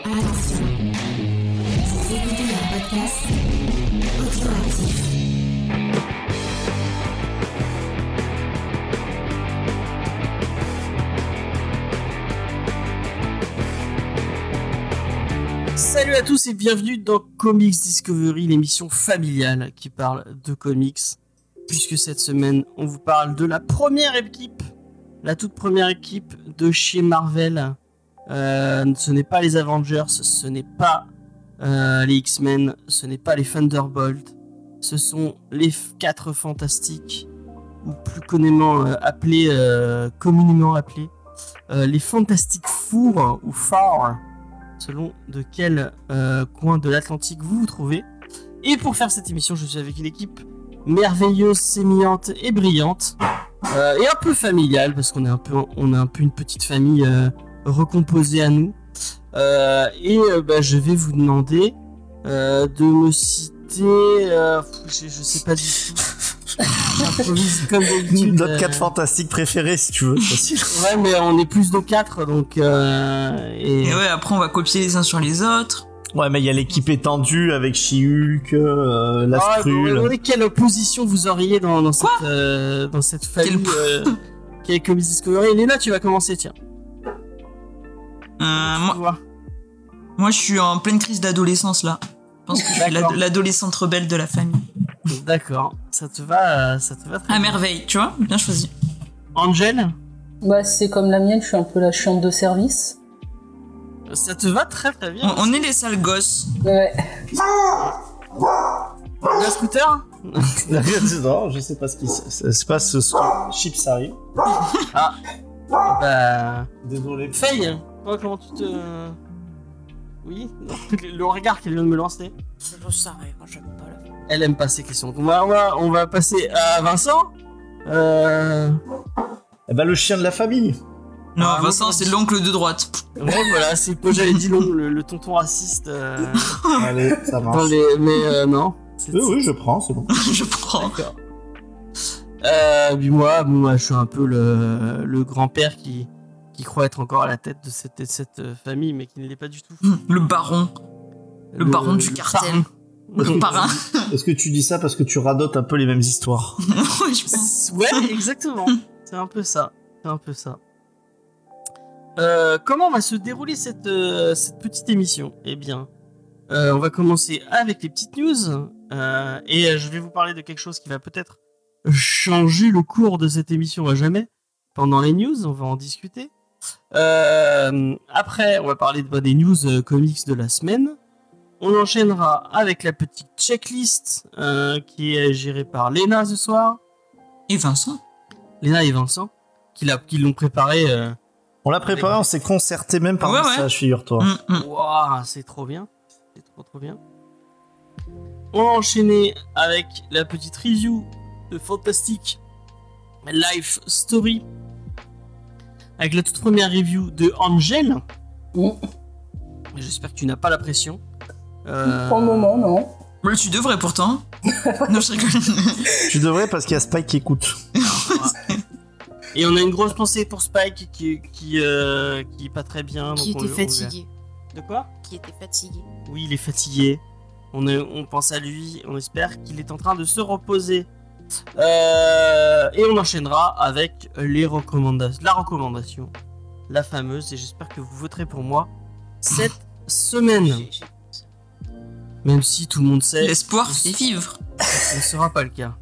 Attention, vous écoutez un podcast audioactif. Salut à tous et bienvenue dans Comics Discovery, l'émission familiale qui parle de comics. Puisque cette semaine, on vous parle de la première équipe, la toute première équipe de chez Marvel. Ce n'est pas les Avengers, ce n'est pas les X-Men, ce n'est pas les Thunderbolts. Ce sont les 4 Fantastiques, ou plus communément appelés les Fantastic Four ou Four, selon de quel coin de l'Atlantique vous vous trouvez. Et pour faire cette émission, je suis avec une équipe merveilleuse, sémillante et brillante, et un peu familiale, parce qu'on est un peu une petite famille recomposée à nous. Je vais vous demander de me citer... je sais pas du tout. J'improvise comme d'habitude. Notre 4 fantastiques préférés, si tu veux. Facile. Ouais, mais on est plus de 4, donc... Et ouais, après on va copier les uns sur les autres. Ouais, mais il y a l'équipe étendue avec She-Hulk, l'Astrul. Quelle position vous auriez dans cette famille qui est Comics Discovery? Léna, tu vas commencer, tiens. Moi, je suis en pleine crise d'adolescence, là. Je pense que je suis l'adolescente rebelle de la famille. D'accord, ça te va très à merveille, tu vois, bien choisi. Angel? Bah, c'est comme la mienne, je suis un peu la chiante de service. Ça te va très très bien. On est les sales gosses. Ouais. Un scooter? Non, je sais pas ce qui se passe. Chips arrive. Ah. Bah. Désolé. Faye, comment tu te... Oui, le regard qu'elle vient de me lancer. Je sais rien, moi j'aime pas la... Elle aime pas ces questions. On va passer à Vincent. Eh ben, le chien de la famille. Non, Vincent, c'est l'oncle de droite. Ouais, voilà, c'est quoi j'avais dit, le tonton raciste. Allez, ça marche. Non. Oui, je prends, c'est bon. Je prends. D'accord. Puis moi, je suis un peu le grand-père qui croit être encore à la tête de cette famille, mais qui ne l'est pas du tout. Le baron. Le baron du cartel. Le parrain. Est-ce que tu dis ça parce que tu radotes un peu les mêmes histoires? Ouais, je pense. Ouais, exactement. C'est un peu ça. Comment va se dérouler cette petite émission? Eh bien, on va commencer avec les petites news, et je vais vous parler de quelque chose qui va peut-être changer le cours de cette émission à jamais. Pendant les news, on va en discuter. Après, on va parler des news comics de la semaine. On enchaînera avec la petite checklist qui est gérée par Léna ce soir. Et Vincent. Léna et Vincent, qui l'ont préparé. On l'a préparé, on s'est concerté même par message, figure-toi. Waouh, c'est trop bien. C'est trop bien. On va enchaîner avec la petite review de Fantastic Life Story. Avec la toute première review de Angel. J'espère que tu n'as pas la pression. Pour le moment, non. Mais tu devrais pourtant. Non, je rigole. Tu devrais parce qu'il y a Spike qui écoute. Et on a une grosse pensée pour Spike qui est pas très bien. Qui était fatigué. De quoi? Qui était fatigué. Oui, il est fatigué. On pense à lui. On espère qu'il est en train de se reposer. Et on enchaînera avec la recommandation, la fameuse, et j'espère que vous voterez pour moi cette semaine. Même si tout le monde sait, l'espoir fait vivre. Ce ne sera pas le cas.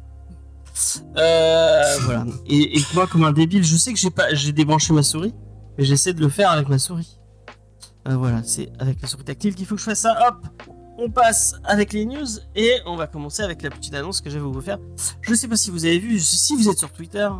Voilà. Et moi, comme un débile, je sais que j'ai débranché ma souris, mais j'essaie de le faire avec ma souris. Voilà, c'est avec la souris tactile qu'il faut que je fasse ça. Hop, on passe avec les news et on va commencer avec la petite annonce que j'avais vous faire. Je ne sais pas si vous avez vu, si vous êtes sur Twitter,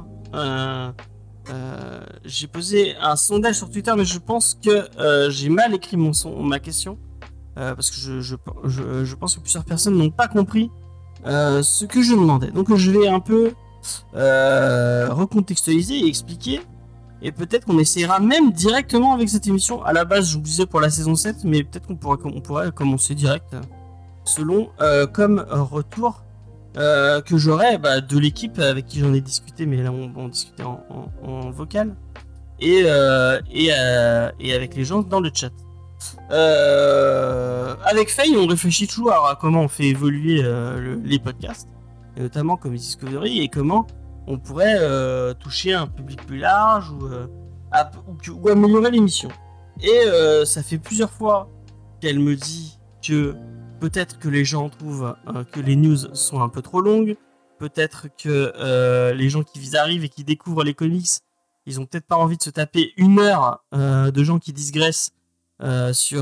j'ai posé un sondage sur Twitter, mais je pense que j'ai mal écrit ma question. Parce que je pense que plusieurs personnes n'ont pas compris ce que je demandais. Donc je vais un peu recontextualiser et expliquer. Et peut-être qu'on essaiera même directement avec cette émission. À la base, je vous disais pour la saison 7, mais peut-être qu'on pourrait commencer direct. Selon comme retour que j'aurai de l'équipe avec qui j'en ai discuté, mais là on discutait en vocal. Et avec les gens dans le chat. Avec Faye, on réfléchit toujours à comment on fait évoluer les podcasts, et notamment comme Discovery, et comment on pourrait toucher un public plus large ou améliorer l'émission. Et ça fait plusieurs fois qu'elle me dit que peut-être que les gens trouvent que les news sont un peu trop longues, peut-être que les gens qui arrivent et qui découvrent les comics, ils ont peut-être pas envie de se taper 1 heure de gens qui digressent sur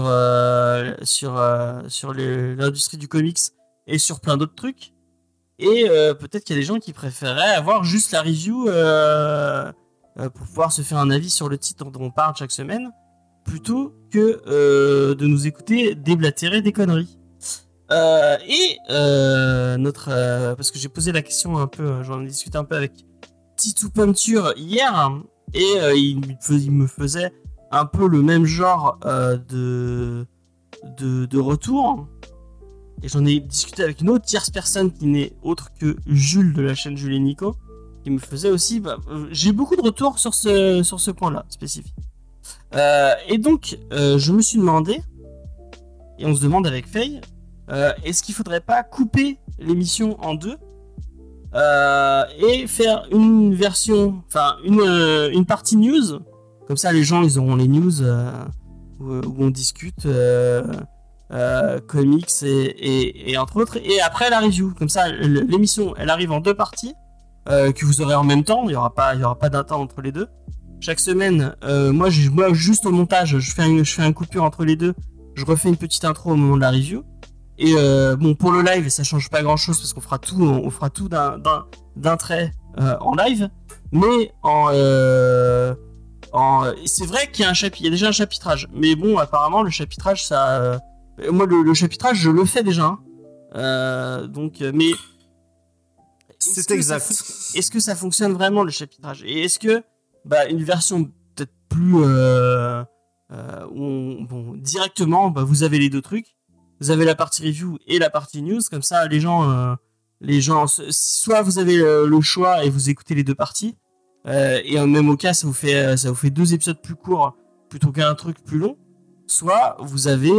l'industrie du comics et sur plein d'autres trucs. Et peut-être qu'il y a des gens qui préféraient avoir juste la review pour pouvoir se faire un avis sur le titre dont on parle chaque semaine, plutôt que de nous écouter déblatérer des conneries. Parce que j'ai posé la question un peu, j'en ai discuté un peu avec Titou Puncture hier, et il me faisait un peu le même genre de retour. Et j'en ai discuté avec une autre tierce personne qui n'est autre que Jules de la chaîne Jules et Nico, qui me faisait aussi... j'ai beaucoup de retours sur ce point-là, spécifique. Et donc, je me suis demandé, et on se demande avec Faye, est-ce qu'il faudrait pas couper l'émission en 2 et faire une version, enfin une partie news, comme ça les gens ils auront les news où on discute comics et entre autres, et après la review, comme ça l'émission elle arrive en 2 parties que vous aurez en même temps, il y aura pas d'attente entre les deux. Chaque semaine, moi juste au montage, je fais un coupure entre les deux, je refais une petite intro au moment de la review. Et bon, pour le live, ça change pas grand chose parce qu'on fera tout d'un trait en live. Mais c'est vrai qu'il y a il y a déjà un chapitrage. Mais bon, apparemment, le chapitrage, ça, moi, le chapitrage, je le fais déjà. Donc, mais c'est exact. Est-ce que ça fonctionne vraiment le chapitrage? Et est-ce que, une version peut-être plus, directement, vous avez les deux trucs. Vous avez la partie review et la partie news, comme ça les gens, soit vous avez le choix et vous écoutez les deux parties, et même au cas ça vous fait 2 épisodes plus courts plutôt qu'un truc plus long, soit vous avez,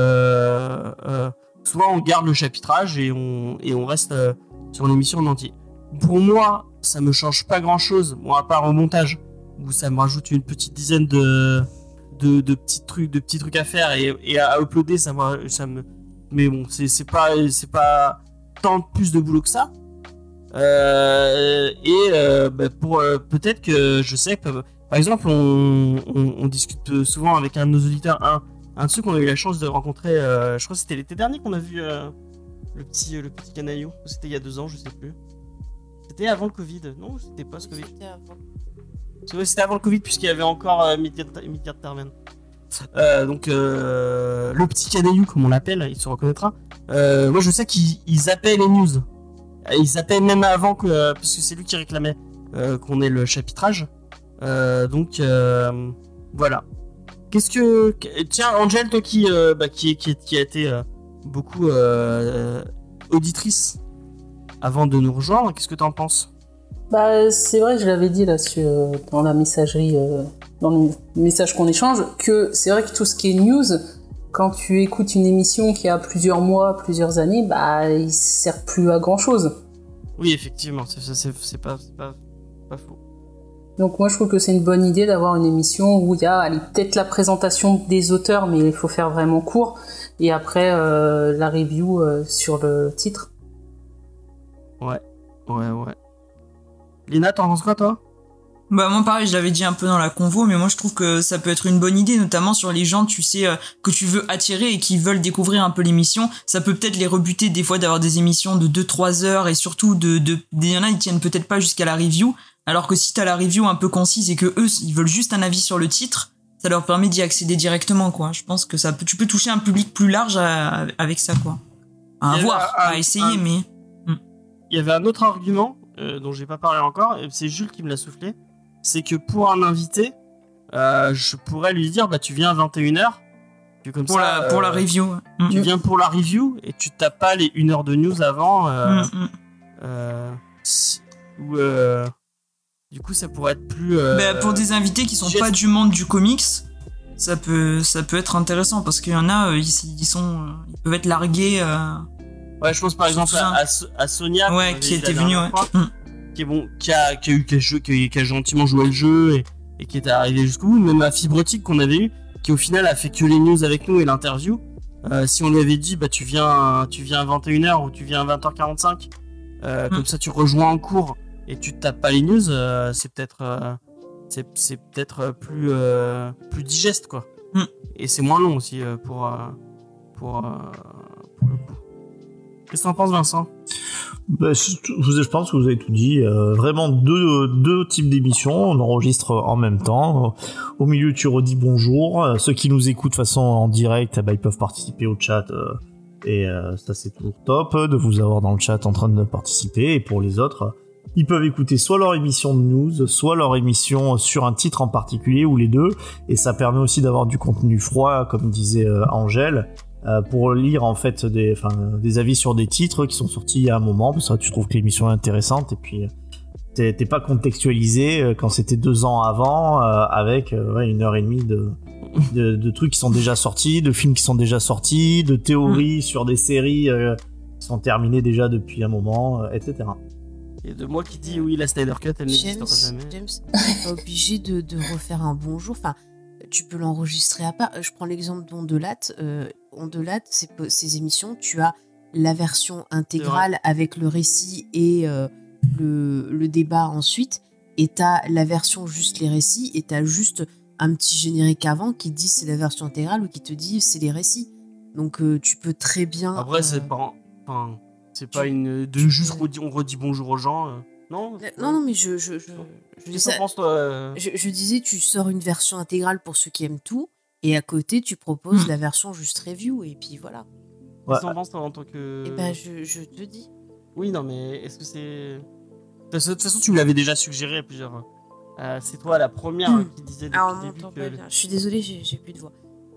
soit on garde le chapitrage et on reste sur l'émission en entier. Pour moi, ça me change pas grand chose, bon, à part au montage où ça me rajoute une petite dizaine de petits trucs à faire et à uploader, ça me, mais bon, c'est pas tant plus de boulot que ça. Pour peut-être que je sais que par exemple on discute souvent avec un de nos auditeurs, un de ceux qu'on a eu la chance de rencontrer, je crois que c'était l'été dernier qu'on a vu le petit canaillou, ou c'était il y a 2 ans, je sais plus. C'était avant le Covid, non, c'était post-Covid. C'était avant le Covid, puisqu'il y avait encore Midgard Tarman. Donc le petit canaillou, comme on l'appelle, il se reconnaîtra. Moi je sais qu'ils zappaient les news. Ils zappaient même avant parce que c'est lui qui réclamait qu'on ait le chapitrage. Donc voilà. Qu'est-ce que... Tiens, Angel, toi qui a été beaucoup auditrice avant de nous rejoindre, qu'est-ce que t'en penses? C'est vrai que je l'avais dit là dans la messagerie, dans le message qu'on échange, que c'est vrai que tout ce qui est news, quand tu écoutes une émission qui a plusieurs mois, plusieurs années, il sert plus à grand chose. Oui, effectivement, c'est pas faux. Donc moi je trouve que c'est une bonne idée d'avoir une émission où il y a peut-être la présentation des auteurs, mais il faut faire vraiment court, et après la review sur le titre. Ouais. Lina, t'en penses quoi, toi? Moi pareil, je l'avais dit un peu dans la convo, mais moi je trouve que ça peut être une bonne idée, notamment sur les gens, tu sais, que tu veux attirer et qui veulent découvrir un peu l'émission. Ça peut peut-être les rebuter des fois d'avoir des émissions de 2-3 heures, et surtout il y en a, ils tiennent peut-être pas jusqu'à la review, alors que si t'as la review un peu concise et que eux, ils veulent juste un avis sur le titre, ça leur permet d'y accéder directement, quoi. Je pense que tu peux toucher un public plus large avec ça, quoi. À voir, à essayer, mais... Il y avait un autre argument dont j'ai pas parlé encore, et c'est Jules qui me l'a soufflé, c'est que pour un invité, je pourrais lui dire tu viens à 21h, comme pour la review. Tu viens pour la review et tu tapes pas les 1 heure de news avant. Du coup ça pourrait être plus... pour des invités qui sont pas du monde du comics, ça peut être intéressant parce qu'il y en a, ils peuvent être largués. Ouais, je pense par exemple à Sonia, ouais, qui était venue, ouais. Qui a gentiment joué le jeu et qui était arrivé jusqu'au bout. Même à Fibrotique qu'on avait eu, qui au final a fait que les news avec nous et l'interview. Si on lui avait dit, bah tu viens à 21h ou tu viens à 20h45, comme ça tu rejoins en cours et tu te tapes pas les news, c'est peut-être plus digeste quoi. Et c'est moins long aussi pour le coup. Qu'est-ce que t'en penses, Vincent? Bah, je pense que vous avez tout dit. Vraiment deux types d'émissions. On enregistre en même temps. Au milieu, tu redis bonjour. Ceux qui nous écoutent de façon en direct, bah, ils peuvent participer au chat. Et ça, c'est toujours top de vous avoir dans le chat en train de participer. Et pour les autres, ils peuvent écouter soit leur émission de news, soit leur émission sur un titre en particulier, ou les deux. Et ça permet aussi d'avoir du contenu froid, comme disait Angèle. Pour lire en fait des avis sur des titres qui sont sortis il y a un moment, parce que tu trouves que l'émission est intéressante et puis t'es pas contextualisé quand c'était 2 ans avant avec 1h30 de trucs qui sont déjà sortis, de films qui sont déjà sortis, de théories sur des séries qui sont terminées déjà depuis un moment, etc. Et de moi qui dis oui, la Snyder Cut elle n'existera jamais. James, t'es pas obligé de refaire un bonjour, enfin tu peux l'enregistrer à part. Je prends l'exemple d'Ondelat. Ondelat, ces émissions, tu as la version intégrale avec le récit et le débat ensuite, et t'as la version juste les récits, et t'as juste un petit générique avant qui te dit c'est la version intégrale ou qui te dit c'est les récits. Donc tu peux très bien... Après, c'est pas une... on redit bonjour aux gens... Non, mais je disais, tu sors une version intégrale pour ceux qui aiment tout, et à côté, tu proposes la version juste review, et puis voilà. Qu'est-ce que t'en penses, toi, en tant que... Eh ben, je te dis. Oui, non, mais est-ce que c'est... De toute façon, tu me l'avais déjà suggéré à plusieurs... c'est toi la première qui disait depuis le début que... Je suis désolée, j'ai plus de voix.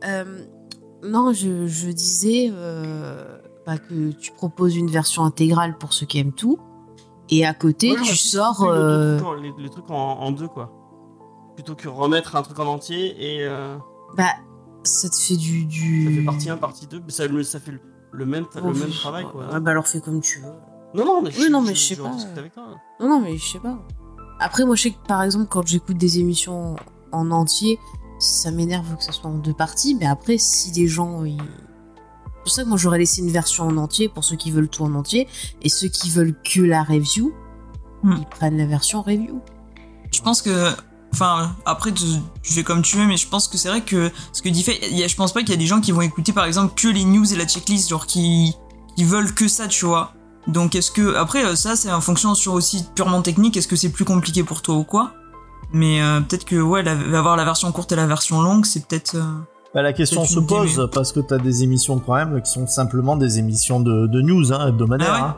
Non, je disais que tu proposes une version intégrale pour ceux qui aiment tout, et à côté, tu sors... Les trucs en deux, quoi. Plutôt que remettre un truc en entier et... ça te fait du... Ça fait partie 1, partie 2, mais ça fait le même travail, quoi. Alors fais comme tu veux. Non, mais je sais pas. Avec toi. Non, mais je sais pas. Après, moi, je sais que, par exemple, quand j'écoute des émissions en entier, ça m'énerve que ça soit en 2 parties, mais après, si des gens... C'est pour ça que moi, j'aurais laissé une version en entier pour ceux qui veulent tout en entier, et ceux qui veulent que la review, ils prennent la version review. Je pense que... Enfin, après, tu fais comme tu veux, mais je pense que c'est vrai que ce que dit fait, je pense pas qu'il y a des gens qui vont écouter, par exemple, que les news et la checklist, genre qui veulent que ça, tu vois. Donc, est-ce que... Après, ça, c'est en fonction sur aussi purement technique, est-ce que c'est plus compliqué pour toi ou quoi? Mais peut-être que, avoir la version courte et la version longue, c'est peut-être... la question se pose parce que t'as des émissions quand même qui sont simplement des émissions de news hebdomadaires,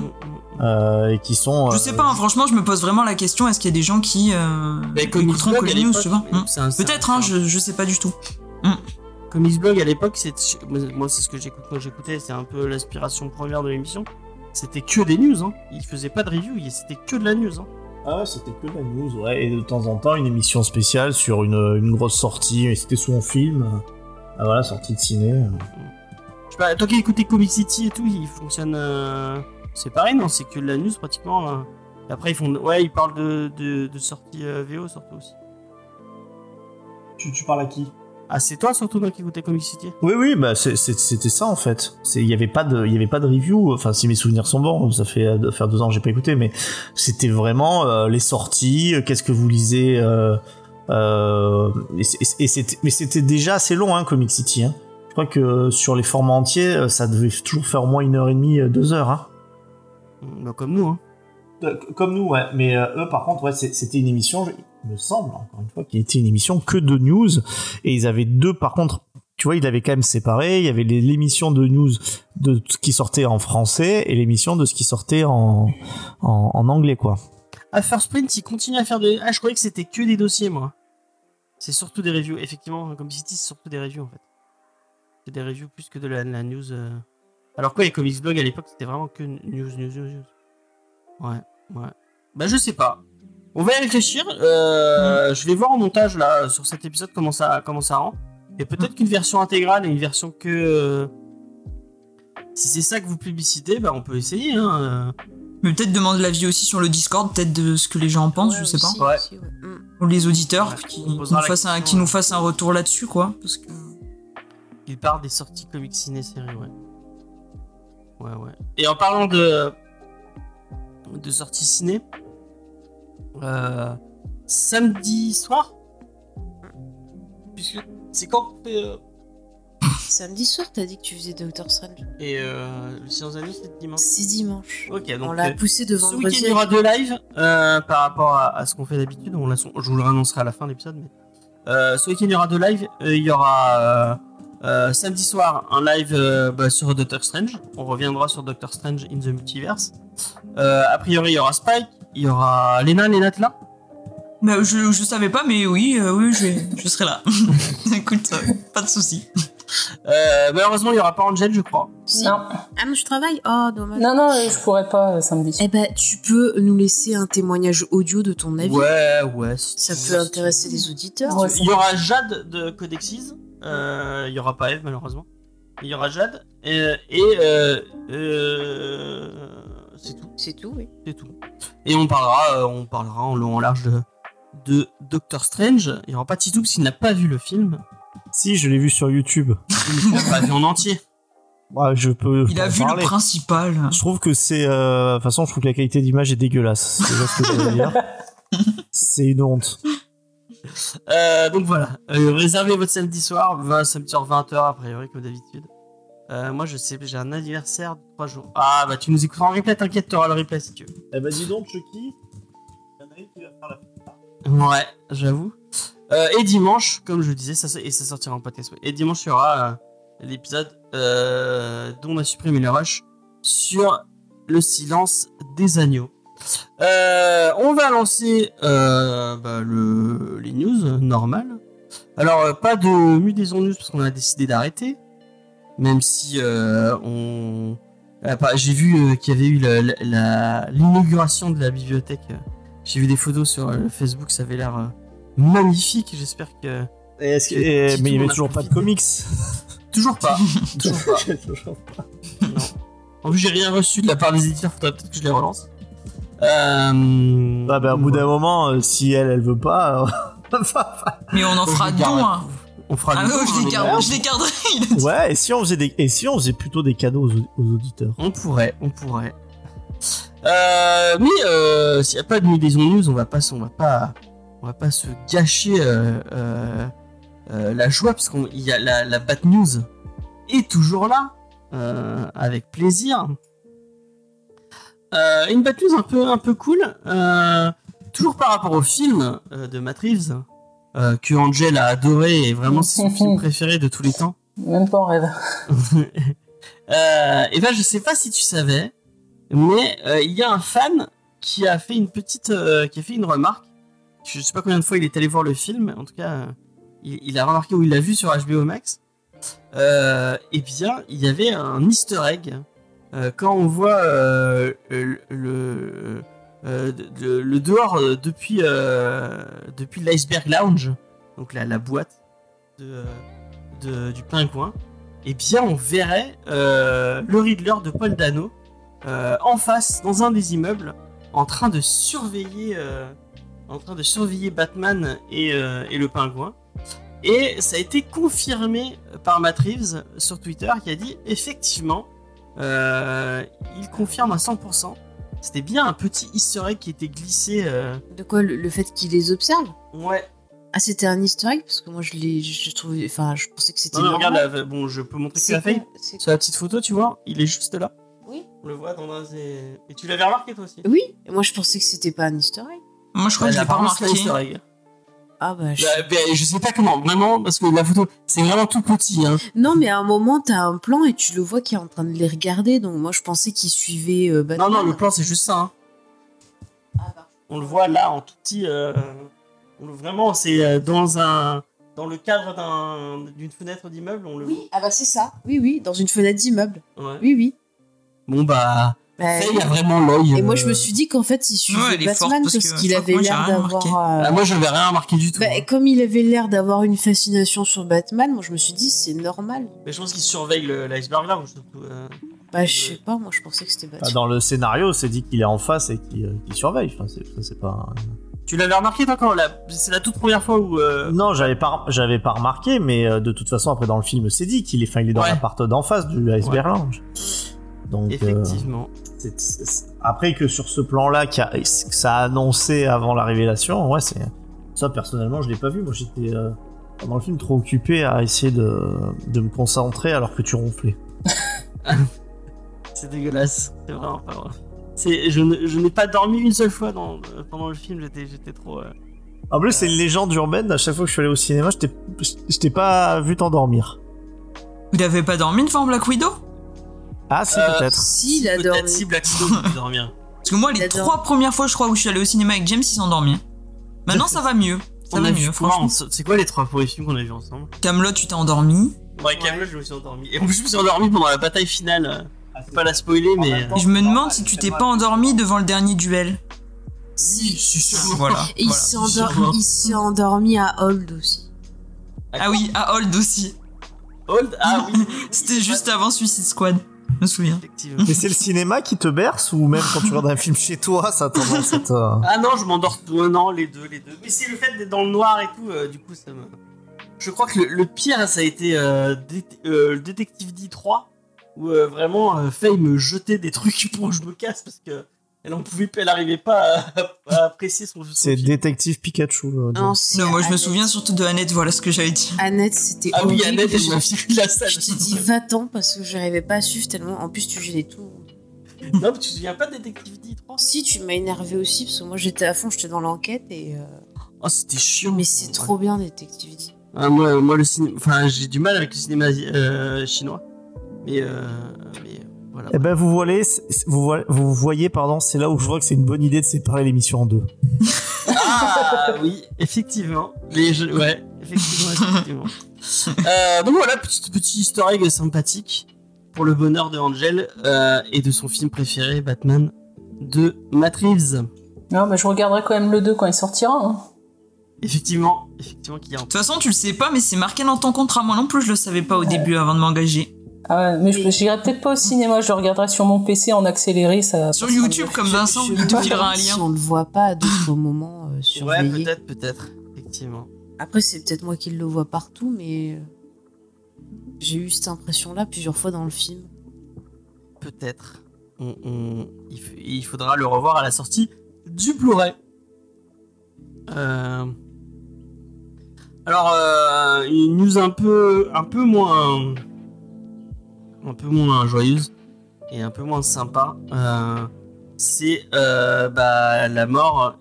et qui sont... Je sais pas, franchement, je me pose vraiment la question, est-ce qu'il y a des gens qui écouteront que les news, tu vois? Peut-être, je sais pas du tout. Comme Xblog à l'époque, moi c'est ce que j'écoutais, c'est un peu l'aspiration première de l'émission. C'était que des news, il faisait pas de review, c'était que de la news. Ah ouais, c'était que de la news, ouais, et de temps en temps une émission spéciale sur une grosse sortie, et c'était souvent film, sortie de ciné. Je sais pas, toi qui écoutais Comic City et tout, il fonctionne... C'est pareil, non? C'est que de la news pratiquement. Après ils parlent de sortie VO surtout aussi. Tu parles à qui? Ah, c'est toi surtout qui écoutais Comic City? Oui, c'était ça en fait. Il y avait pas de review. Enfin, si mes souvenirs sont bons, ça fait 2 ans que j'ai pas écouté, mais c'était vraiment les sorties. Qu'est-ce que vous lisez mais c'était déjà assez long, Comic City. Je crois que sur les formats entiers, ça devait toujours faire au moins 1h30, 2 heures. Comme nous. Comme nous, ouais. Mais eux, par contre, c'était une émission, il me semble, encore une fois, qui était une émission que de news. Et ils avaient 2, par contre, tu vois, ils l'avaient quand même séparé. Il y avait l'émission de news de ce qui sortait en français et l'émission de ce qui sortait en anglais, quoi. À First Print, ils continuent à faire des... Ah, je croyais que c'était que des dossiers, moi. C'est surtout des reviews. Effectivement, comme City, c'est surtout des reviews, en fait. C'est des reviews plus que de la news. Alors quoi, les Comics Blog à l'époque, c'était vraiment que news. Ouais. Bah, je sais pas. On va y réfléchir. Je vais voir en montage, là, sur cet épisode, comment ça rend. Et peut-être qu'une version intégrale et une version que... si c'est ça que vous publicitez, bah on peut essayer. Hein. Mais peut-être demander l'avis aussi sur le Discord, peut-être de ce que les gens en pensent, je sais pas. Ouais. Aussi, ouais. Ou les auditeurs Ouais, qui on nous posera la fassent un, question, qui nous fassent un retour là-dessus, quoi. Parce que... Il parle des sorties comics ciné-séries, ouais. Ouais. Et en parlant de sorties ciné, samedi soir, puisque c'est quand on fait, Samedi soir, t'as dit que tu faisais Doctor Strange. et le Silence des Agneaux, c'est dimanche. C'est dimanche. Ok, donc On l'a poussé de ce week-end vendredi. il y aura 2 lives par rapport à ce qu'on fait d'habitude. Je vous le annoncerai à la fin de l'épisode, mais ce week-end il y aura 2 lives. Il y aura samedi soir un live sur Doctor Strange. On reviendra sur Doctor Strange in the Multiverse. A priori il y aura Spike, il y aura Lena t'es là? Bah, je savais pas, mais oui, je serai là. Écoute, pas de soucis. Malheureusement il y aura pas Angel, je crois. Si. Non. Ah non, je travaille. Oh, dommage. Non, je pourrais pas samedi. Eh ben, tu peux nous laisser un témoignage audio de ton avis. Ouais. Ça peut intéresser les auditeurs. Ouais, Il y aura Jade de Codexis. Il y aura pas Eve malheureusement. Il y aura Jade et c'est tout. C'est tout, oui. C'est tout. Et on parlera en long en large de Doctor Strange. Il y aura pas Titou parce qu'il n'a pas vu le film. Si, je l'ai vu sur YouTube. Il n'a pas vu en entier. Ouais, je peux. Il a en vu parler. le principal. Je trouve que c'est. De toute façon, je trouve que la qualité d'image est dégueulasse. C'est déjà ce que je veux dire. C'est une honte. Donc voilà. Réservez votre samedi soir, samedi soir 20h a priori comme d'habitude. Moi je sais, j'ai un anniversaire de 3 jours. Ah bah tu nous écouteras en replay, t'inquiète, t'auras le replay si tu veux. Eh bah dis donc, Chucky. Il y en a une qui va faire la. Ouais, j'avoue. Et dimanche, comme je le disais, ça sortira en podcast. Ouais. Et dimanche, il y aura l'épisode dont on a supprimé le rush sur le silence des agneaux. On va lancer les news normales. Alors, pas de Mudaison News parce qu'on a décidé d'arrêter. Même si j'ai vu qu'il y avait eu l'inauguration de la bibliothèque. J'ai vu des photos sur Facebook, ça avait l'air magnifique. J'espère que. Mais il n'y avait toujours pas de comics. Toujours pas. Toujours pas. Non. En plus, j'ai rien reçu de la part des éditeurs. Faudrait peut-être que je les relance. Au bout d'un moment, si elle veut pas. Mais on en fera deux. Hein. On fera ah des non, dons, je les garderai. Ouais, et si on faisait plutôt des cadeaux aux auditeurs. On pourrait. Mais s'il n'y a pas de Mudaison News, on va pas se gâcher la joie parce qu'il y a la Bat News est toujours là avec plaisir. Une Bat News un peu cool, toujours par rapport au film de Matt Reeves que Angel a adoré et vraiment c'est son film préféré de tous les temps. Même pas en rêve. Et ben je sais pas si tu savais. Mais il y a un fan qui a fait une remarque. Je sais pas combien de fois il est allé voir le film. En tout cas, il a remarqué où il l'a vu sur HBO Max. Et bien, il y avait un Easter egg quand on voit le dehors depuis l'iceberg lounge, donc la boîte du pingouin. Et bien, on verrait le Riddler de Paul Dano. En face, dans un des immeubles, en train de surveiller Batman et le pingouin. Et ça a été confirmé par Matt Reeves sur Twitter qui a dit effectivement, il confirme à 100%. C'était bien un petit easter egg qui était glissé. De quoi, le fait qu'il les observe? Ouais. Ah, c'était un easter egg parce que moi je trouvais, enfin, je pensais que c'était. Non, mais normal. regarde, bon, je peux montrer que la feuille. Sur la petite photo, tu vois, il est juste là. Oui. On le voit dans un des... Et tu l'avais remarqué toi aussi? Oui, et moi je pensais que c'était pas un easter egg. Moi je crois que je l'ai pas remarqué. Ah bah je sais pas comment, vraiment, parce que la photo, c'est vraiment tout petit. Hein. Non, mais à un moment, t'as un plan et tu le vois qui est en train de les regarder, donc moi je pensais qu'il suivait Batman. Non, le plan c'est juste ça. Hein. Ah bah. On le voit là en tout petit. Vraiment, c'est dans le cadre d'une fenêtre d'immeuble, on le voit. Oui, ah bah c'est ça. Oui, dans une fenêtre d'immeuble. Ouais. Oui. Bon bah, Faye a vraiment l'œil. Et moi, je me suis dit qu'en fait, il suivait Batman parce qu'il avait l'air d'avoir. Moi, je n'avais rien remarqué du tout. Comme il avait l'air d'avoir une fascination sur Batman, moi, je me suis dit, c'est normal. Mais je pense qu'il surveille l'iceberg là. Je sais pas, moi, je pensais que c'était Batman. Dans le scénario, c'est dit qu'il est en face et qu'il surveille. Enfin, c'est pas. Tu l'avais remarqué, toi, quand c'est la toute première fois où. Non, j'avais pas remarqué, mais de toute façon, après, dans le film, c'est dit qu'il est dans l'appart d'en face du Iceberg Lounge. Donc, effectivement. Après que sur ce plan-là, que ça a annoncé avant la révélation, c'est ça personnellement je l'ai pas vu. Moi j'étais dans le film trop occupé à essayer de me concentrer alors que tu ronflais. C'est dégueulasse, c'est vraiment pas vrai. Je n'ai pas dormi une seule fois pendant le film, j'étais trop. En plus c'est une légende urbaine. À chaque fois que je suis allé au cinéma, je t'ai pas vu t'endormir. Vous n'avez pas dormi devant Black Widow? Ah si peut-être. Si, il a dormi. Peut-être si Black Widow peut dormir. Parce que moi, les 3 premières fois, je crois, où je suis allé au cinéma avec James, il s'est endormi. Maintenant, ça va mieux. Ça va mieux, franchement. C'est quoi les 3 premiers films qu'on a vus ensemble? Kaamelott, tu t'es endormi. Ouais, Kaamelott, je me suis endormi. Et en plus, je me suis endormi pendant la bataille finale. Je peux pas la spoiler, mais. Et je me demande si tu t'es pas endormi devant le dernier duel. Si, je suis sûr. Voilà. Et il s'est endormi à Hold aussi. Ah oui, à Hold aussi. Hold? Ah oui. C'était juste avant Suicide Squad. Je me souviens. Mais c'est le cinéma qui te berce ou même quand tu regardes un film chez toi, ça a tendance à te... Ah non, je m'endors. Non, les deux. Mais c'est le fait d'être dans le noir et tout, du coup, ça me. Je crois que le pire, ça a été le Détective D3, où vraiment Faye me jetait des trucs pour que je me casse parce que elle arrivait pas à apprécier son C'est film. Détective Pikachu. Non, moi je me souviens surtout de Annette, voilà ce que j'avais dit. Annette, c'était horrible. Ah oui, Annette, elle m'a filé la salle. Je t'ai dit va-t'en parce que j'arrivais pas à suivre tellement. En plus, tu gênais tout. Non, mais tu te souviens pas de Détective D3? Si, tu m'as énervé aussi parce que moi j'étais à fond, j'étais dans l'enquête et. Oh, c'était chiant. Mais c'est trop bien, Détective D. Moi le cinéma. Enfin, j'ai du mal avec le cinéma chinois. Mais voilà. Eh ben vous voyez, pardon, c'est là où je vois que c'est une bonne idée de séparer l'émission en deux. Ah oui, effectivement. Ouais, effectivement. Donc voilà, petit easter egg sympathique pour le bonheur de Angel et de son film préféré, Batman de Matt Reeves. Non, mais je regarderai quand même le 2 quand il sortira. Hein. Effectivement qu'il y a. De toute façon, tu le sais pas, mais c'est marqué dans ton contrat. Moi non plus, je le savais pas au début avant de m'engager. Ah ouais, mais j'irai peut-être pas au cinéma, je le regarderai sur mon PC en accéléré. Sur YouTube, comme Vincent, il te filera un lien. Si on le voit pas à d'autres moments surveillés. Ouais, peut-être, effectivement. Après, c'est peut-être moi qui le vois partout, mais j'ai eu cette impression-là plusieurs fois dans le film. Peut-être. Il faudra le revoir à la sortie du Blu-ray. Alors, une news un peu moins joyeuse et un peu moins sympa, c'est la mort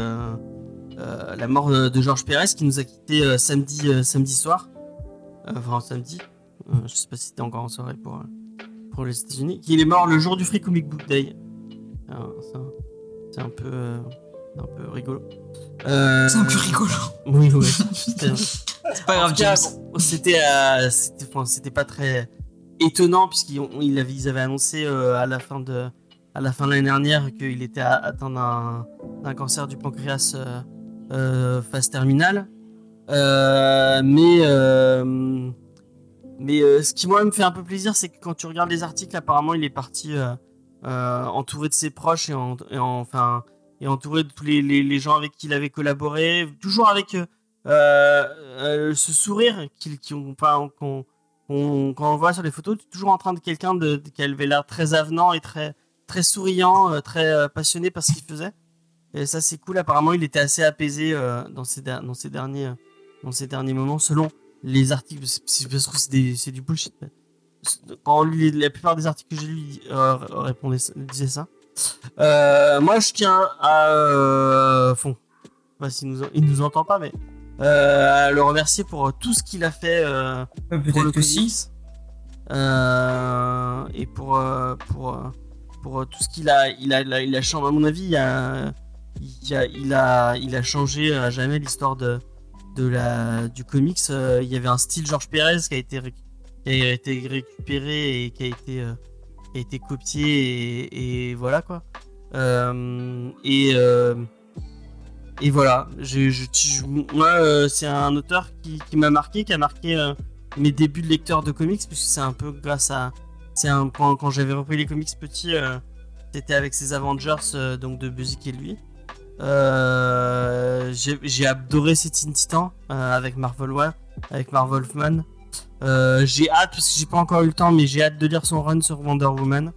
de Georges Pérez qui nous a quitté samedi soir, samedi, je sais pas si c'était encore en soirée pour les États-Unis, qu'il est mort le jour du Free Comic Book Day. C'est un peu rigolo. C'est un peu rigolo. Oui. C'est pas grave, James. C'était pas très étonnant puisqu'ils avaient annoncé à la fin de l'année dernière qu'il était atteint d'un cancer du pancréas phase terminale. Mais ce qui moi me fait un peu plaisir, c'est que quand tu regardes les articles, apparemment il est parti entouré de ses proches et entouré de tous les gens avec qui il avait collaboré, toujours avec ce sourire quand on voit sur les photos, toujours en train de quelqu'un qui avait l'air très avenant et très, très souriant, très passionné par ce qu'il faisait. Et ça c'est cool, apparemment il était assez apaisé dans ces derniers moments, selon les articles. Si je trouve c'est du bullshit. Quand on lit la plupart des articles que j'ai lus disaient ça. Moi je tiens à je sais pas il nous entend pas, mais à le remercier pour tout ce qu'il a fait pour le comics et pour tout ce qu'il a changé. À mon avis il a changé à jamais l'histoire du comics. Il y avait un style Georges Pérez qui a été récupéré et qui a qui a été copié et voilà quoi. Et voilà, moi c'est un auteur qui m'a marqué, qui a marqué mes débuts de lecteur de comics, puisque c'est un peu grâce à... Quand j'avais repris les comics petits, c'était avec ses Avengers, donc de Busiek et lui. J'ai adoré ces Teen Titans avec Marvel One, avec Marvel Wolfman. J'ai hâte, parce que j'ai pas encore eu le temps, mais j'ai hâte de lire son run sur Wonder Woman.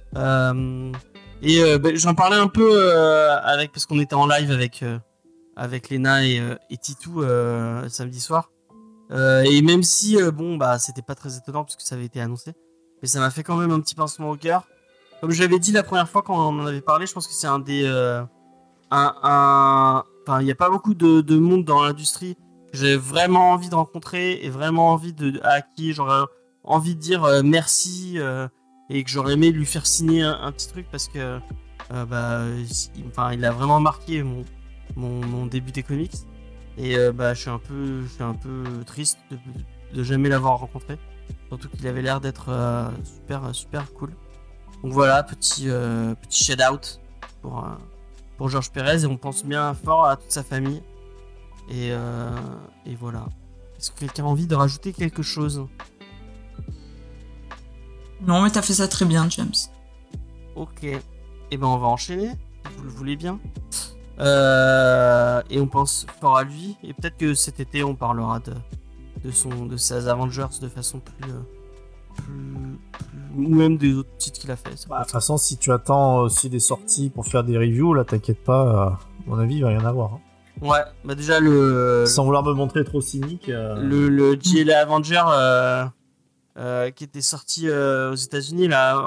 J'en parlais un peu parce qu'on était en live avec Léna et Titou samedi soir. Et même si c'était pas très étonnant parce que ça avait été annoncé, mais ça m'a fait quand même un petit pincement au cœur. Comme je l'avais dit la première fois quand on en avait parlé, je pense que c'est un des il y a pas beaucoup de monde dans l'industrie que j'ai vraiment envie de rencontrer et vraiment envie à qui j'aurais envie de dire merci et que j'aurais aimé lui faire signer un petit truc parce que il a vraiment marqué mon début des comics et je suis un peu triste de jamais l'avoir rencontré, surtout qu'il avait l'air d'être super cool. Donc voilà, petit shout out pour Georges Pérez, et on pense bien fort à toute sa famille et voilà. Est-ce que quelqu'un a envie de rajouter quelque chose? Non, mais t'as fait ça très bien, James. Ok. Et ben on va enchaîner, si vous le voulez bien. Et on pense fort à lui. Et peut-être que cet été on parlera de ses Avengers de façon plus ou même des autres titres qu'il a fait. De toute façon, si tu attends aussi des sorties pour faire des reviews, là t'inquiète pas, à mon avis il va rien avoir. Ouais, bah déjà sans vouloir me montrer trop cynique. Le JLA Avenger qui était sorti aux États-Unis là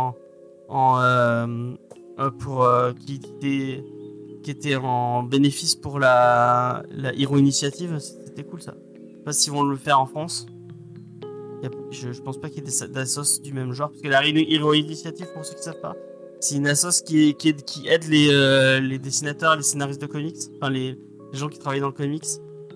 qui était en bénéfice pour la Hero Initiative, c'était cool ça. Je sais pas s'ils vont le faire en France. Je pense pas qu'il y ait d'assos du même genre, parce que la Hero Initiative, pour ceux qui savent pas, c'est une assos qui aide les dessinateurs, les scénaristes de comics, enfin les gens qui travaillent dans le comics,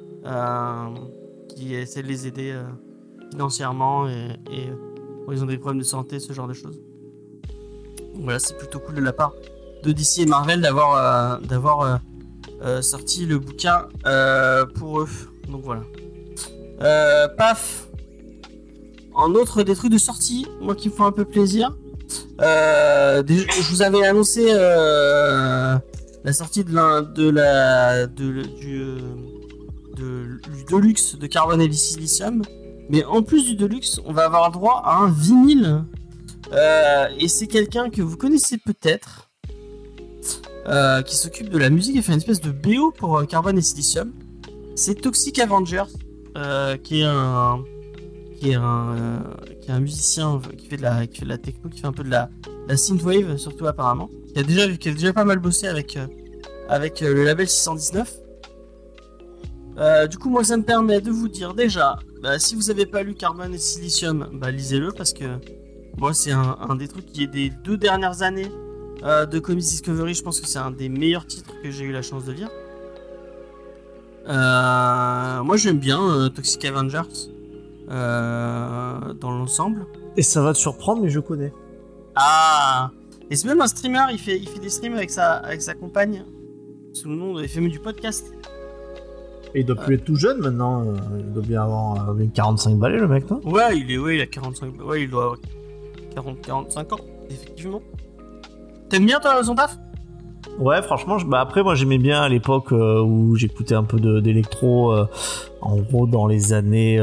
qui essaient de les aider financièrement et quand ils ont des problèmes de santé, ce genre de choses. Donc voilà, c'est plutôt cool de la part de DC et Marvel d'avoir sorti le bouquin pour eux. Donc voilà. Paf. En autre des trucs de sortie, moi qui me font un peu plaisir. Je vous avais annoncé la sortie du Deluxe de Carbone et Silicium. Mais en plus du Deluxe, on va avoir droit à un vinyle. Et c'est quelqu'un que vous connaissez peut-être, qui s'occupe de la musique et fait une espèce de BO pour Carbone et Silicium. C'est Toxic Avengers, qui est un musicien qui fait de la techno, qui fait un peu de la synthwave surtout apparemment, qui a déjà pas mal bossé avec le label 619. Du coup moi ça me permet de vous dire déjà, si vous avez pas lu Carbone et Silicium, lisez-le, parce que moi c'est un des trucs qui est des 2 dernières années de Comics Discovery. Je pense que c'est un des meilleurs titres que j'ai eu la chance de lire. Moi j'aime bien Toxic Avengers dans l'ensemble. Et ça va te surprendre, mais je connais. Ah. Et c'est même un streamer, il fait des streams avec sa compagne sous le nom de FMU du podcast. Et il doit plus être tout jeune maintenant, il doit bien avoir 45 balais le mec, non? Ouais, il a 45 balais, ouais, il doit avoir 45 ans, effectivement. T'aimes bien toi son taf? Ouais, franchement, après moi j'aimais bien à l'époque où j'écoutais un peu d'électro, en gros dans les années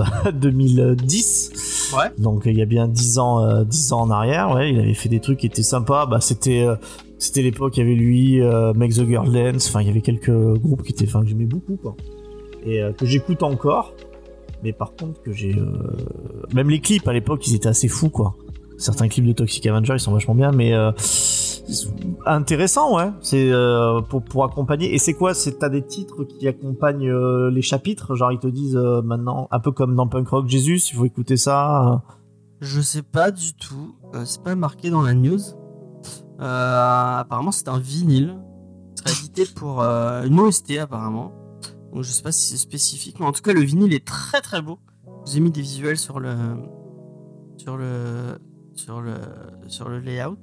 2010. Ouais. Donc il y a bien 10 ans en arrière, ouais, il avait fait des trucs qui étaient sympas. C'était l'époque, il y avait lui, Make the Girl Dance, enfin il y avait quelques groupes que j'aimais beaucoup quoi. Et que j'écoute encore. Mais par contre que j'ai même les clips à l'époque, ils étaient assez fous quoi. Certains clips de Toxic Avenger, ils sont vachement bien, mais intéressant, ouais. C'est pour accompagner. Et c'est quoi? T'as des titres qui accompagnent les chapitres, genre ils te disent maintenant, un peu comme dans Punk Rock Jesus, il faut écouter ça. Je sais pas du tout. C'est pas marqué dans la news. Apparemment, c'est un vinyle. Il sera édité pour une OST apparemment. Donc je sais pas si c'est spécifique, mais en tout cas le vinyle est très très beau. Je vous ai mis des visuels sur le sur le layout.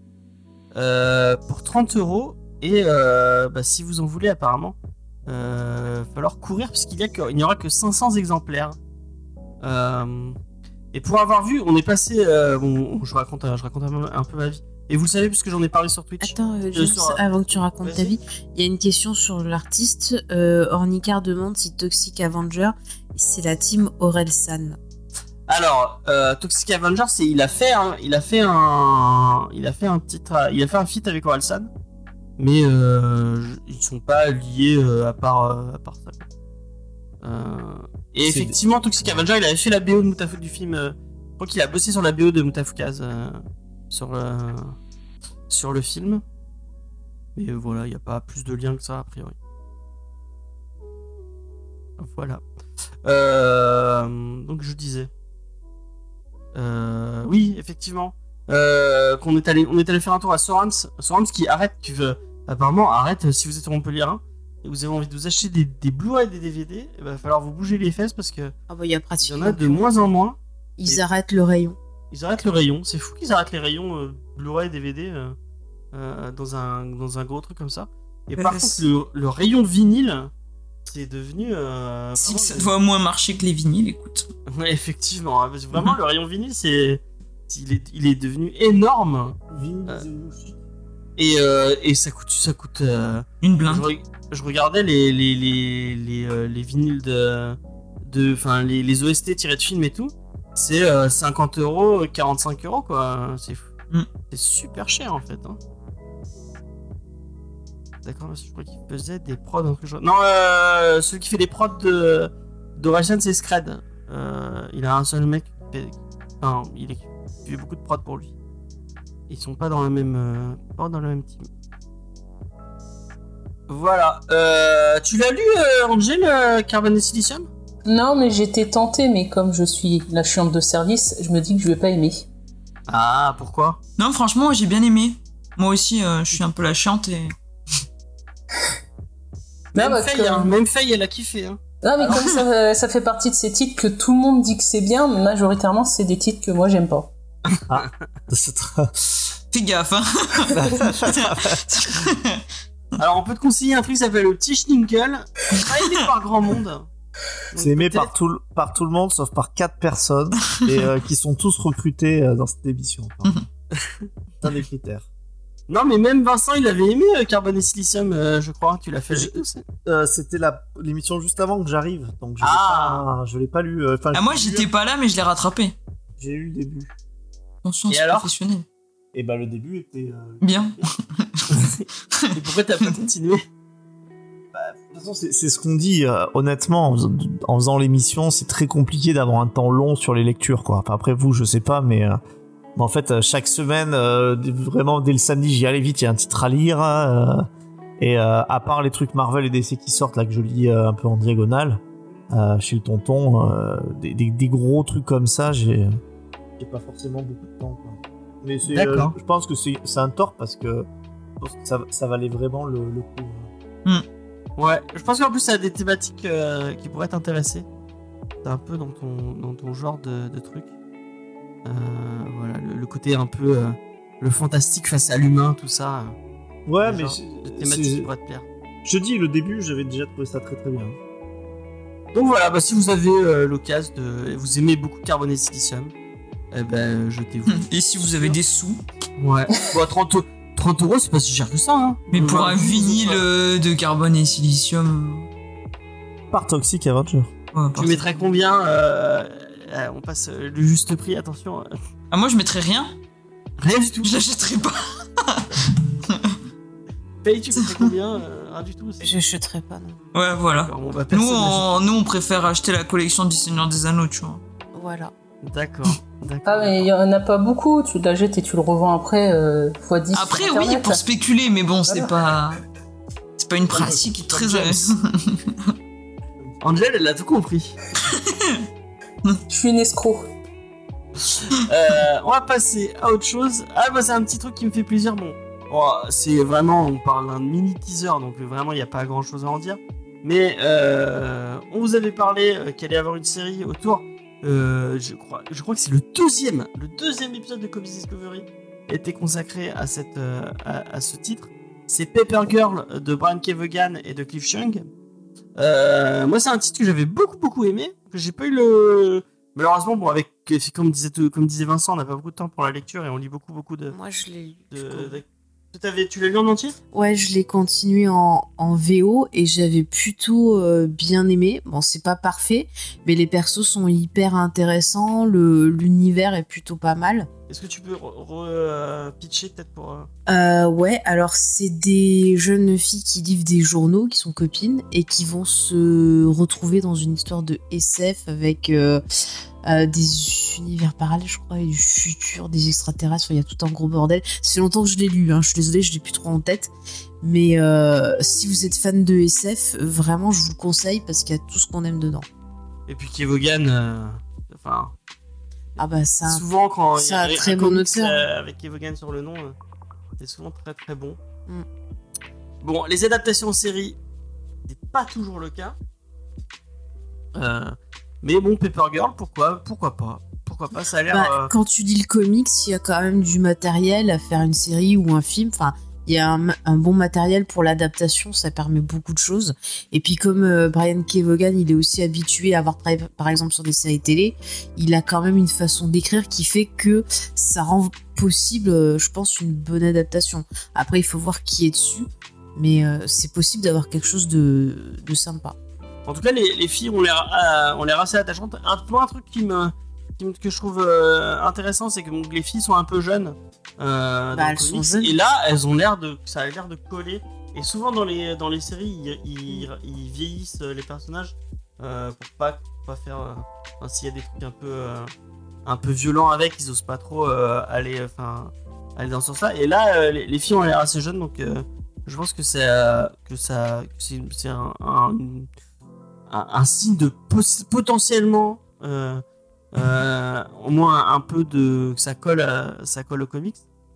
Pour 30€. Et si vous en voulez apparemment, va falloir courir puisqu'il n'y aura que 500 exemplaires. Et pour avoir vu, on est passé... je raconte un peu ma vie. Et vous le savez puisque j'en ai parlé sur Twitch. Attends, avant que tu racontes ta vie, il y a une question sur l'artiste. Ornicard demande si Toxic Avenger, c'est la team Orelsan. Alors, Toxic Avenger, il a fait un feat avec Orelsan, mais ils sont pas liés à part ça. Et effectivement, Toxic Avenger, il avait fait la BO de Mutafuk du film. Je crois qu'il a bossé sur la BO de Mutafukaz sur le film. Mais voilà, il n'y a pas plus de lien que ça a priori. Voilà. Donc je disais. Oui, effectivement. On est allé faire un tour à Sorams qui apparemment arrête si vous êtes Montpellierin et vous avez envie de vous acheter des Blu-ray et des DVD, il va falloir vous bouger les fesses parce que y a pratiquement il y en a de moins en moins. Ils arrêtent le rayon. C'est fou qu'ils arrêtent les rayons Blu-ray et DVD dans un gros truc comme ça. Et par contre le rayon vinyle, c'est devenu si ça doit moins marcher que les vinyles, écoute. Ouais, effectivement, parce que vraiment le rayon vinyle il est devenu énorme. Et ça coûte une blinde. Je regardais les vinyles les OST tirés de films et tout. C'est 50€, 45€, quoi. C'est fou. C'est super cher en fait. Hein. D'accord, je crois qu'il faisait des prods. Non, celui qui fait les prods d'Orelsan, c'est Scred. Il a un seul mec. Il fait beaucoup de prods pour lui. Ils sont pas dans le même team. Voilà. Tu l'as lu, Angel, Carbone et Silicium ? Non, mais j'étais tentée, mais comme je suis la chiante de service, je me dis que je vais pas aimer. Ah, pourquoi ? Non, franchement, j'ai bien aimé. Moi aussi, je suis un peu la chiante et... Même Faye, elle a kiffé. Hein. Non, mais comme ça fait partie de ces titres que tout le monde dit que c'est bien, mais majoritairement, c'est des titres que moi, j'aime pas. Ah, fais gaffe, hein. Alors, on peut te conseiller un truc qui s'appelle le Petit Schninkel, pas aimé par grand monde. C'est aimé par tout le monde, sauf par 4 personnes, et qui sont tous recrutés dans cette émission. C'est un des critères. Non, mais même Vincent, il avait aimé Carbone et Silicium, je crois. Tu l'as fait. C'était l'émission juste avant que j'arrive, donc je l'ai pas lu. Moi, j'étais pas là, mais je l'ai rattrapé. J'ai eu le début. Attention, c'est professionnel. Et le début était bien. Et pourquoi t'as pas continué ? De toute façon, c'est ce qu'on dit. Honnêtement, en faisant l'émission, c'est très compliqué d'avoir un temps long sur les lectures, quoi. Enfin, après vous, je sais pas, mais en fait, chaque semaine, vraiment dès le samedi, j'y allais vite. Il y a un titre à lire, et à part les trucs Marvel et DC qui sortent là que je lis un peu en diagonale chez le tonton, des gros trucs comme ça, j'ai pas forcément beaucoup de temps, quoi. Mais je pense que c'est un tort parce que ça valait vraiment le coup. Ouais, je pense qu'en plus ça a des thématiques qui pourraient t'intéresser. C'est un peu dans ton genre de truc. Voilà, le côté un peu le fantastique face à l'humain, tout ça. Ouais, mais de thématiques qui pourraient te plaire. Je dis, le début, j'avais déjà trouvé ça très très bien. Donc voilà, si vous avez l'occasion vous aimez beaucoup Carbone et Silicium, jetez-vous. Et si vous avez des sous. Ouais. Bon, 30€, c'est pas si cher que ça, hein. Mais pour un vinyle de Carbone et Silicium. Par Toxic Avenger. Ouais, tu mettrais combien on passe le juste prix, attention. Ah, moi je mettrais rien. Rien du tout. Je l'achèterais pas. Paye, tu mettrais combien Rien du tout aussi. Je l'achèterais pas, non. Ouais, voilà. Nous, on préfère acheter la collection du Seigneur des Anneaux, tu vois. Voilà. D'accord. Ah, mais il y en a pas beaucoup. Tu l'achètes et tu le revends après x10. Après, oui, pour spéculer, mais bon, c'est pas une pratique très. Angel, elle a tout compris. Je suis une escroc. On va passer à autre chose. C'est un petit truc qui me fait plaisir. Bon, c'est vraiment, on parle d'un mini teaser, donc vraiment il n'y a pas grand chose à en dire. Mais on vous avait parlé qu'il allait y avoir une série autour je crois que c'est le deuxième épisode de Comics Discovery était consacré à à ce titre. C'est Paper Girl de Brian Kevogan et de Cliff Chung. Moi, c'est un titre que j'avais beaucoup aimé, que j'ai pas eu malheureusement, bon, comme disait Vincent, on n'a pas beaucoup de temps pour la lecture et on lit beaucoup de. Moi, je l'ai lu. Tu l'as lu en entier ? Ouais, je l'ai continué en VO et j'avais plutôt bien aimé. Bon, c'est pas parfait, mais les persos sont hyper intéressants, l'univers est plutôt pas mal. Est-ce que tu peux pitcher peut-être pour... Ouais, alors c'est des jeunes filles qui livrent des journaux, qui sont copines, et qui vont se retrouver dans une histoire de SF avec des univers parallèles, je crois, et du futur, des extraterrestres, il y a tout un gros bordel. Ça fait longtemps que je l'ai lu, je suis désolée, je l'ai plus trop en tête. Mais si vous êtes fan de SF, vraiment, je vous le conseille parce qu'il y a tout ce qu'on aime dedans. Et puis Kevogan, Ah bah ça. Souvent quand il y a un très bon auteur avec Kevogan sur le nom, c'est souvent très bon. Bon, les adaptations en série, c'est pas toujours le cas. Mais bon, Paper Girl, pourquoi pas, ça a l'air... Quand tu lis le comics, il y a quand même du matériel à faire une série ou un film, il y a un bon matériel pour l'adaptation, ça permet beaucoup de choses. Et puis comme Brian Kevogan, il est aussi habitué à avoir travaillé par exemple sur des séries télé, il a quand même une façon d'écrire qui fait que ça rend possible, je pense, une bonne adaptation. Après, il faut voir qui est dessus, mais c'est possible d'avoir quelque chose de sympa. En tout cas, les filles ont l'air assez attachantes. Un truc que je trouve intéressant, c'est que les filles sont un peu jeunes. Elles sont jeunes. Et là, ça a l'air de coller. Et souvent dans les séries, ils vieillissent les personnages pour pas faire. S'il y a des trucs un peu violents avec, ils osent pas trop aller dans ce sens-là. Et là, les filles ont l'air assez jeunes, donc je pense que c'est un signe de potentiellement. Au moins un peu que ça colle au comics.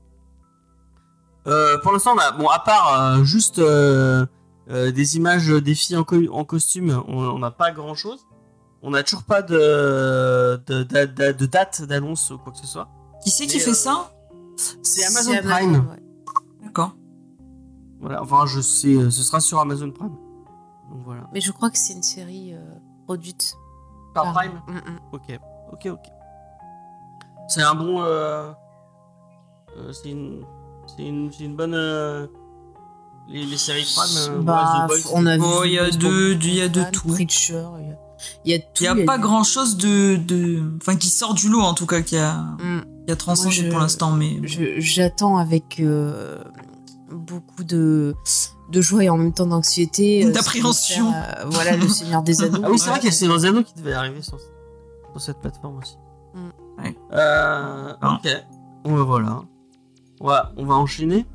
Pour l'instant, à part juste des images des filles en costume, on n'a pas grand chose. On n'a toujours pas de date d'annonce ou quoi que ce soit. Qui c'est qui fait ça ? C'est Amazon Prime. Ouais. D'accord. Voilà, ce sera sur Amazon Prime. Donc voilà. Mais je crois que c'est une série produite par Prime. Ok. C'est un bon. C'est une bonne. Les séries Prime. On a vu. Il y a de tout. Preacher, il y a tout. Il y a pas grand chose qui sort du lot en tout cas qui a transcendé pour l'instant, mais. J'attends avec beaucoup de joie et en même temps d'anxiété. D'appréhension. Voilà, le Seigneur des Anneaux. Ah oui, c'est vrai qu'il y a le Seigneur des Anneaux qui devait arriver sur cette plateforme aussi. Ouais. Ok. Voilà. On va enchaîner.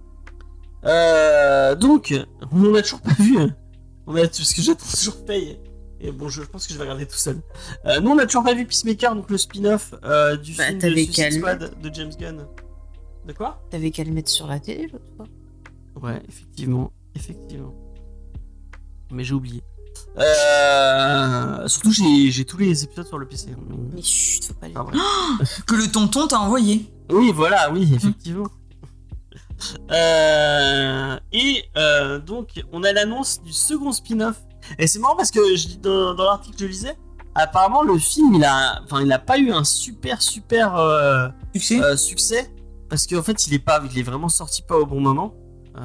Donc, on n'a toujours pas vu. Parce que j'attends toujours Paye. Et bon, je pense que je vais regarder tout seul. Nous, on n'a toujours pas vu Peacemaker, donc le spin-off du film de Suicide Squad de James Gunn. De quoi ? T'avais qu'à le mettre sur la télé l'autre fois. Ouais, effectivement. Mais j'ai oublié. Surtout, j'ai tous les épisodes sur le PC. Mais chut, faut pas les... Que le tonton t'a envoyé. Oui, voilà, effectivement. Donc, on a l'annonce du second spin-off. Et c'est marrant parce que dans l'article que je lisais, apparemment le film il a pas eu un super succès parce qu'en fait il est vraiment sorti pas au bon moment.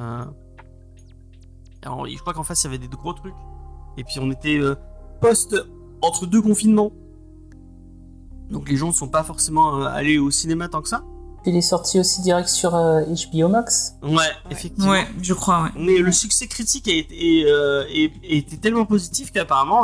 Alors, je crois qu'en face il y avait des gros trucs et puis on était entre deux confinements, donc les gens ne sont pas forcément allés au cinéma tant que ça. Il est sorti aussi direct sur HBO Max. Ouais, effectivement. Ouais, je crois, ouais. Mais le succès critique a été tellement positif qu'apparemment,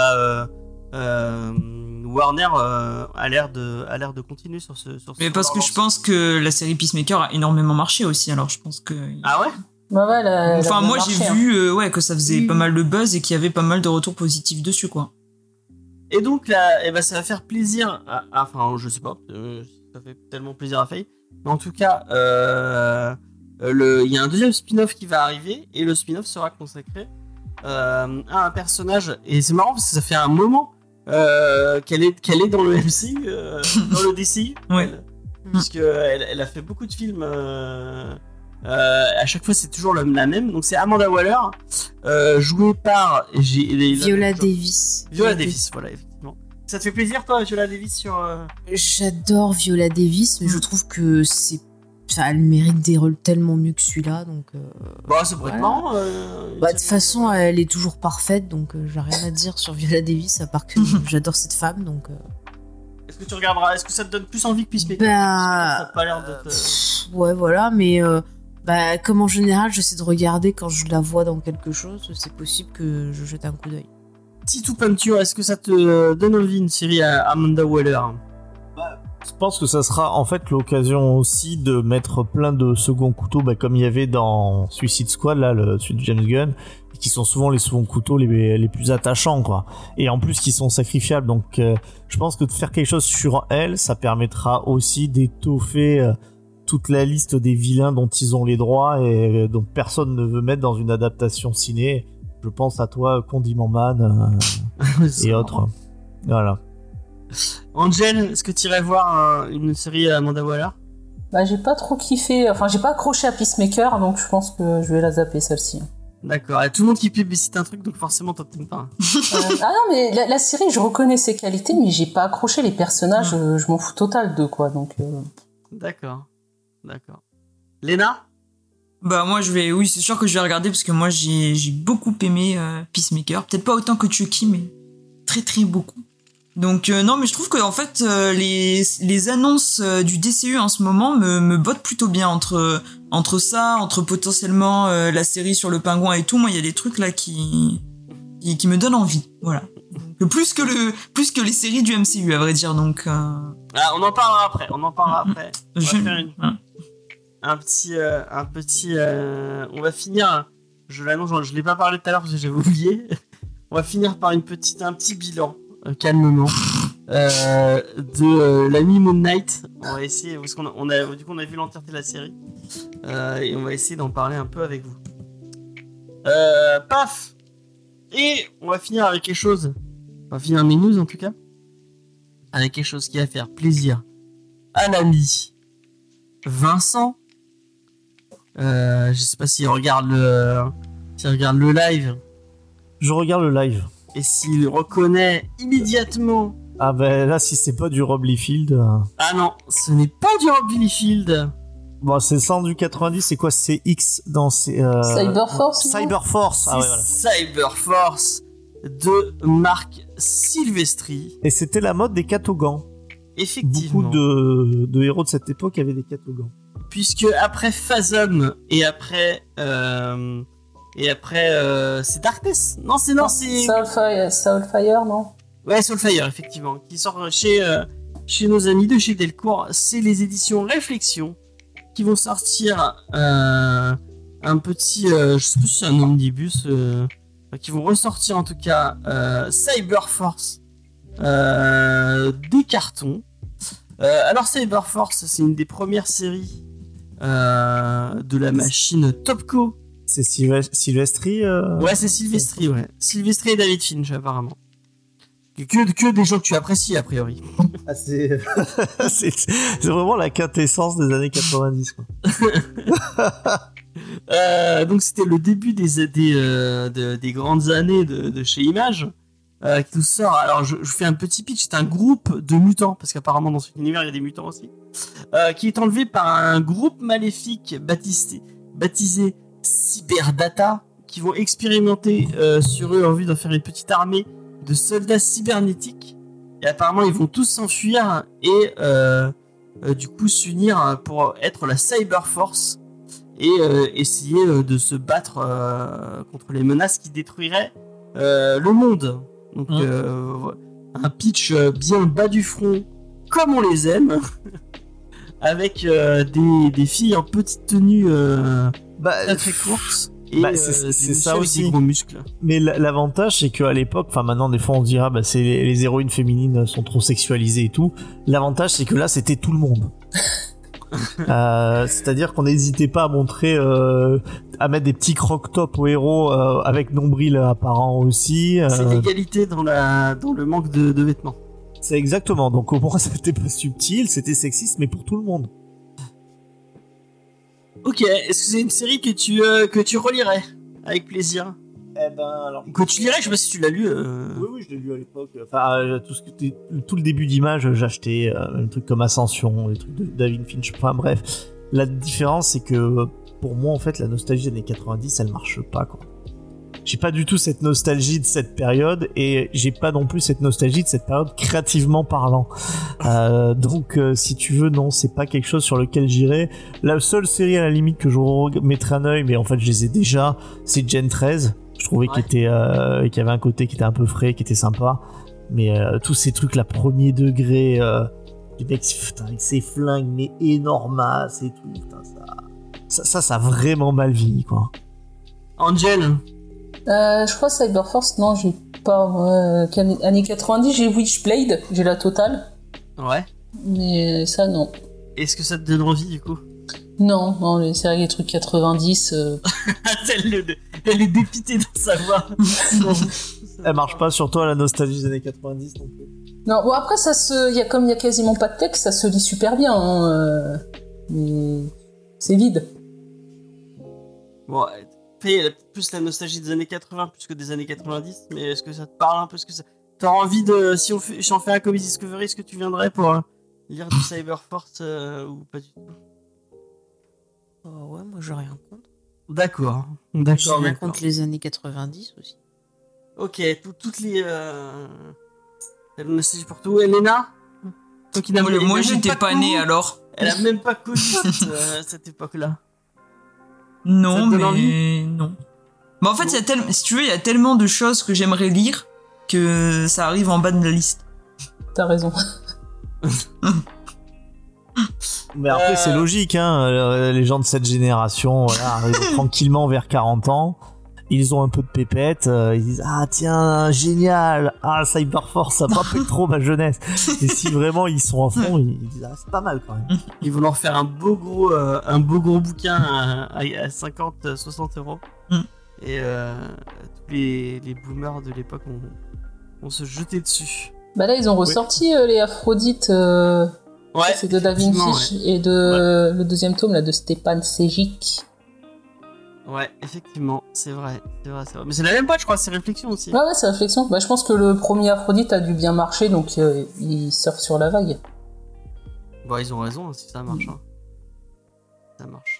Warner a l'air de continuer sur ce. Mais parce que je pense que la série Peacemaker a énormément marché aussi, alors je pense que. Ah ouais. Enfin, moi j'ai vu que ça faisait pas mal de buzz et qu'il y avait pas mal de retours positifs dessus, quoi. Et donc là, ça va faire plaisir. Enfin, je sais pas. Ça fait tellement plaisir à Faye. Mais en tout cas, il y a un deuxième spin-off qui va arriver et le spin-off sera consacré à un personnage. Et c'est marrant parce que ça fait un moment qu'elle est dans le MCU, dans le DCU. Ouais. Puisque elle a fait beaucoup de films. À chaque fois, c'est toujours la même. Donc c'est Amanda Waller, jouée par Viola Davis. Viola Davis, voilà, effectivement. Ça te fait plaisir, toi, Viola Davis sur J'adore Viola Davis, mais je trouve que elle mérite des rôles tellement mieux que celui-là, donc. Bah, c'est pour être marrant. De toute façon, elle est toujours parfaite, donc j'ai rien à dire sur Viola Davis, à part que j'adore cette femme, donc. Est-ce que tu regarderas? Est-ce que ça te donne plus envie que Peacemaker? Ça a pas l'air de ouais, voilà, mais comme en général, j'essaie de regarder quand je la vois dans quelque chose, c'est possible que je jette un coup d'œil. Titou Puncture, est-ce que ça te donne envie une série à Amanda Waller? Je pense que ça sera en fait l'occasion aussi de mettre plein de seconds couteaux, comme il y avait dans Suicide Squad, là, celui de James Gunn, qui sont souvent les seconds couteaux les plus attachants, quoi. Et en plus, qui sont sacrifiables. Donc, je pense que de faire quelque chose sur elle, ça permettra aussi d'étoffer toute la liste des vilains dont ils ont les droits et dont personne ne veut mettre dans une adaptation ciné. Je pense à toi, Condiment Man et autres. Voilà. Angel, est-ce que tu irais voir une série à Amanda Waller? Bah, j'ai pas trop kiffé, enfin j'ai pas accroché à Peacemaker, donc je pense que je vais la zapper celle-ci. D'accord, et tout le monde qui publicite un truc, donc forcément toi t'aimes pas. Ah non, mais la série, je reconnais ses qualités, mais j'ai pas accroché les personnages, je m'en fous total d'eux, quoi, donc... D'accord. Léna? Bah moi oui, c'est sûr que je vais regarder parce que moi j'ai beaucoup aimé Peacemaker, peut-être pas autant que Chucky, mais très très beaucoup. Donc non, mais je trouve que en fait les annonces du DCU en ce moment me bottent plutôt bien entre potentiellement la série sur le pingouin et tout. Moi, il y a des trucs là qui me donnent envie, voilà. Donc, plus que les séries du MCU, à vrai dire. Donc on en parlera après. On va faire un petit on va finir. Je l'annonce, je l'ai pas parlé tout à l'heure parce que j'avais oublié. On va finir par un petit bilan. Calmement de l'ami Moon Knight. On va essayer parce qu'on a vu l'entièreté de la série et on va essayer d'en parler un peu avec vous. Paf. Et on va finir avec quelque chose. On va finir mes news en tout cas avec quelque chose qui va faire plaisir à l'ami Vincent. Je sais pas s'il regarde le live. Je regarde le live. Et s'il reconnaît immédiatement... Ah là, si c'est pas du Rob Liefeld... Ah non, ce n'est pas du Rob Liefeld. Bon, c'est 100 du 90, c'est quoi? C'est X dans... Cyberforce. Cyberforce, ah ouais, voilà. Cyberforce de Marc Silvestri. Et c'était la mode des catogan. Effectivement. Beaucoup de héros de cette époque avaient des catogan. Puisque après Phasm et après... c'est Darkness. Non, c'est Soulfire, non? Ouais, Soulfire, effectivement, qui sort chez nos amis de chez Delcourt. C'est les éditions Réflexion qui vont sortir un petit, je sais pas si c'est un omnibus, qui vont ressortir en tout cas Cyberforce des cartons. Alors Cyberforce, c'est une des premières séries de la machine Topco. C'est Silvestri Ouais, c'est Silvestri, ouais. Silvestri et David Finch, apparemment. Que des gens que tu apprécies, a priori. Ah, c'est vraiment la quintessence des années 90, quoi. Donc, c'était le début des grandes années de chez Image, qui nous sort. Alors, je fais un petit pitch. C'est un groupe de mutants, parce qu'apparemment, dans cet univers, il y a des mutants aussi, qui est enlevé par un groupe maléfique baptisé Cyberdata, qui vont expérimenter sur eux en vue d'en faire une petite armée de soldats cybernétiques. Et apparemment ils vont tous s'enfuir et du coup s'unir pour être la Cyberforce et essayer de se battre contre les menaces qui détruiraient le monde. Donc un pitch bien bas du front comme on les aime avec des filles en petite tenue très courte et c'est ça aussi, des gros muscles. Mais l'avantage c'est qu'à l'époque, enfin maintenant des fois on se dira c'est les héroïnes féminines sont trop sexualisées et tout. L'avantage c'est que là c'était tout le monde. C'est-à-dire qu'on n'hésitait pas à montrer, à mettre des petits croque-tops aux héros avec nombril apparent aussi. C'est l'égalité dans le manque de vêtements. C'est exactement. Donc au moins c'était pas subtil, c'était sexiste, mais pour tout le monde. Ok, est-ce que c'est une série que tu relirais avec plaisir? Eh ben alors. Que tu lirais, je sais pas si tu l'as lu. Oui, je l'ai lu à l'époque. Enfin, tout le début d'image, j'achetais un truc comme Ascension, les trucs de David Finch. Enfin bref, la différence c'est que pour moi en fait la nostalgie des années 90, elle marche pas quoi. J'ai pas du tout cette nostalgie de cette période et j'ai pas non plus cette nostalgie de cette période créativement parlant. Donc si tu veux, non, c'est pas quelque chose sur lequel j'irai. La seule série à la limite que je mettrais un œil, mais en fait je les ai déjà, c'est Gen 13. Je trouvais qu'il y avait un côté qui était un peu frais, qui était sympa. Mais tous ces trucs là, premier degré, les mecs putain, avec ses flingues mais énormas et tout, putain, ça a vraiment mal vieilli quoi. Angel. Je crois Cyberforce, non, j'ai pas. Années 90, j'ai Witchblade, j'ai la totale. Ouais. Mais ça, non. Est-ce que ça te donne envie du coup? Non, les séries, les trucs 90. Elle est dépitée dans sa voix. Elle marche pas sur toi la nostalgie des années 90 non plus. Non, bon après, il y a quasiment pas de texte, ça se lit super bien. Hein, mais c'est vide. Bon, elle a plus la nostalgie des années 80 plus que des années 90, mais est-ce que ça te parle un peu? Est-ce que ça... T'as envie de... Si on fait un Comedy Discovery, est-ce que tu viendrais pour lire du Cyberforce ou pas du tout? Ouais, moi j'ai rien contre. D'accord. J'ai rien contre les années 90 aussi. Ok, toutes les... La nostalgie pour tout. Elena? Moi j'étais pas née alors. Elle a même pas connu cette époque-là. Non, mais non. Bah en fait, si tu veux, il y a tellement de choses que j'aimerais lire que ça arrive en bas de la liste. T'as raison. Mais après, c'est logique, hein. Les gens de cette génération, voilà, arrivent tranquillement vers 40 ans. Ils ont un peu de pépette, ils disent ah tiens génial, Cyberforce ça m'a rappelle trop ma jeunesse. Et si vraiment ils sont à fond, ils disent c'est pas mal quand même. Ils vont leur faire un beau gros bouquin à 50-60 euros. Et tous les boomers de l'époque vont se jeter dessus. Bah là ils ont ressorti les Aphrodites. Ouais, c'est de David Finch et de le deuxième tome là de Stepan Sejic. Ouais, effectivement, c'est vrai. Mais c'est la même page, je crois, c'est Réflexion aussi. Ouais, c'est Réflexion. Bah, je pense que le premier Aphrodite a dû bien marcher, donc ils surfent sur la vague. Bah, ils ont raison, si ça marche. Hein. Ça marche.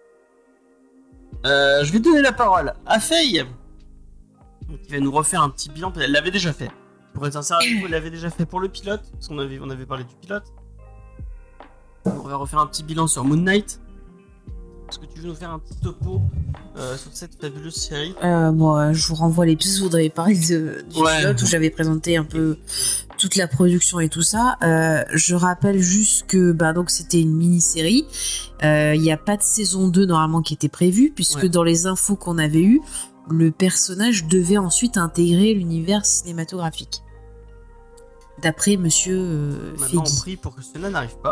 Je vais donner la parole à Faye, qui va nous refaire un petit bilan. Elle l'avait déjà fait. Pour être sincère, elle l'avait déjà fait pour le pilote, parce qu'on avait parlé du pilote. On va refaire un petit bilan sur Moon Knight. Est-ce que tu veux nous faire un petit topo sur cette fabuleuse série? Bon, je vous renvoie à l'épisode où vous avez parlé du pilote, où j'avais présenté un peu toute la production et tout ça. Je rappelle juste que donc c'était une mini-série. Il n'y a pas de saison 2 normalement qui était prévue, puisque dans les infos qu'on avait eues, le personnage devait ensuite intégrer l'univers cinématographique. D'après monsieur Fegui. Maintenant on prie pour que cela n'arrive pas.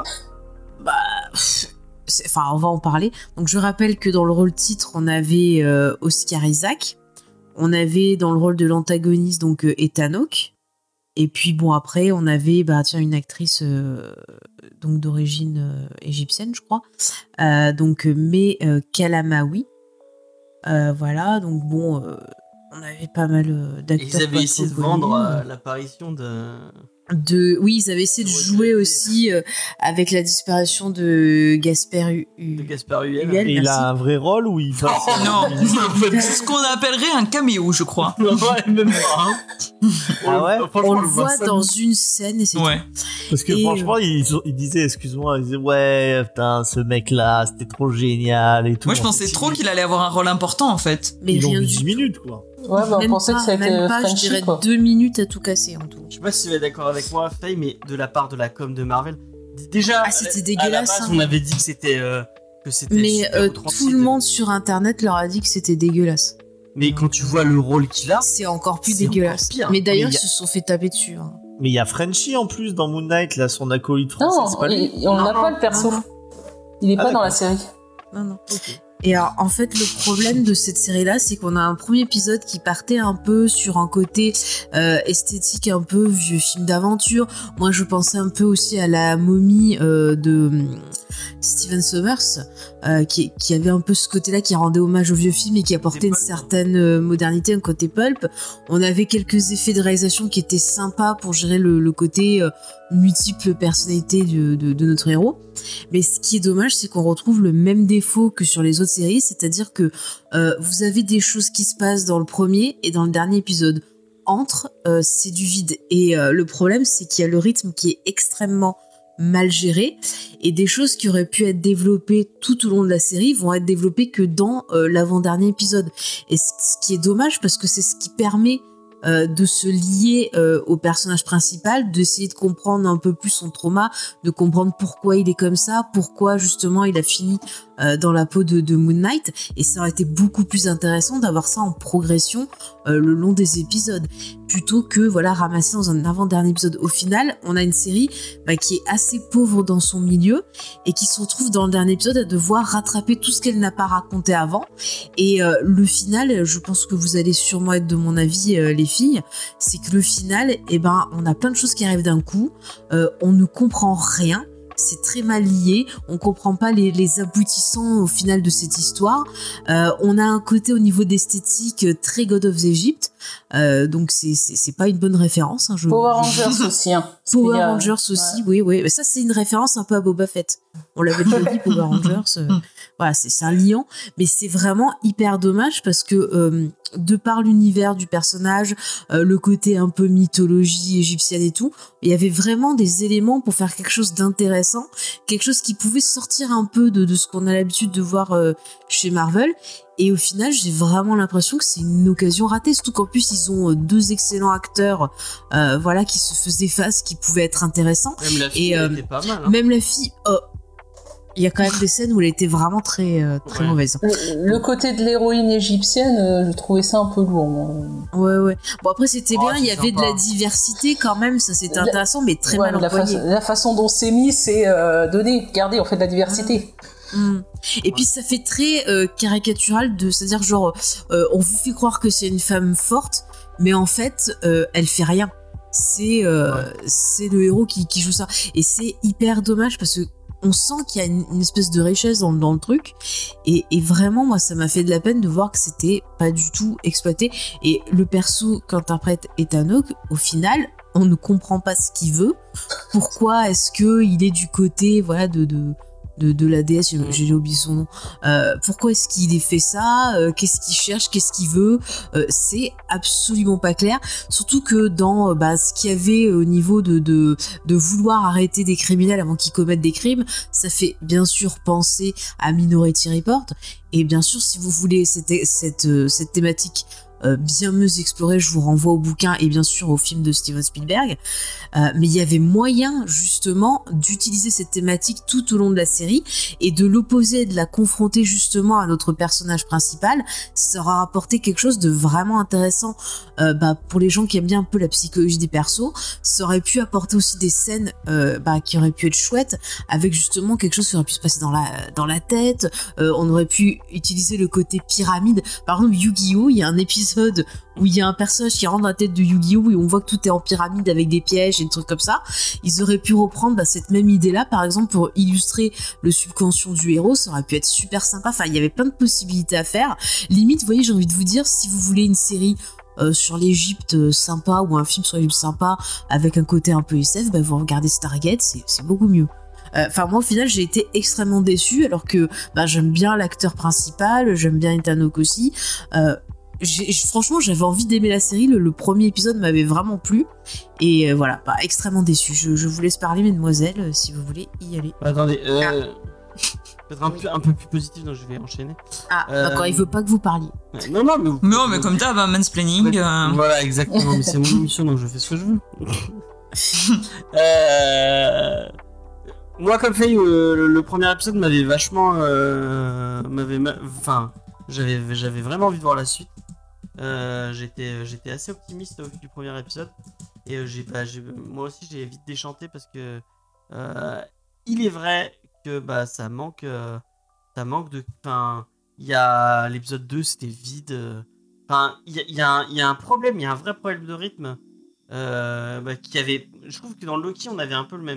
Enfin, on va en parler. Donc, je rappelle que dans le rôle titre, on avait Oscar Isaac. On avait dans le rôle de l'antagoniste, donc Ethan Hawke. Et puis, bon, après, on avait une actrice donc d'origine égyptienne, je crois. Donc, May Kalamaoui. Voilà, donc bon, on avait pas mal d'acteurs. Ils avaient essayé de vendre l'apparition oui, ils avaient essayé de jouer aussi avec la disparition de Gaspard Huel. Et il a un vrai rôle ou il passe non, c'est ce qu'on appellerait un caméo, je crois. Ouais, même pas. On le voit dans une scène et c'est tout. Parce que franchement, il disait, excuse-moi, il disait ouais, putain, ce mec-là, c'était trop génial et tout. Moi, je pensais trop qu'il allait avoir un rôle important en fait. Mais ils rien ont du 10 minutes quoi. Ouais, on pensait que ça a été je dirais 2 minutes à tout casser en tout. Je sais pas si tu es d'accord avec moi, Faye, mais de la part de la com de Marvel, déjà, c'était dégueulasse. À la base, on avait dit que c'était. Mais tout le monde sur internet leur a dit que c'était dégueulasse. Mais quand tu vois le rôle qu'il a, c'est encore plus dégueulasse. Encore pire. Mais d'ailleurs, ils se sont fait taper dessus. Hein. Mais il y a Frenchie en plus dans Moon Knight, là, son acolyte français. Non, on n'a pas le perso. Il est Ah, pas dans d'accord. la série. Non. Ok. Et alors, en fait, le problème de cette série-là, c'est qu'on a un premier épisode qui partait un peu sur un côté esthétique, un peu vieux film d'aventure. Moi, je pensais un peu aussi à la momie de Steven Sommers, qui avait un peu ce côté-là, qui rendait hommage au vieux film et qui apportait une pulp, certaine modernité, un côté pulp. On avait quelques effets de réalisation qui étaient sympas pour gérer le côté multiple personnalité de notre héros. Mais ce qui est dommage, c'est qu'on retrouve le même défaut que sur les autres séries, c'est-à-dire que vous avez des choses qui se passent dans le premier et dans le dernier épisode. C'est du vide. Et le problème, c'est qu'il y a le rythme qui est extrêmement mal géré et des choses qui auraient pu être développées tout au long de la série vont être développées que dans l'avant-dernier épisode. Et ce qui est dommage parce que c'est ce qui permet de se lier au personnage principal, d'essayer de comprendre un peu plus son trauma, de comprendre pourquoi il est comme ça, pourquoi justement il a fini dans la peau de Moon Knight, et ça aurait été beaucoup plus intéressant d'avoir ça en progression le long des épisodes, plutôt que voilà ramasser dans un avant-dernier épisode. Au final, on a une série qui est assez pauvre dans son milieu et qui se retrouve dans le dernier épisode à devoir rattraper tout ce qu'elle n'a pas raconté avant, et le final, je pense que vous allez sûrement être de mon avis les filles, c'est que le final, on a plein de choses qui arrivent d'un coup, on ne comprend rien, c'est très mal lié, on comprend pas les aboutissants au final de cette histoire, on a un côté au niveau d'esthétique très God of Egypt, donc c'est pas une bonne référence. Power Rangers aussi. Power Rangers aussi, oui. Mais ça, c'est une référence un peu à Boba Fett. On l'avait déjà dit, Power Rangers. Voilà, c'est un liant. Mais c'est vraiment hyper dommage parce que, de par l'univers du personnage, le côté un peu mythologie égyptienne et tout, il y avait vraiment des éléments pour faire quelque chose d'intéressant, quelque chose qui pouvait sortir un peu de ce qu'on a l'habitude de voir chez Marvel. Et au final, j'ai vraiment l'impression que c'est une occasion ratée, surtout qu'en plus, ils ont deux excellents acteurs qui se faisaient face, qui pouvaient être intéressants. Même la fille, elle était pas mal. Hein. Même la fille, il y a quand même des scènes où elle était vraiment très mauvaise. Le côté de l'héroïne égyptienne, je trouvais ça un peu lourd. Moi. Ouais. Bon, après, c'était bien, il y avait sympa. de la diversité quand même, ça c'était intéressant, mais très mal employé. La façon dont c'est mis, c'est donner, garder en fait de la diversité. Et puis ça fait très caricatural, c'est-à-dire genre on vous fait croire que c'est une femme forte, mais en fait elle fait rien. C'est le héros qui joue ça, et c'est hyper dommage parce que on sent qu'il y a une espèce de richesse dans le truc, et vraiment moi ça m'a fait de la peine de voir que c'était pas du tout exploité. Et le perso qu'interprète Ethan Hawke, au final on ne comprend pas ce qu'il veut, pourquoi est-ce que il est du côté de la déesse, j'ai oublié son nom. Pourquoi est-ce qu'il ait fait ça, qu'est-ce qu'il cherche, qu'est-ce qu'il veut, c'est absolument pas clair. Surtout que dans ce qu'il y avait au niveau de vouloir arrêter des criminels avant qu'ils commettent des crimes, ça fait bien sûr penser à Minority Report. Et bien sûr, si vous voulez cette thématique bien mieux explorée, je vous renvoie au bouquin et bien sûr au film de Steven Spielberg, mais il y avait moyen justement d'utiliser cette thématique tout au long de la série et de l'opposer, de la confronter justement à notre personnage principal. Ça aura apporté quelque chose de vraiment intéressant pour les gens qui aiment bien un peu la psychologie des persos. Ça aurait pu apporter aussi des scènes qui auraient pu être chouettes, avec justement quelque chose qui aurait pu se passer dans la tête. On aurait pu utiliser le côté pyramide. Par exemple, Yu-Gi-Oh! Il y a un épisode où il y a un personnage qui rentre dans la tête de Yu-Gi-Oh! Et on voit que tout est en pyramide avec des pièges et des trucs comme ça. Ils auraient pu reprendre cette même idée-là, par exemple, pour illustrer le subconscient du héros. Ça aurait pu être super sympa. Enfin, il y avait plein de possibilités à faire. Limite, vous voyez, j'ai envie de vous dire, si vous voulez une série sur l'Égypte sympa, ou un film sur l'Égypte sympa avec un côté un peu SF, vous regardez Stargate, c'est beaucoup mieux. Moi au final j'ai été extrêmement déçue, alors que j'aime bien l'acteur principal, j'aime bien Ethan Hawke aussi. Franchement j'avais envie d'aimer la série, le premier épisode m'avait vraiment plu, et extrêmement déçue. Je vous laisse parler, mesdemoiselles, si vous voulez y aller. Attendez, peut-être un peu plus positif, donc je vais enchaîner. D'accord, il veut pas que vous parliez. Non, mais comme t'as, mansplaining. Voilà, exactement, mais c'est mon émission, donc je fais ce que je veux. Moi, comme fait, le premier épisode m'avait vachement... j'avais vraiment envie de voir la suite. J'étais assez optimiste au vu du premier épisode. Et moi aussi, j'ai vite déchanté parce que... il est vrai que ça manque de. Enfin, il y a l'épisode 2, c'était vide. Enfin, il y a un problème, il y a un vrai problème de rythme. Qui avait. Je trouve que dans Loki, on avait un peu le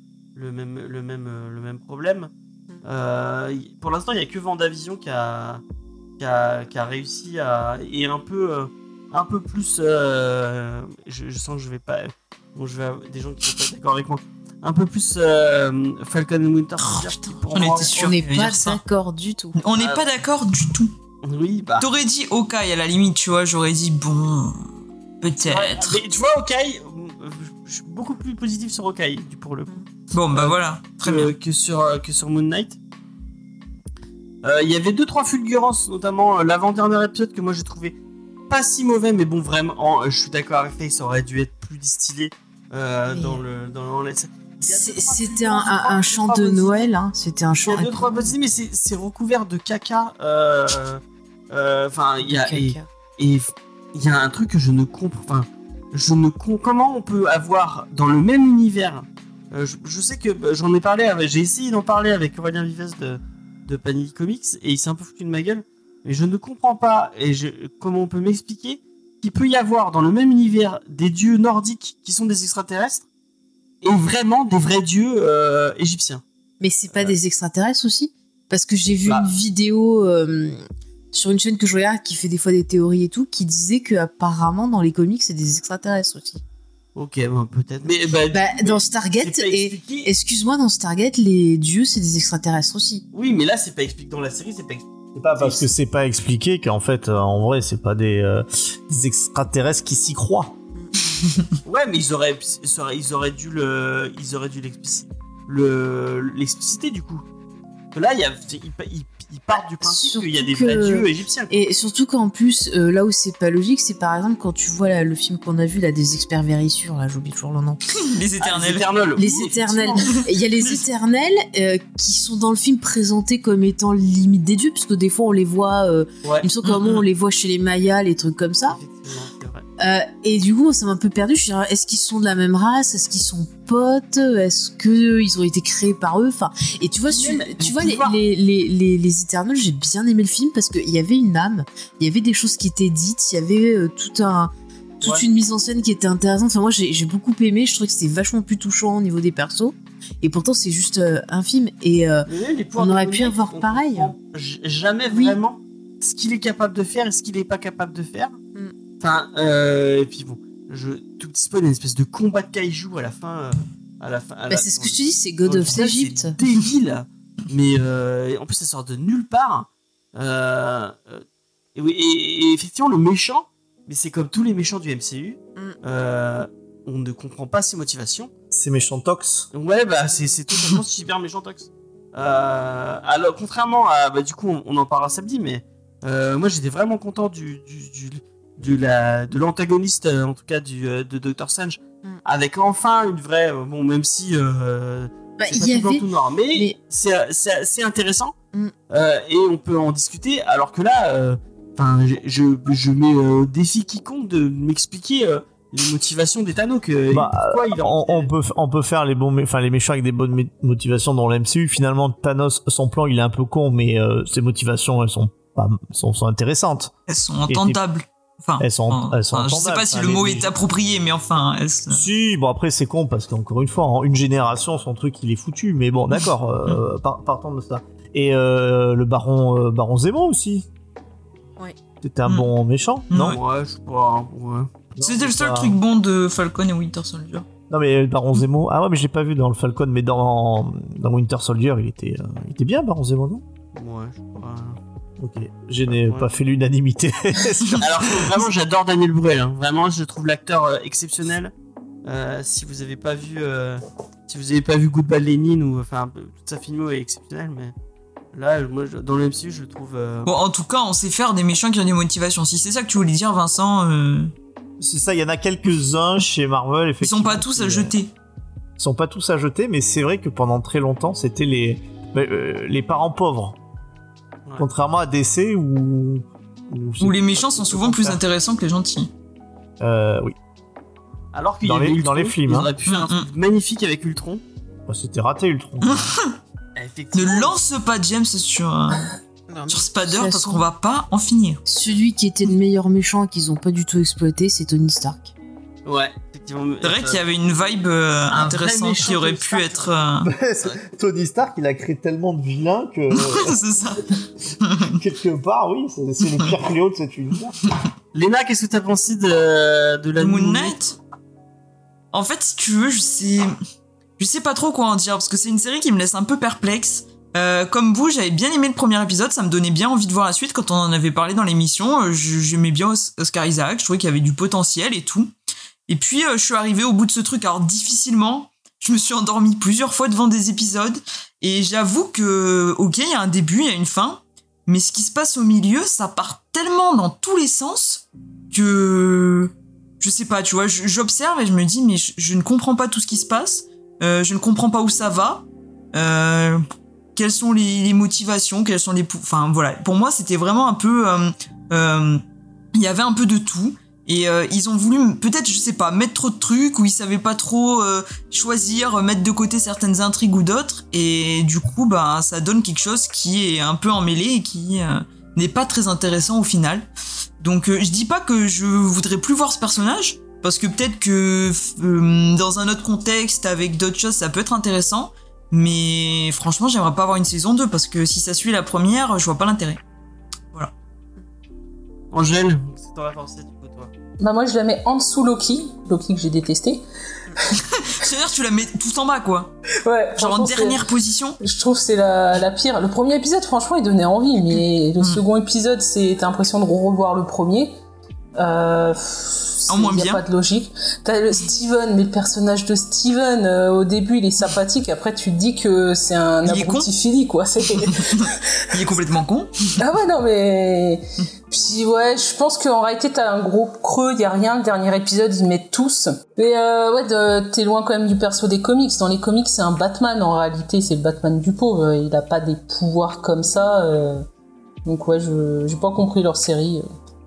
même problème. Pour l'instant, il y a que Vendavision qui a réussi à et un peu plus. Je sens que je vais pas. Bon, je vais avoir des gens qui sont pas d'accord avec moi. Un peu plus Falcon and Winter Soldier. On était sûr. On n'est pas d'accord du tout. On n'est pas d'accord du tout. Oui, T'aurais dit Hawkeye à la limite, tu vois, j'aurais dit bon, peut-être. Ouais, mais tu vois, Hawkeye, je suis beaucoup plus positif sur Hawkeye, pour le coup. Bon, voilà, très bien. Que sur Moon Knight. Il y avait 2-3 fulgurances, notamment l'avant-dernier épisode que moi j'ai trouvé pas si mauvais, mais bon, vraiment, je suis d'accord avec Faye, ça aurait dû être plus distillé dans le. C'était un chant de Noël, hein. C'était un chant. Il y a 2-3 bonnes idées, mais c'est recouvert de caca. Enfin, il y a un truc que je ne comprends. Comment on peut avoir dans le même univers. Je sais que j'en ai parlé. J'ai essayé d'en parler avec Aurélien Vives de Panini Comics et il s'est un peu foutu de ma gueule. Mais je ne comprends pas comment on peut m'expliquer qu'il peut y avoir dans le même univers des dieux nordiques qui sont des extraterrestres et vraiment des vrais dieux égyptiens. Mais c'est pas des extraterrestres aussi? Parce que j'ai vu une vidéo sur une chaîne que je regarde qui fait des fois des théories et tout, qui disait que apparemment dans les comics c'est des extraterrestres aussi. Ok, bon, peut-être. Mais dans Stargate, excuse-moi, dans Stargate, les dieux c'est des extraterrestres aussi. Oui, mais là c'est pas expliqué dans la série, c'est pas expliqué. C'est pas parce que c'est pas expliqué qu'en fait, en vrai, c'est pas des extraterrestres qui s'y croient. Ouais, mais ils auraient dû l'expliciter du coup. Là, ils partent du principe qu'il y a des vrais dieux égyptiens. Quoi. Et surtout qu'en plus, là où c'est pas logique, c'est par exemple quand tu vois le film qu'on a vu là des experts vérissures, là j'oublie toujours le nom. Les Éternels. Les Éternels. Et il y a les Éternels qui sont dans le film présentés comme étant limite des dieux, parce que des fois on les voit. Il me semble comment on les voit chez les Mayas, les trucs comme ça. Et du coup, ça m'a un peu perdu. Je suis est-ce qu'ils sont de la même race? Est-ce qu'ils sont potes? Est-ce qu'ils ont été créés par eux? Enfin, et tu vois, les Eternals, j'ai bien aimé le film parce qu'il y avait une âme, il y avait des choses qui étaient dites, il y avait toute une mise en scène qui était intéressante. Enfin, moi, j'ai beaucoup aimé. Je trouvais que c'était vachement plus touchant au niveau des persos. Et pourtant, c'est juste un film. Et on aurait pu avoir pareil. Jamais vraiment ce qu'il est capable de faire et ce qu'il n'est pas capable de faire. Enfin, et puis bon, tout petit spoil, une espèce de combat de kaiju à la fin. C'est ce que je te dis, c'est God of Egypt. C'est débile, mais en plus ça sort de nulle part. Et effectivement, le méchant, mais c'est comme tous les méchants du MCU, on ne comprend pas ses motivations. C'est méchant Tox. Ouais, c'est totalement super méchant Tox. Alors, contrairement à, du coup, on en parlera samedi, mais moi j'étais vraiment content de l'antagoniste, en tout cas de Dr. Strange, avec enfin une vraie, même si c'est pas tout tout noir, mais c'est intéressant et on peut en discuter. Alors que là, je mets au défi quiconque de m'expliquer les motivations des Thanos. Pourquoi il on peut faire les méchants avec des bonnes motivations dans l'MCU. Finalement, Thanos, son plan, il est un peu con, mais ses motivations, elles sont intéressantes. Elles sont ententables. Enfin, elles sont je sais pas si le mot est approprié, mais enfin. Si, bon après c'est con parce qu'encore une fois, en une génération, son truc il est foutu. Mais bon, d'accord, partons de ça. Et le baron Zemo aussi. Ouais. C'était un bon méchant, non? Ouais, je sais pas. Ouais. C'était le seul truc bon de Falcon et Winter Soldier. Non mais le baron Zemo. Ah ouais, mais j'ai pas vu dans le Falcon, mais dans Winter Soldier, il était bien, baron Zemo, non? Ouais, je sais pas. Ok, je n'ai pas fait l'unanimité. Alors vraiment, j'adore Daniel Bruel. Hein. Vraiment, je trouve l'acteur exceptionnel. Si vous avez pas vu Goodbye Lenin ou enfin toute sa filmo est exceptionnelle, mais là, moi, dans le MCU, je le trouve. Bon, en tout cas, on sait faire des méchants qui ont des motivations. Si c'est ça que tu voulais dire, Vincent. C'est ça. Il y en a quelques-uns chez Marvel. Ils sont pas tous à jeter. Ils sont pas tous à jeter, mais c'est vrai que pendant très longtemps, c'était les parents pauvres. Ouais. Contrairement à DC où les méchants sont souvent plus intéressants que les gentils. Oui. Alors qu'il y avait Ultron, dans les films, ils auraient pu faire un truc magnifique avec Ultron. C'était raté Ultron. Ne lance pas James sur Spader parce qu'on va pas en finir. Celui qui était le meilleur méchant et qu'ils ont pas du tout exploité, c'est Tony Stark. Ouais, effectivement. C'est vrai qu'il y avait une vibe intéressante qui aurait pu être. Tony Stark, il a créé tellement de vilains que. C'est ça. Quelque part, oui, c'est le pire fléau de cet univers. Léna, qu'est-ce que t'as pensé de la Moon Knight? En fait, si tu veux, je sais pas trop quoi en dire parce que c'est une série qui me laisse un peu perplexe. Comme vous, j'avais bien aimé le premier épisode, ça me donnait bien envie de voir la suite quand on en avait parlé dans l'émission. J'aimais bien Oscar Isaac, je trouvais qu'il y avait du potentiel et tout. Et puis, je suis arrivé au bout de ce truc, alors difficilement. Je me suis endormi plusieurs fois devant des épisodes. Et j'avoue que, ok, il y a un début, il y a une fin. Mais ce qui se passe au milieu, ça part tellement dans tous les sens que... Je sais pas, tu vois, j'observe et je me dis, mais je ne comprends pas tout ce qui se passe. Je ne comprends pas où ça va. Quelles sont les motivations, quelles sont les... Enfin, voilà. Pour moi, c'était vraiment un peu... Il y avait un peu de tout. Et ils ont voulu, peut-être, je sais pas, mettre trop de trucs, ou ils savaient pas trop choisir, mettre de côté certaines intrigues ou d'autres. Et du coup, bah, ça donne quelque chose qui est un peu emmêlé et qui n'est pas très intéressant au final. Donc, je dis pas que je voudrais plus voir ce personnage, parce que peut-être que dans un autre contexte, avec d'autres choses, ça peut être intéressant. Mais franchement, j'aimerais pas avoir une saison 2, parce que si ça suit la première, je vois pas l'intérêt. Voilà. Angèle, c'est ton référence, du coup, toi. Bah moi je la mets en dessous Loki que j'ai détesté. C'est-à-dire tu la mets tout en bas quoi. Ouais. Genre en dernière position. Je trouve que c'est la pire. Le premier épisode franchement il donnait envie, mais le second épisode t'as l'impression de revoir le premier. En moins bien. Il n'y a pas de logique. T'as le Steven, mais le personnage de Steven, au début il est sympathique, après tu te dis que c'est un abruti fini quoi. Il est complètement con. Ah ouais non mais... Puis ouais, je pense qu'en réalité t'as un gros creux, y a rien, le dernier épisode ils mettent tous. Mais ouais, t'es loin quand même du perso des comics. Dans les comics c'est un Batman en réalité, c'est le Batman du pauvre, il a pas des pouvoirs comme ça. Donc ouais, j'ai pas compris leur série.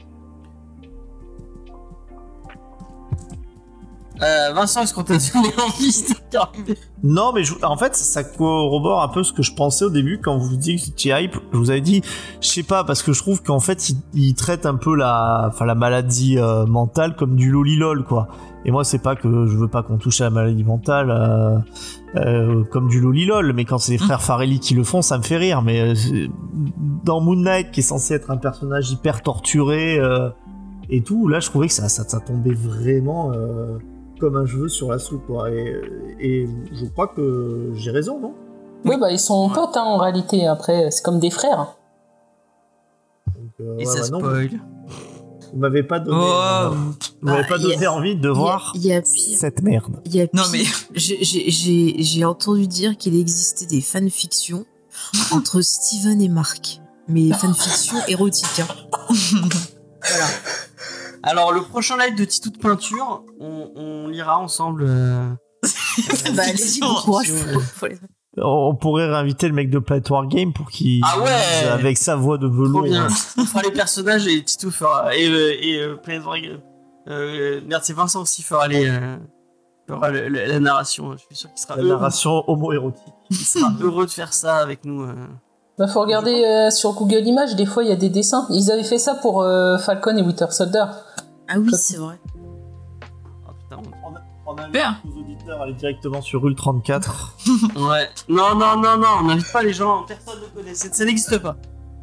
Vincent, est-ce qu'on t'a donné envie de regarder? Non, mais en fait, ça corrobore un peu ce que je pensais au début quand vous dites que c'était hype. Je vous avais dit, je sais pas, parce que je trouve qu'en fait, il traite un peu la maladie mentale comme du lolilol, quoi. Et moi, c'est pas que je veux pas qu'on touche à la maladie mentale comme du lolilol, mais quand c'est les frères Farrelly qui le font, ça me fait rire. Mais dans Moon Knight, qui est censé être un personnage hyper torturé et tout, là, je trouvais que ça tombait vraiment... comme un cheveu sur la soupe, quoi. Et je crois que j'ai raison, non? Oui, bah ils sont potes en réalité, après c'est comme des frères. Donc, et ça spoil. Vous m'avez pas donné, envie de voir cette merde. Non mais j'ai entendu dire qu'il existait des fanfictions entre Steven et Mark, mais fanfictions érotiques. Hein. Voilà. Alors, le prochain live de Titou de Peinture, on lira ensemble. Bah, allez-y, bon courage. On pourrait réinviter le mec de Planet Wargame pour qu'il avec sa voix de velours. Trop bien. On fera les personnages et Titou fera et Planet Wargame. Merde, c'est Vincent aussi fera la narration. Je suis sûr qu'il sera narration homo-érotique. Il sera heureux de faire ça avec nous. Bah faut regarder sur Google Images, des fois il y a des dessins. Ils avaient fait ça pour Falcon et Winter Soldier. Ah oui, c'est vrai. Oh, putain, on invite nos auditeurs à aller directement sur Ul34. Ouais. Non, on n'invite pas les gens, personne ne connaît, ça n'existe pas.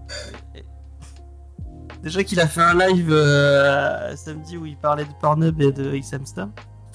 Déjà qu'il a fait un live samedi où il parlait de Pornhub et de X-Hamster.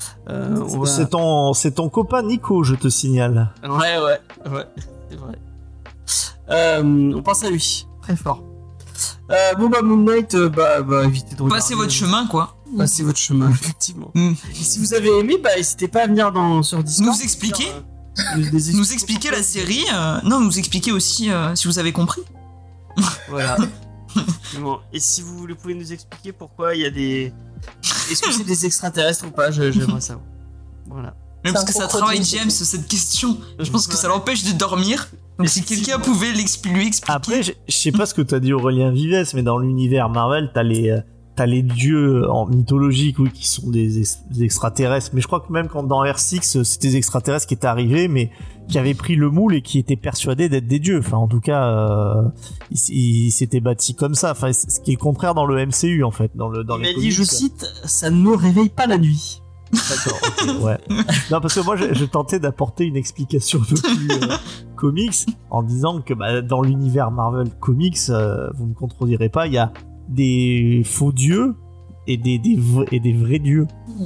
C'est ton copain Nico, je te signale. Ouais, c'est vrai. On pense à lui, très fort. Bon bah Moon Knight, évitez de regarder. Passez votre chemin quoi. Passez votre chemin, effectivement. Et si vous avez aimé, n'hésitez pas à venir sur Discord. Nous expliquer nous expliquer la série. Nous expliquer aussi si vous avez compris. Voilà. Et si vous pouvez nous expliquer pourquoi il y a des... Est-ce que c'est des extraterrestres ou pas? J'aimerais savoir. Voilà. Même parce que ça travaille James cette question. Je pense que ça l'empêche de dormir. Donc si quelqu'un pouvait lui expliquer. Après, je sais pas ce que t'as dit Aurélien Vives, mais dans l'univers Marvel, t'as t'as les dieux mythologiques, oui, qui sont des extraterrestres. Mais je crois que même quand dans R6, c'était des extraterrestres qui étaient arrivés, mais qui avaient pris le moule et qui étaient persuadés d'être des dieux. Enfin, en tout cas, ils s'étaient bâtis comme ça. Enfin, ce qui est le contraire dans le MCU, en fait. Dans les Il m'a dit, comics. je cite, ça ne me réveille pas la nuit. D'accord, ok, ouais. Non, parce que moi, je tentais d'apporter une explication un peu plus comics, en disant que dans l'univers Marvel Comics, vous ne contredirez pas, il y a des faux dieux et des vrais dieux.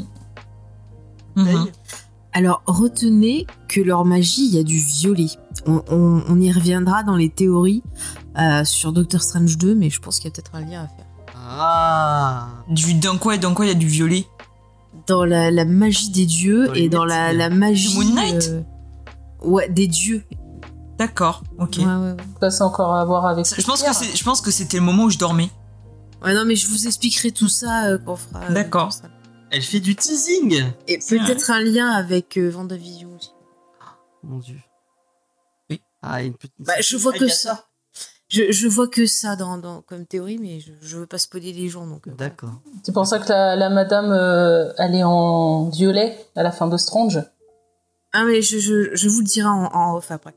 Mhm. Alors, retenez que leur magie, il y a du violet. On y reviendra dans les théories sur Doctor Strange 2, mais je pense qu'il y a peut-être un lien à faire. Ah. Dans quoi il y a du violet? Dans la magie des dieux Dans les et dans mythes, la magie... Moon Knight ouais, des dieux. D'accord, ok. Ouais. Ça, c'est encore à voir avec. Je pense que c'était le moment où je dormais. Ouais, non, mais je vous expliquerai tout ça quand on fera... D'accord. quand on sera là. Elle fait du teasing. Et peut-être un lien avec VandaVision aussi. Mon Dieu. Oui. Ah, une petite. Bah, je vois que ça. Je vois que ça comme théorie, mais je veux pas spoiler les gens, donc... D'accord. C'est pour ça que la madame, elle est en violet à la fin de Strange. Ah, mais je vous le dirai en off après.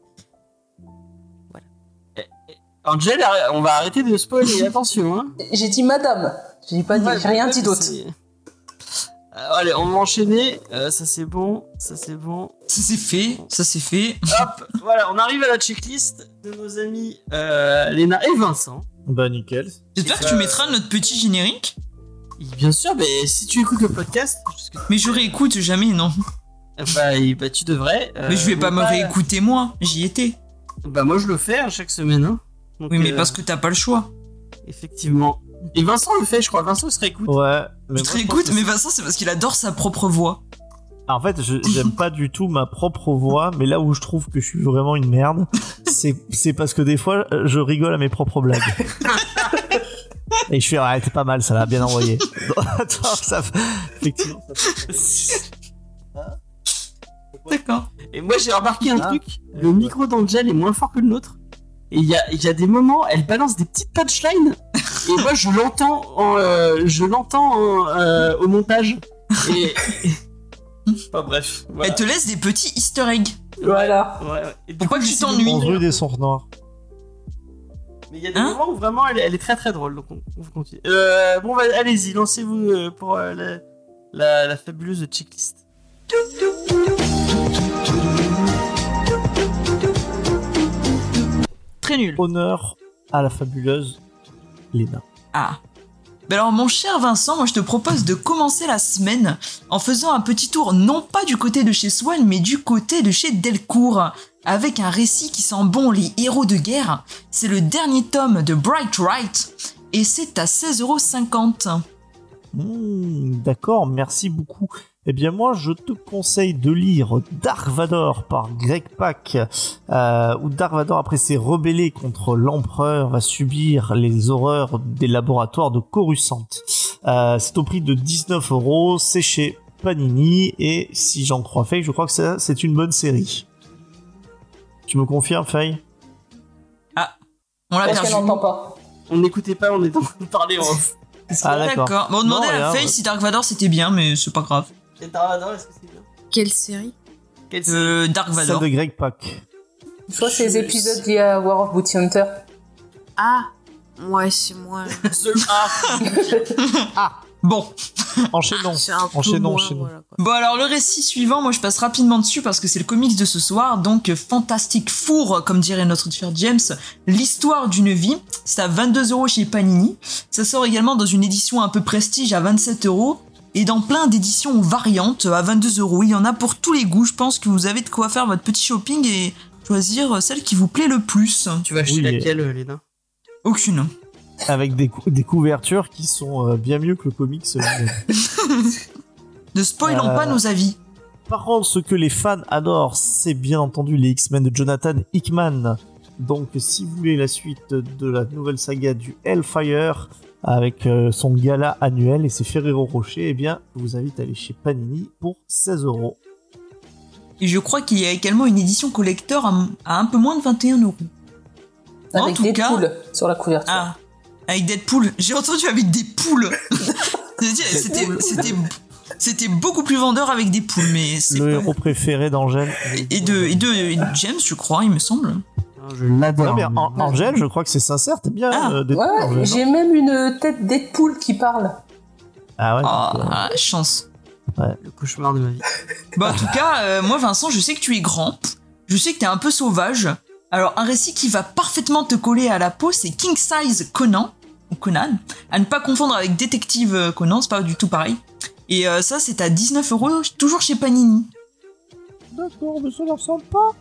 Angel, on va arrêter de spoiler, attention, hein. J'ai dit madame. J'ai pas dit, j'ai rien dit d'autre. Allez, on va enchaîner. Ça c'est bon, ça c'est bon. Ça c'est fait. Hop, voilà, on arrive à la checklist de nos amis Léna et Vincent. Bah, nickel. J'espère que tu mettras notre petit générique. Et bien sûr, mais si tu écoutes le podcast, Mais je réécoute jamais, non. bah tu devrais. Mais je vais pas me réécouter moi, j'y étais. Bah moi je le fais chaque semaine. Hein. Donc, Oui, mais parce que t'as pas le choix. Effectivement. Et Vincent le fait, je crois. Vincent se réécoute. Ouais. Tu te réécoutes, mais Vincent, c'est parce qu'il adore sa propre voix. En fait, j'aime pas du tout ma propre voix, mais là où je trouve que je suis vraiment une merde, c'est parce que des fois, je rigole à mes propres blagues. Et je fais, ouais, t'es pas mal, ça l'a bien envoyé. Attends, effectivement, ça D'accord. Et moi j'ai remarqué un truc, le micro d'Angel est moins fort que le nôtre. Et il y a des moments, elle balance des petites punchlines, et moi je l'entends au montage. Et... Enfin bref. Voilà. Elle te laisse des petits easter eggs. Voilà. Ouais. Et Pour pas que tu t'ennuies. En rue des sons noirs. Mais il y a des moments où vraiment elle est très très drôle, donc on continue. Bon, allez-y, lancez-vous pour la fabuleuse checklist. Très nul. Honneur à la fabuleuse Léna. Ah. Ben alors mon cher Vincent, moi je te propose de commencer la semaine en faisant un petit tour non pas du côté de chez Swan mais du côté de chez Delcourt avec un récit qui sent bon les héros de guerre. C'est le dernier tome de Bright Right et c'est à 16,50 €. D'accord, merci beaucoup. Eh bien moi je te conseille de lire Dark Vador par Greg Pak, où Dark Vador après s'est rebellé contre l'empereur va subir les horreurs des laboratoires de Coruscant. C'est au prix de 19 €, c'est chez Panini et si j'en crois Faye, je crois que c'est une bonne série. Tu me confirmes Faye? Ah, on l'a Parce perdu. qu'elle n'entend pas. On n'écoutait pas, on est en train de parler en off. Ah d'accord. D'accord. Bon, on demandait Non, à regarde. Faye si Dark Vador c'était bien mais c'est pas grave. Et Dark, est-ce que c'est bien? Quelle série? Dark Celle Vador. de Greg Pak. Je crois que c'est les épisodes liés à War of Bounty Hunter. Ah, ouais, c'est moi. Bon. Enchaînons. C'est un peu Enchaînons, moins, enchaînons. voilà, quoi. Bon alors le récit suivant, moi je passe rapidement dessus parce que c'est le comics de ce soir, donc Fantastic Four, comme dirait notre cher James, l'histoire d'une vie, c'est à 22 € chez Panini, ça sort également dans une édition un peu prestige à 27 € et dans plein d'éditions variantes à 22 €, il y en a pour tous les goûts, je pense que vous avez de quoi faire votre petit shopping et choisir celle qui vous plaît le plus. Tu vas acheter Oui, laquelle, Léna? Aucune. Avec des couvertures qui sont bien mieux que le comics. Ne spoilons pas nos avis. Par contre, ce que les fans adorent, c'est bien entendu les X-Men de Jonathan Hickman. Donc, si vous voulez la suite de la nouvelle saga du Hellfire, avec son gala annuel et ses Ferrero Rocher, eh bien, je vous invite à aller chez Panini pour 16 €. Et je crois qu'il y a également une édition collector à un peu moins de 21 €. En Avec tout des cas- poules sur la couverture. Ah, Avec Deadpool. J'ai entendu avec des poules. C'était beaucoup plus vendeur avec des poules, mais c'est Le pas... héros préféré d'Angèle. Et de James, je crois, il me semble. Je l'adore. Non, mais Angèle, je crois que c'est sincère, t'es bien. Deadpool, Ouais, Angèle, j'ai même une tête Deadpool qui parle. Ah ouais. Ah, chance. Le cauchemar de ma vie. Bah, en tout cas, moi, Vincent, je sais que tu es grand. Je sais que t'es un peu sauvage. Alors, un récit qui va parfaitement te coller à la peau, c'est King Size Conan. Ou Conan. À ne pas confondre avec Détective Conan, c'est pas du tout pareil. Et ça, c'est à 19€, toujours chez Panini. D'accord, mais ça leur ressemble pas.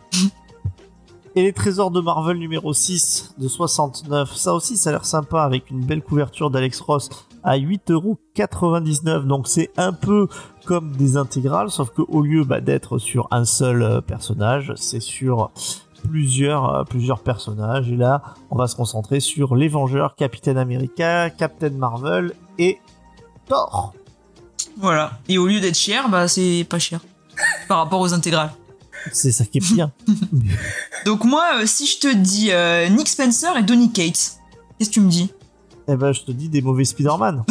Et les trésors de Marvel numéro 6 de 69, ça aussi ça a l'air sympa avec une belle couverture d'Alex Ross à 8,99€. Donc c'est un peu comme des intégrales, sauf qu'au lieu d'être sur un seul personnage, c'est sur plusieurs personnages. Et là, on va se concentrer sur les Vengeurs, Captain America, Captain Marvel et Thor. Voilà. Et au lieu d'être cher, bah c'est pas cher. Par rapport aux intégrales. C'est ça qui est bien. Donc moi, si je te dis Nick Spencer et Donny Cates, qu'est-ce que tu me dis? Eh ben, je te dis des mauvais Spider-Man.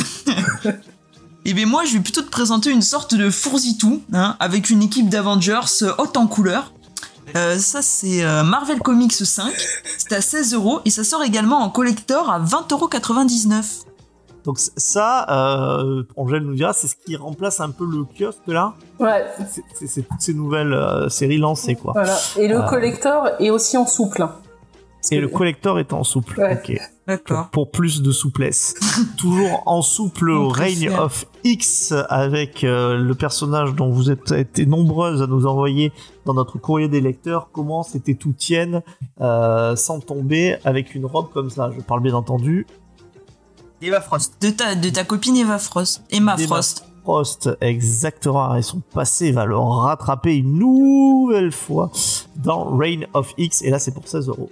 Eh bien moi, je vais plutôt te présenter une sorte de fourzitou, hein, avec une équipe d'Avengers haute en couleur. Ça, c'est Marvel Comics 5. C'est à 16€ et ça sort également en collector à 20,99€. Donc ça, Angèle nous dira, c'est ce qui remplace un peu le kiosque là. Ouais. C'est toutes ces nouvelles séries lancées quoi. Voilà. Et le collector est aussi en souple. Et le collector est en souple. Ouais. Ok. D'accord. Pour plus de souplesse. Toujours en souple au Reign of X avec le personnage dont vous êtes été nombreuses à nous envoyer dans notre courrier des lecteurs comment c'était tout tienne sans tomber avec une robe comme ça. Je parle bien entendu Eva Frost. De ta copine Eva Frost. Emma Frost. Frost, exactement, et son passé va le rattraper une nouvelle fois dans Reign of X, et là c'est pour 16€.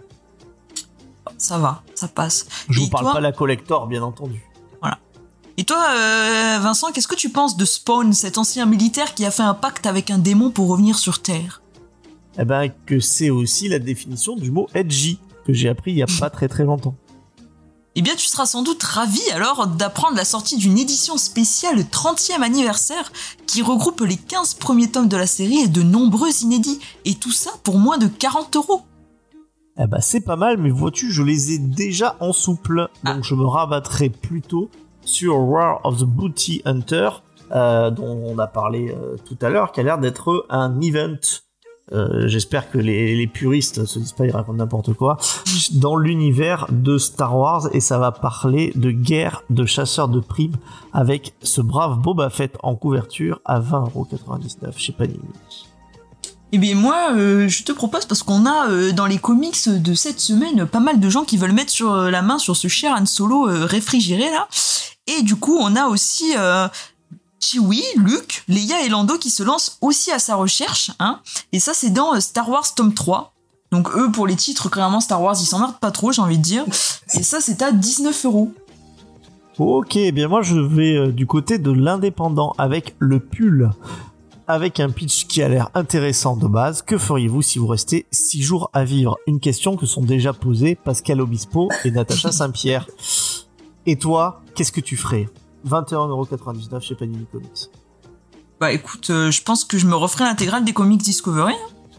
Ça va, ça passe. Je Et vous parle toi, pas la collector, bien entendu. Voilà. Et toi, Vincent, qu'est-ce que tu penses de Spawn, cet ancien militaire qui a fait un pacte avec un démon pour revenir sur Terre? Eh ben, que c'est aussi la définition du mot edgy, que j'ai appris il y a pas très très longtemps. Eh bien, tu seras sans doute ravi alors d'apprendre la sortie d'une édition spéciale 30e anniversaire qui regroupe les 15 premiers tomes de la série et de nombreux inédits. Et tout ça pour moins de 40€. Eh ben, c'est pas mal, mais vois-tu, je les ai déjà en souple, donc je me rabattrai plutôt sur War of the Bounty Hunter, dont on a parlé tout à l'heure, qui a l'air d'être un event. J'espère que les puristes se disent pas, ils racontent n'importe quoi, dans l'univers de Star Wars, et ça va parler de guerre de chasseurs de primes avec ce brave Boba Fett en couverture à 20,99€ chez Panini. Eh bien moi, je te propose, parce qu'on a dans les comics de cette semaine pas mal de gens qui veulent mettre sur la main sur ce cher Han Solo réfrigéré là, et du coup on a aussi Chewie, Luke, Leia et Lando qui se lancent aussi à sa recherche, hein, et ça c'est dans Star Wars tome 3. Donc eux, pour les titres, clairement Star Wars, ils s'emmerdent pas trop, j'ai envie de dire, et ça c'est à 19€. Ok, bien moi je vais du côté de l'indépendant avec le pull. Avec un pitch qui a l'air intéressant de base, que feriez-vous si vous restez 6 jours à vivre? Une question que sont déjà posées Pascal Obispo et Natacha Saint-Pierre. Et toi, qu'est-ce que tu ferais? 21,99€ chez Panini Comics. Bah écoute, je pense que je me referai l'intégrale des comics Discovery.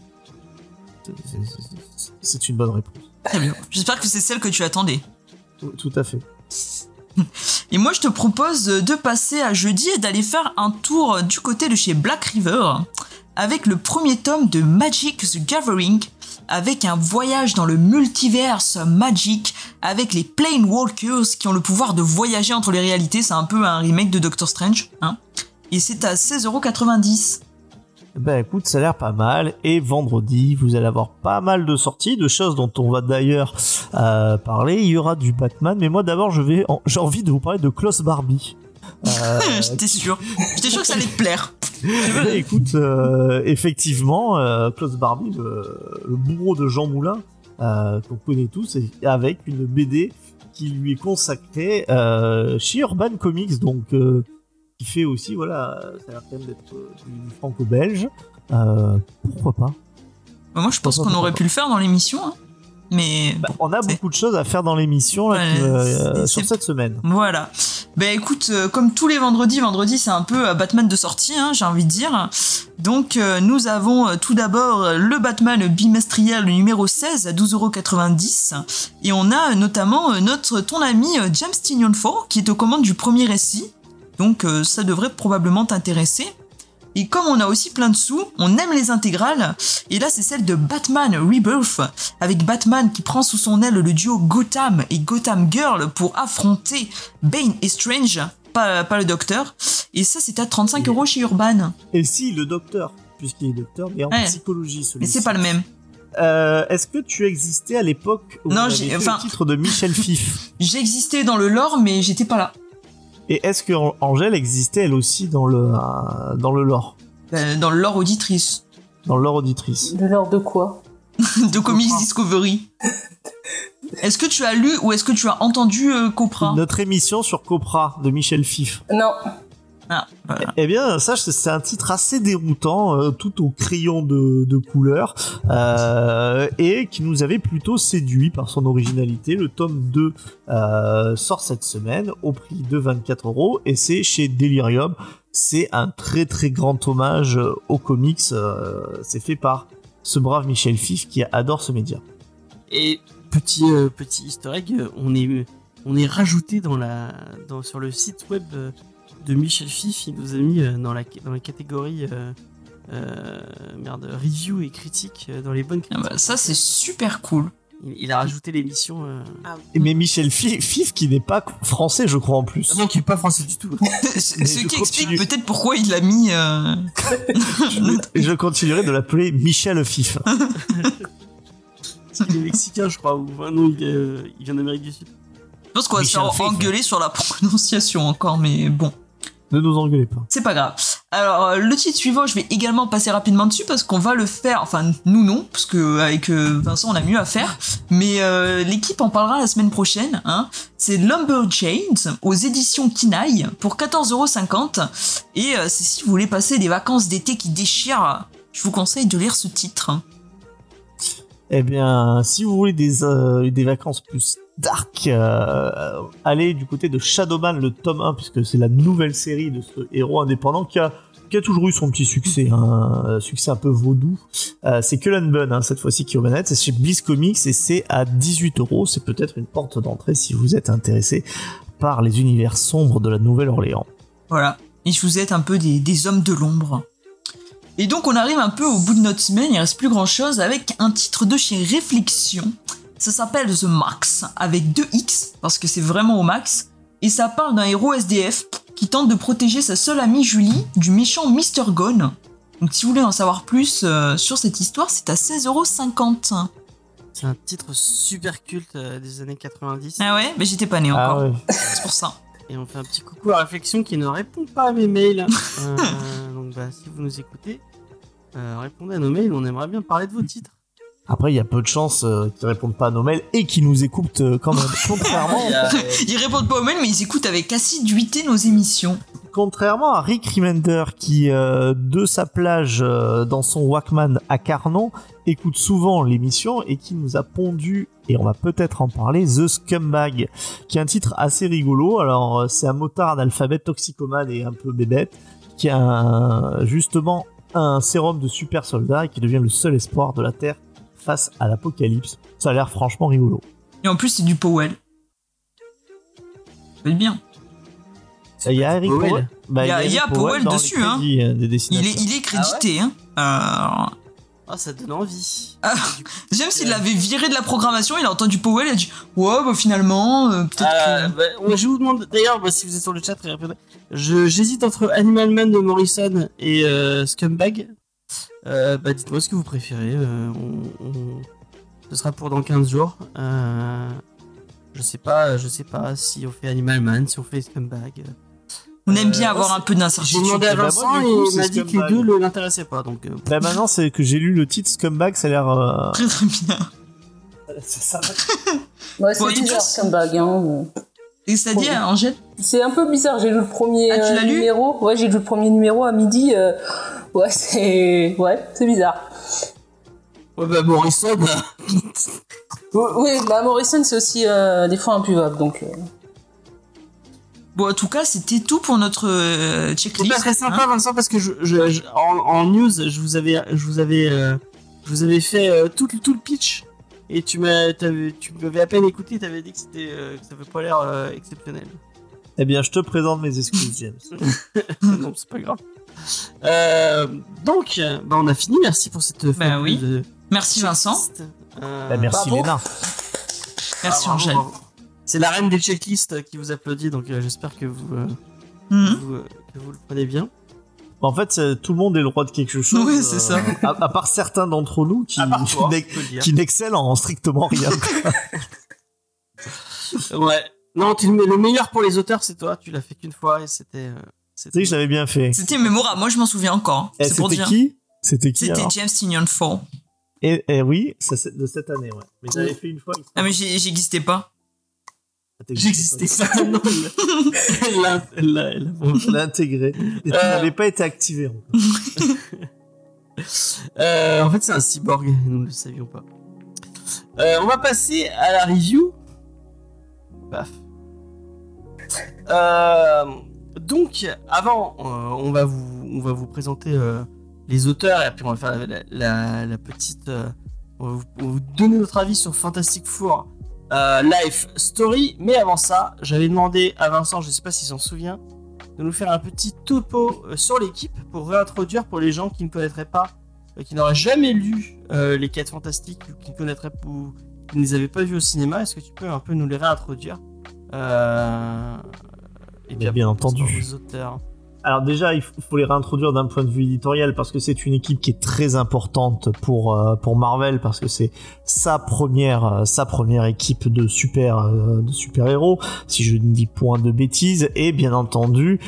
C'est une bonne réponse. Très bien. J'espère que c'est celle que tu attendais. Tout à fait. Et moi, je te propose de passer à jeudi et d'aller faire un tour du côté de chez Black River avec le premier tome de Magic the Gathering, avec un voyage dans le multiverse Magic, avec les Planewalkers qui ont le pouvoir de voyager entre les réalités. C'est un peu un remake de Doctor Strange, hein. Et c'est à 16,90€. Ben écoute, ça a l'air pas mal, et vendredi, vous allez avoir pas mal de sorties, de choses dont on va d'ailleurs parler. Il y aura du Batman, mais moi d'abord j'ai envie de vous parler de Klaus Barbie. J'étais sûr que ça allait te plaire. Écoute, effectivement, Klaus Barbie, le bourreau de Jean Moulin, qu'on connaît tous, avec une BD qui lui est consacrée chez Urban Comics, donc qui fait aussi, voilà, ça a l'air quand même d'être du franco-belge. Pourquoi pas? Bah moi, je pense qu'on aurait pu le faire dans l'émission. Hein. Mais bon, on a beaucoup de choses à faire dans l'émission là, sur cette semaine. Voilà. Ben écoute, comme tous les vendredis c'est un peu Batman de sortie, hein, j'ai envie de dire. Donc nous avons tout d'abord le Batman bimestriel numéro 16 à 12,90 €. Et on a notamment ton ami James Tynion IV qui est aux commandes du premier récit. Donc ça devrait probablement t'intéresser. Et comme on a aussi plein de sous, on aime les intégrales, et là c'est celle de Batman Rebirth, avec Batman qui prend sous son aile le duo Gotham et Gotham Girl pour affronter Bane et Strange, pas le docteur, et ça c'est à 35 € chez Urban. Et si, le docteur, puisqu'il est docteur, mais en psychologie celui-ci. Mais c'est pas le même. Est-ce que tu existais à l'époque où non, j'ai le titre de Michel Fif? J'existais dans le lore, mais j'étais pas là. Et est-ce que Angèle existait elle aussi dans le lore? Dans le lore auditrice. Dans le lore auditrice. De lore de quoi? De Comics Discovery. Est-ce que tu as lu ou est-ce que tu as entendu Copra? Notre émission sur Copra de Michel Fif. Non. Ah, voilà. Eh bien, ça, c'est un titre assez déroutant, tout au crayon de couleur, et qui nous avait plutôt séduit par son originalité. Le tome 2 sort cette semaine au prix de 24 €, et c'est chez Delirium. C'est un très très grand hommage aux comics. C'est fait par ce brave Michel Fif qui adore ce média. Et petit easter egg, on est rajouté sur le site web de Michel Fif. Il nous a mis dans la catégorie review et critique, dans les bonnes critiques. Ah bah, ça c'est super cool. Il a rajouté l'émission. Mais Michel Fif qui n'est pas français, je crois, en plus. Non, qui n'est pas français du tout. Ce qui explique peut-être pourquoi il l'a mis. Je continuerai de l'appeler Michel Fif. Parce qu'il est mexicain, je crois. Ou non, il vient d'Amérique du Sud. Je pense qu'on va se faire engueuler sur la prononciation encore, mais bon. Ne nous engueulez pas. C'est pas grave. Alors, le titre suivant, je vais également passer rapidement dessus parce qu'on va le faire. Enfin, nous non, parce que avec Vincent, on a mieux à faire. Mais l'équipe en parlera la semaine prochaine. Hein. C'est Lumberjanes aux éditions Kinaï pour 14,50 €. Et c'est si vous voulez passer des vacances d'été qui déchirent, je vous conseille de lire ce titre. Eh bien, si vous voulez des vacances plus dark, allez du côté de Shadowman, le tome 1, puisque c'est la nouvelle série de ce héros indépendant qui a toujours eu son petit succès, succès un peu vaudou. C'est Cullen Bunn, cette fois-ci, qui est aux manettes. C'est chez Bliss Comics et c'est à 18 €. C'est peut-être une porte d'entrée si vous êtes intéressé par les univers sombres de la Nouvelle-Orléans. Voilà. Et si vous êtes un peu des hommes de l'ombre. Et donc on arrive un peu au bout de notre semaine, il reste plus grand chose avec un titre de chez Réflexion. Ça s'appelle The Max avec 2 X parce que c'est vraiment au max. Et ça parle d'un héros SDF qui tente de protéger sa seule amie Julie du méchant Mr. Gone. Donc si vous voulez en savoir plus sur cette histoire, c'est à 16,50 €. C'est un titre super culte des années 90. Ah ouais, mais j'étais pas né encore. Ouais. C'est pour ça. Et on fait un petit coucou à Réflexion qui ne répond pas à mes mails. Donc si vous nous écoutez, répondez à nos mails, on aimerait bien parler de vos titres. Après, il y a peu de chances qu'ils répondent pas à nos mails et qu'ils nous écoutent quand même. Contrairement, Ils répondent pas aux mails, mais ils écoutent avec assiduité nos émissions. contrairement à Rick Remender qui, de sa plage dans son Walkman à Carnon, écoute souvent l'émission et qui nous a pondu, et on va peut-être en parler, The Scumbag, qui est un titre assez rigolo. Alors, c'est un motard d'alphabet toxicomane et un peu bébête qui a justement un sérum de super soldat et qui devient le seul espoir de la Terre face à l'apocalypse. Ça a l'air franchement rigolo. Et en plus, c'est du Powell. Ça fait bien. Il y a Eric Powell. Il y a Eric Powell dans dessus, les crédits, hein. des dessinateurs. Il est crédité, hein. Ça donne envie. J'aime s'il l'avait viré de la programmation, il a entendu Powell, il a dit ouais, bah finalement, peut-être que. Je vous demande d'ailleurs, si vous êtes sur le chat, j'hésite entre Animal Man de Morrison et Scumbag. Dites-moi ce que vous préférez. Ce sera pour dans 15 jours. Je sais pas si on fait Animal Man, si on fait Scumbag. On aime bien avoir un peu d'incertitude. J'ai demandé à Vincent et il m'a dit que les deux ne l'intéressaient pas. Donc, maintenant, c'est que j'ai lu le titre Scumbag, ça a l'air. Très très bien. Ça Ouais, c'est bizarre, Scumbag. Hein. Et c'est-à-dire, Angèle ? C'est un peu bizarre, j'ai lu le premier tu l'as lu ? numéro. Ouais, j'ai lu le premier numéro à midi. Ouais, c'est bizarre. Ouais, Morrison. Oui, bah Morrison c'est aussi des fois imbuvable, donc. Bon, en tout cas, c'était tout pour notre checklist. C'est pas très sympa, Vincent, parce que en news, je vous avais fait tout le pitch et tu m'avais à peine écouté, t'avais dit que ça avait pas l'air exceptionnel. Eh bien, je te présente mes excuses, James. Non, c'est pas grave. Donc, on a fini. Merci pour cette Bah oui. de Merci Vincent. Merci Léna. Merci Angèle. Bravo. C'est la reine des checklists qui vous applaudit, donc j'espère que vous que vous le prenez bien. En fait, tout le monde est le roi de quelque chose. Oui, c'est ça. À part certains d'entre nous qui n'excellent en strictement rien. Ouais. Non, le meilleur pour les auteurs, c'est toi. Tu l'as fait qu'une fois et c'était. Tu sais que je l'avais bien fait. C'était mémorable. Moi, je m'en souviens encore. Et c'est pour dire. C'était qui C'était alors James Tynion Fall. Et oui, ça, c'est de cette année, ouais. Mais j'avais fait une fois. Ah, mais j'existais pas. J'existais pas. Non, elle l'a intégré. Et tu n'avais pas été activé. En fait, c'est un cyborg. Nous ne le savions pas. On va passer à la review. Paf. Donc, avant, on va vous présenter les auteurs et après on va faire la petite. On va vous donner notre avis sur Fantastic Four Life Story. Mais avant ça, j'avais demandé à Vincent, je ne sais pas s'il s'en souvient, de nous faire un petit topo sur l'équipe pour réintroduire pour les gens qui ne connaîtraient pas, qui n'auraient jamais lu les 4 Fantastiques ou qui ne connaîtraient ou qui ne les avaient pas vus au cinéma. Est-ce que tu peux un peu nous les réintroduire et bien entendu. Les auteurs. Alors déjà, il faut les réintroduire d'un point de vue éditorial parce que c'est une équipe qui est très importante pour Marvel parce que c'est sa première équipe de super-héros, si je ne dis point de bêtises, et bien entendu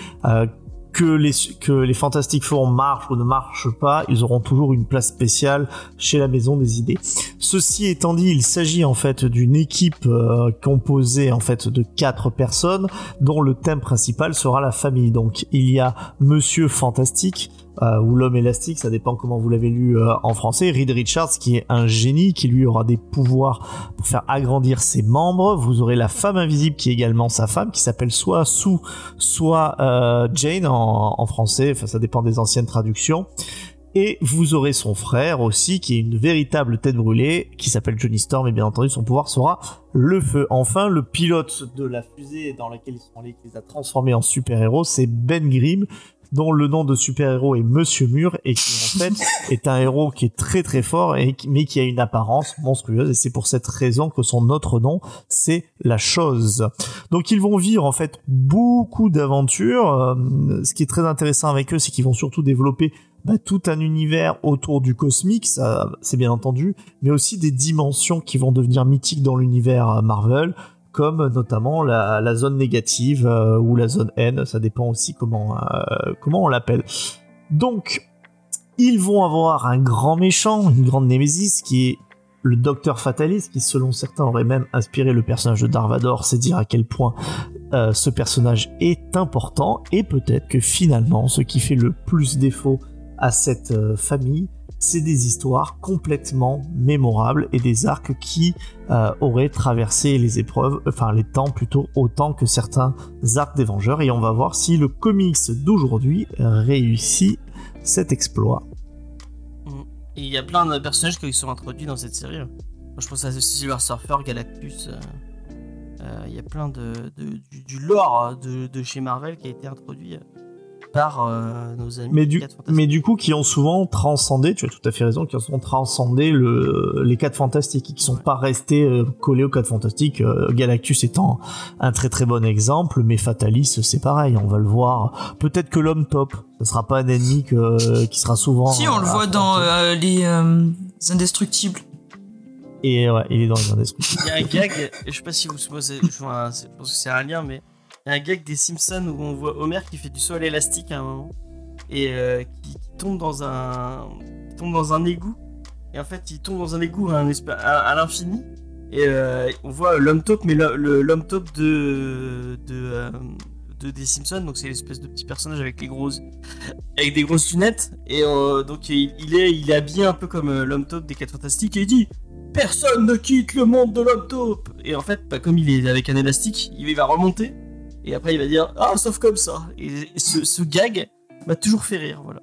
que les Fantastic Four marchent ou ne marchent pas, ils auront toujours une place spéciale chez la Maison des Idées. Ceci étant dit, il s'agit en fait d'une équipe composée en fait de 4 personnes dont le thème principal sera la famille. Donc il y a Monsieur Fantastique ou l'homme élastique, ça dépend comment vous l'avez lu en français, Reed Richards qui est un génie qui lui aura des pouvoirs pour faire agrandir ses membres. Vous aurez la femme invisible qui est également sa femme qui s'appelle soit Sue soit Jane en français, enfin ça dépend des anciennes traductions. Et vous aurez son frère aussi qui est une véritable tête brûlée qui s'appelle Johnny Storm et bien entendu son pouvoir sera le feu. Enfin le pilote de la fusée dans laquelle ils sont allés qui les a transformés en super-héros c'est Ben Grimm dont le nom de super-héros est Monsieur Mur et qui en fait est un héros qui est très très fort mais qui a une apparence monstrueuse et c'est pour cette raison que son autre nom c'est la Chose. Donc ils vont vivre en fait beaucoup d'aventures. Ce qui est très intéressant avec eux c'est qu'ils vont surtout développer tout un univers autour du cosmique, ça c'est bien entendu, mais aussi des dimensions qui vont devenir mythiques dans l'univers Marvel, comme notamment la zone négative ou la zone N, ça dépend aussi comment on l'appelle. Donc, ils vont avoir un grand méchant, une grande némésis qui est le Docteur Fatalis, qui selon certains aurait même inspiré le personnage de Dark Vador, c'est dire à quel point ce personnage est important, et peut-être que finalement, ce qui fait le plus défaut à cette famille, c'est des histoires complètement mémorables et des arcs qui auraient traversé les épreuves, enfin les temps plutôt autant que certains arcs des Vengeurs, et on va voir si le comics d'aujourd'hui réussit cet exploit. Et il y a plein de personnages qui sont introduits dans cette série. Moi, je pense à Silver Surfer, Galactus. Il y a plein du lore de chez Marvel qui a été introduit par nos amis. Mais du coup, qui ont souvent transcendé, tu as tout à fait raison, qui ont souvent transcendé les 4 Fantastiques, qui sont pas restés collés aux 4 Fantastiques. Galactus étant un très très bon exemple, mais Fatalis, c'est pareil, on va le voir. Peut-être que l'homme top, ça sera pas un ennemi qui sera souvent. Si, on le voit dans les Indestructibles. Et ouais, il est dans les Indestructibles. Il y a un gag, je sais pas si vous je pense que c'est un lien, mais il y a un gag des Simpsons où on voit Homer qui fait du saut à l'élastique à un moment et qui tombe dans un égout, et en fait il tombe dans un égout à l'infini, et on voit l'homme top, mais l'homme top des Simpsons, donc c'est l'espèce de petit personnage avec des grosses lunettes, et donc il est habillé un peu comme l'homme top des 4 Fantastiques, et il dit personne ne quitte le monde de l'homme taupe. Et en fait, comme il est avec un élastique, il va remonter. Et après, il va dire ah, sauf comme ça. Et ce gag m'a toujours fait rire. Voilà.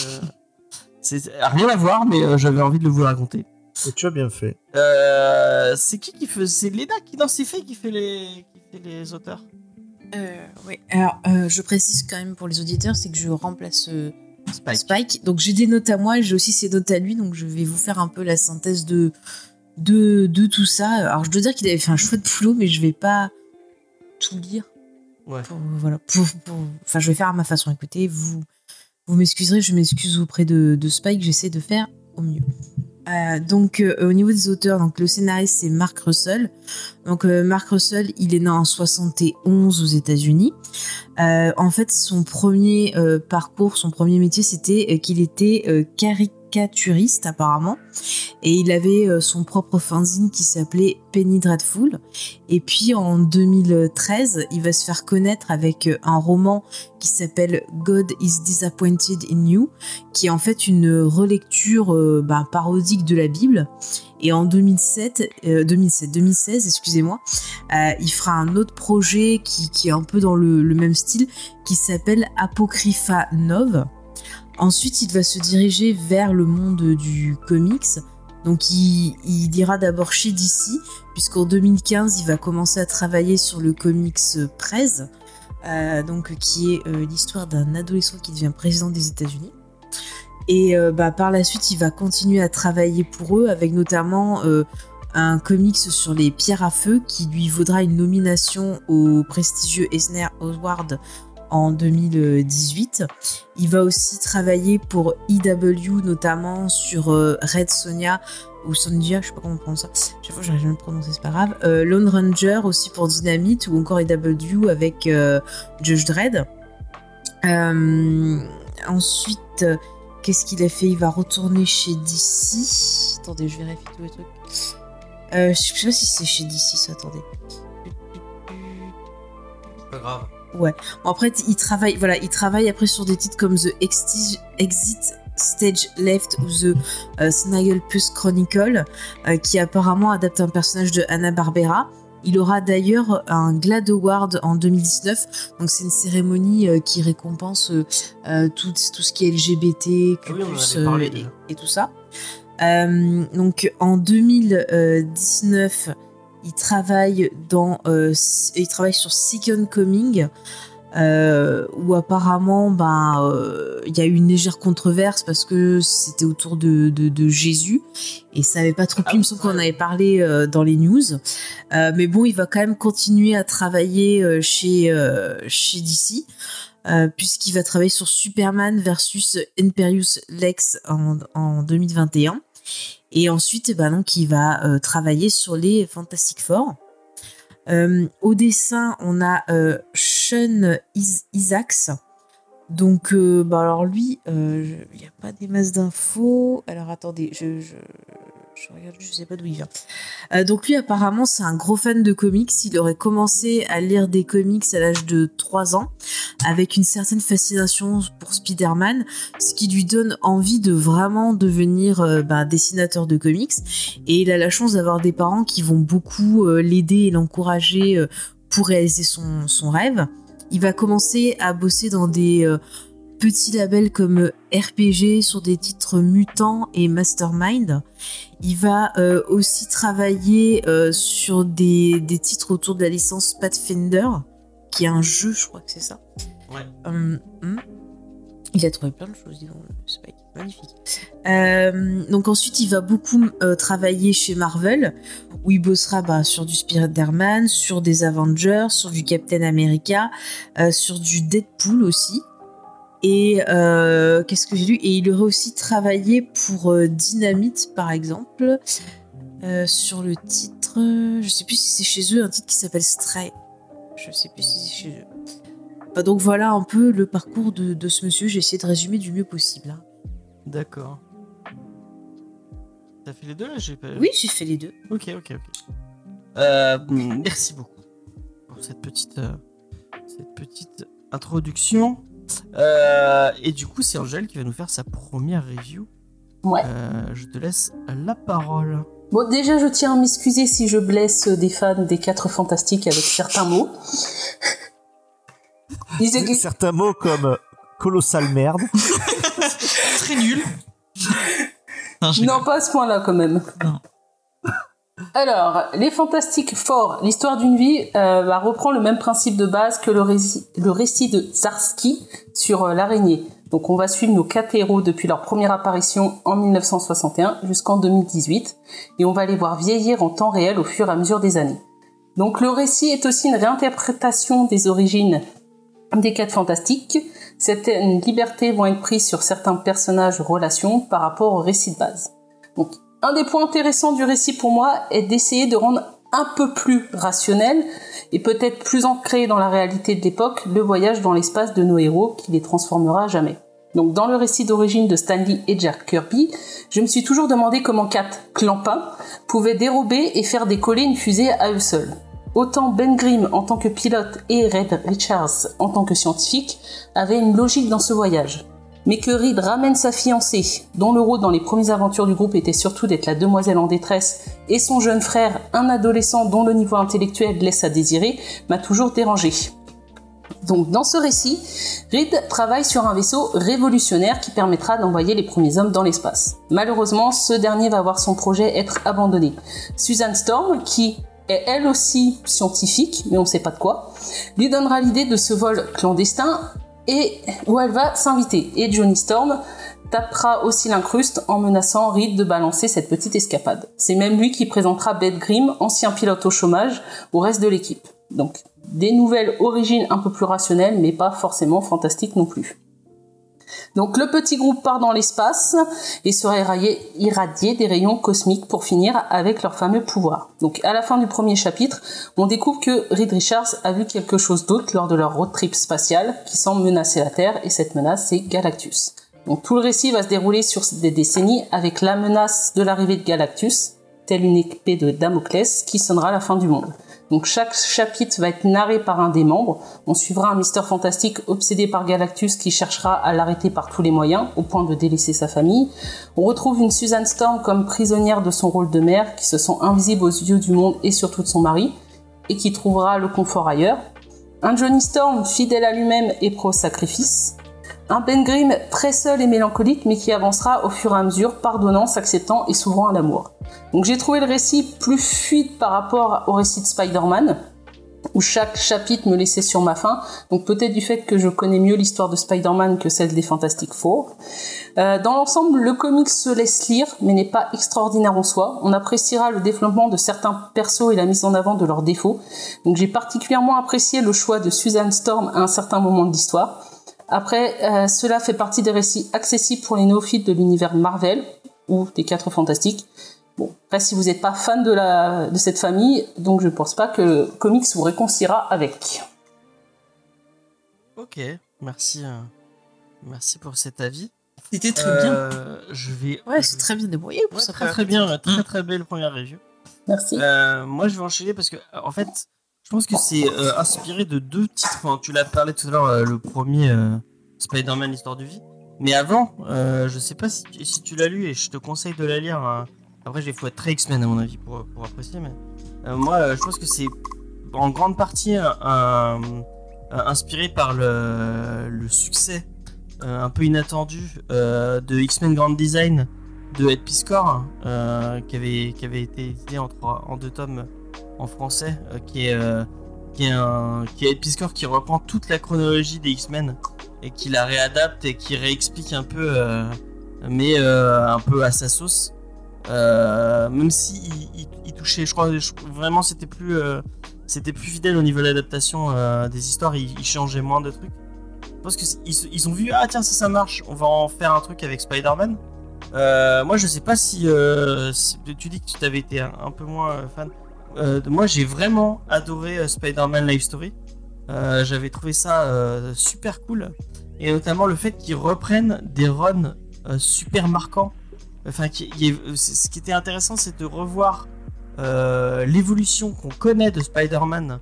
C'est rien à voir, mais j'avais envie de vous le raconter. Et tu as bien fait. C'est qui fait? C'est Lena qui dans ses faits qui fait les auteurs. Oui. Alors, je précise quand même pour les auditeurs, c'est que je remplace Spike. Donc j'ai des notes à moi, et j'ai aussi ses notes à lui, donc je vais vous faire un peu la synthèse de tout ça. Alors je dois dire qu'il avait fait un chouette boulot, mais je vais pas tout lire. Ouais. Enfin, je vais faire à ma façon. Écoutez, vous m'excuserez, je m'excuse auprès de Spike, j'essaie de faire au mieux. Donc au niveau des auteurs, donc le scénariste c'est Mark Russell. Donc Mark Russell, il est né en 71 aux États-Unis. En fait, son premier parcours, son premier métier, c'était qu'il était caricaturiste apparemment, et il avait son propre fanzine qui s'appelait Penny Dreadful. Et puis en 2013, il va se faire connaître avec un roman qui s'appelle God is Disappointed in You, qui est en fait une relecture parodique de la Bible. Et en 2016, excusez-moi, il fera un autre projet qui est un peu dans le même style, qui s'appelle Apocrypha Nov. Ensuite, il va se diriger vers le monde du comics. Donc, il ira d'abord chez DC, puisqu'en 2015, il va commencer à travailler sur le comics Prez, qui est l'histoire d'un adolescent qui devient président des États-Unis. Et par la suite, il va continuer à travailler pour eux, avec notamment un comics sur les pierres à feu qui lui vaudra une nomination au prestigieux Eisner Award en 2018. Il va aussi travailler pour EW, notamment sur Red Sonja ou Sonja, je sais pas comment on prononce ça. Chaque fois, j'arrive jamais à le prononcer, c'est pas grave. Lone Ranger aussi pour Dynamite, ou encore EW avec Judge Dredd. Ensuite, qu'est-ce qu'il a fait? Il va retourner chez DC. Attendez, je vérifie tous les trucs. Je sais pas si c'est chez DC, ça, attendez. Pas grave. Ouais. Bon, après, il travaille après sur des titres comme The Exit Stage Left ou The Snagglepuss Chronicle, qui apparemment adapte un personnage de Hanna-Barbera. Il aura d'ailleurs un GLAAD Award en 2019, donc c'est une cérémonie qui récompense tout ce qui est LGBT, et tout ça. Donc en 2019, il travaille sur Second Coming, où apparemment il y a eu une légère controverse parce que c'était autour de Jésus et ça avait pas trop plu. Il me semble qu'on en avait parlé dans les news, mais bon, il va quand même continuer à travailler chez DC, puisqu'il va travailler sur Superman versus Imperius Lex en 2021. Et ensuite, donc, il va travailler sur les Fantastic Four. Au dessin, on a Sean Isaacs. Donc, alors lui, il n'y a pas des masses d'infos. Alors, attendez, je regarde, je sais pas d'où il vient. Donc lui, apparemment, c'est un gros fan de comics. Il aurait commencé à lire des comics à l'âge de 3 ans, avec une certaine fascination pour Spider-Man, ce qui lui donne envie de vraiment devenir dessinateur de comics. Et il a la chance d'avoir des parents qui vont beaucoup l'aider et l'encourager pour réaliser son rêve. Il va commencer à bosser dans des petits labels comme RPG sur des titres Mutant et Mastermind. Il va aussi travailler sur des titres autour de la licence Pathfinder, qui est un jeu, je crois que c'est ça. Ouais. Il a trouvé plein de choses, disons, Spike. Magnifique. Donc ensuite, il va beaucoup travailler chez Marvel, où il bossera sur du Spider-Man, sur des Avengers, sur du Captain America, sur du Deadpool aussi. Et qu'est-ce que j'ai lu? Et il aurait aussi travaillé pour Dynamite, par exemple, sur le titre, je sais plus si c'est chez eux, un titre qui s'appelle Stray. Je sais plus si c'est chez eux. Donc voilà un peu le parcours de ce monsieur. J'ai essayé de résumer du mieux possible. D'accord. T'as fait les deux là? Oui, j'ai fait les deux. Ok. Merci beaucoup pour cette petite introduction. Et du coup, c'est Angèle qui va nous faire sa première review. Ouais. Je te laisse la parole. Bon, déjà, je tiens à m'excuser si je blesse des fans des 4 Fantastiques avec certains mots. Certains mots comme colossal merde. Très nul. Non, pas à ce point-là, quand même. Non. Alors, les Fantastiques Four, l'histoire d'une vie, reprend le même principe de base que le récit de Zdarsky sur l'araignée. Donc on va suivre nos 4 héros depuis leur première apparition en 1961 jusqu'en 2018, et on va les voir vieillir en temps réel au fur et à mesure des années. Donc le récit est aussi une réinterprétation des origines des 4 Fantastiques. Certaines libertés vont être prises sur certains personnages ou relations par rapport au récit de base. Donc un des points intéressants du récit pour moi est d'essayer de rendre un peu plus rationnel et peut-être plus ancré dans la réalité de l'époque le voyage dans l'espace de nos héros qui les transformera à jamais. Donc dans le récit d'origine de Stan Lee et Jack Kirby, je me suis toujours demandé comment 4 clampins pouvaient dérober et faire décoller une fusée à eux seuls. Autant Ben Grimm en tant que pilote et Reed Richards en tant que scientifique avaient une logique dans ce voyage. Mais que Reed ramène sa fiancée, dont le rôle dans les premières aventures du groupe était surtout d'être la demoiselle en détresse, et son jeune frère, un adolescent dont le niveau intellectuel laisse à désirer, m'a toujours dérangé. Donc dans ce récit, Reed travaille sur un vaisseau révolutionnaire qui permettra d'envoyer les premiers hommes dans l'espace. Malheureusement, ce dernier va voir son projet être abandonné. Susan Storm, qui est elle aussi scientifique, mais on ne sait pas de quoi, lui donnera l'idée de ce vol clandestin et où elle va s'inviter. Et Johnny Storm tapera aussi l'incruste en menaçant Reed de balancer cette petite escapade. C'est même lui qui présentera Ben Grimm, ancien pilote au chômage, au reste de l'équipe. Donc, des nouvelles origines un peu plus rationnelles, mais pas forcément fantastiques non plus. Donc le petit groupe part dans l'espace et sera irradié des rayons cosmiques pour finir avec leur fameux pouvoir. Donc à la fin du premier chapitre, on découvre que Reed Richards a vu quelque chose d'autre lors de leur road trip spatial qui semble menacer la Terre, et cette menace c'est Galactus. Donc tout le récit va se dérouler sur des décennies avec la menace de l'arrivée de Galactus, telle une épée de Damoclès qui sonnera la fin du monde. Donc chaque chapitre va être narré par un des membres. On suivra un Mister Fantastique obsédé par Galactus qui cherchera à l'arrêter par tous les moyens, au point de délaisser sa famille. On retrouve une Susan Storm comme prisonnière de son rôle de mère, qui se sent invisible aux yeux du monde et surtout de son mari, et qui trouvera le confort ailleurs. Un Johnny Storm fidèle à lui-même et pro-sacrifice. Un Ben Grimm très seul et mélancolique, mais qui avancera au fur et à mesure, pardonnant, s'acceptant et s'ouvrant à l'amour. Donc j'ai trouvé le récit plus fluide par rapport au récit de Spider-Man, où chaque chapitre me laissait sur ma faim, donc peut-être du fait que je connais mieux l'histoire de Spider-Man que celle des Fantastic Four. Dans l'ensemble, le comic se laisse lire, mais n'est pas extraordinaire en soi. On appréciera le développement de certains persos et la mise en avant de leurs défauts. Donc j'ai particulièrement apprécié le choix de Susan Storm à un certain moment de l'histoire. Après, cela fait partie des récits accessibles pour les néophytes de l'univers Marvel, ou des 4 Fantastiques. Bon, après, si vous n'êtes pas fan de cette famille, donc je ne pense pas que le comics vous réconciliera avec. Ok, merci pour cet avis. C'était très bien. C'est très bien débrouillé pour ça. Très bien, très belle première review. Merci. Moi, je vais enchaîner parce que, en fait, je pense que c'est inspiré de 2 titres. Enfin, tu l'as parlé tout à l'heure, le premier Spider-Man, l'histoire de vie. Mais avant, je sais pas si tu l'as lu, et je te conseille de la lire. Après, il faut être très X-Men à mon avis pour apprécier. Mais moi, je pense que c'est en grande partie inspiré par le succès un peu inattendu de X-Men Grand Design de Ed Piscor, qui avait été édité en 2 tomes en français, qui est Ed Piscor, qui reprend toute la chronologie des X-Men et qui la réadapte et qui réexplique un peu, mais un peu à sa sauce. Même si il touchait, je crois vraiment c'était plus fidèle au niveau de l'adaptation des histoires, il changeait moins de trucs. Je pense qu'ils ont vu, ah tiens, ça marche, on va en faire un truc avec Spider-Man. Moi je sais pas si tu dis que tu t'avais été un peu moins fan. Moi j'ai vraiment adoré Spider-Man Life Story. J'avais trouvé ça super cool, et notamment le fait qu'ils reprennent des runs super marquants. Enfin, ce qui était intéressant, c'est de revoir l'évolution qu'on connaît de Spider-Man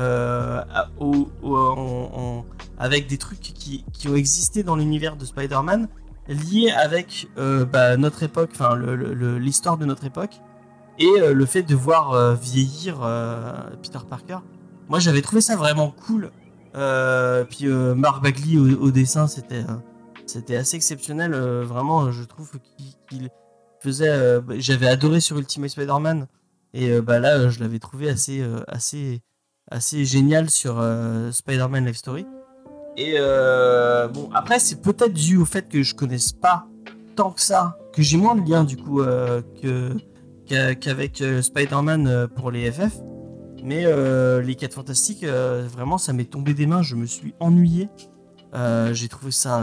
avec des trucs qui ont existé dans l'univers de Spider-Man, liés avec notre époque, enfin l'histoire de notre époque, Et le fait de voir vieillir Peter Parker, moi j'avais trouvé ça vraiment cool. Puis Mark Bagley au dessin, c'était assez exceptionnel. Vraiment, je trouve qu'il faisait. J'avais adoré sur Ultimate Spider-Man. Et là, je l'avais trouvé assez génial sur Spider-Man Life Story. Et après, c'est peut-être dû au fait que je connaisse pas tant que ça, que j'ai moins de liens du coup qu'avec Spider-Man pour les FF. Mais les 4 Fantastiques, vraiment, ça m'est tombé des mains. Je me suis ennuyé. J'ai trouvé ça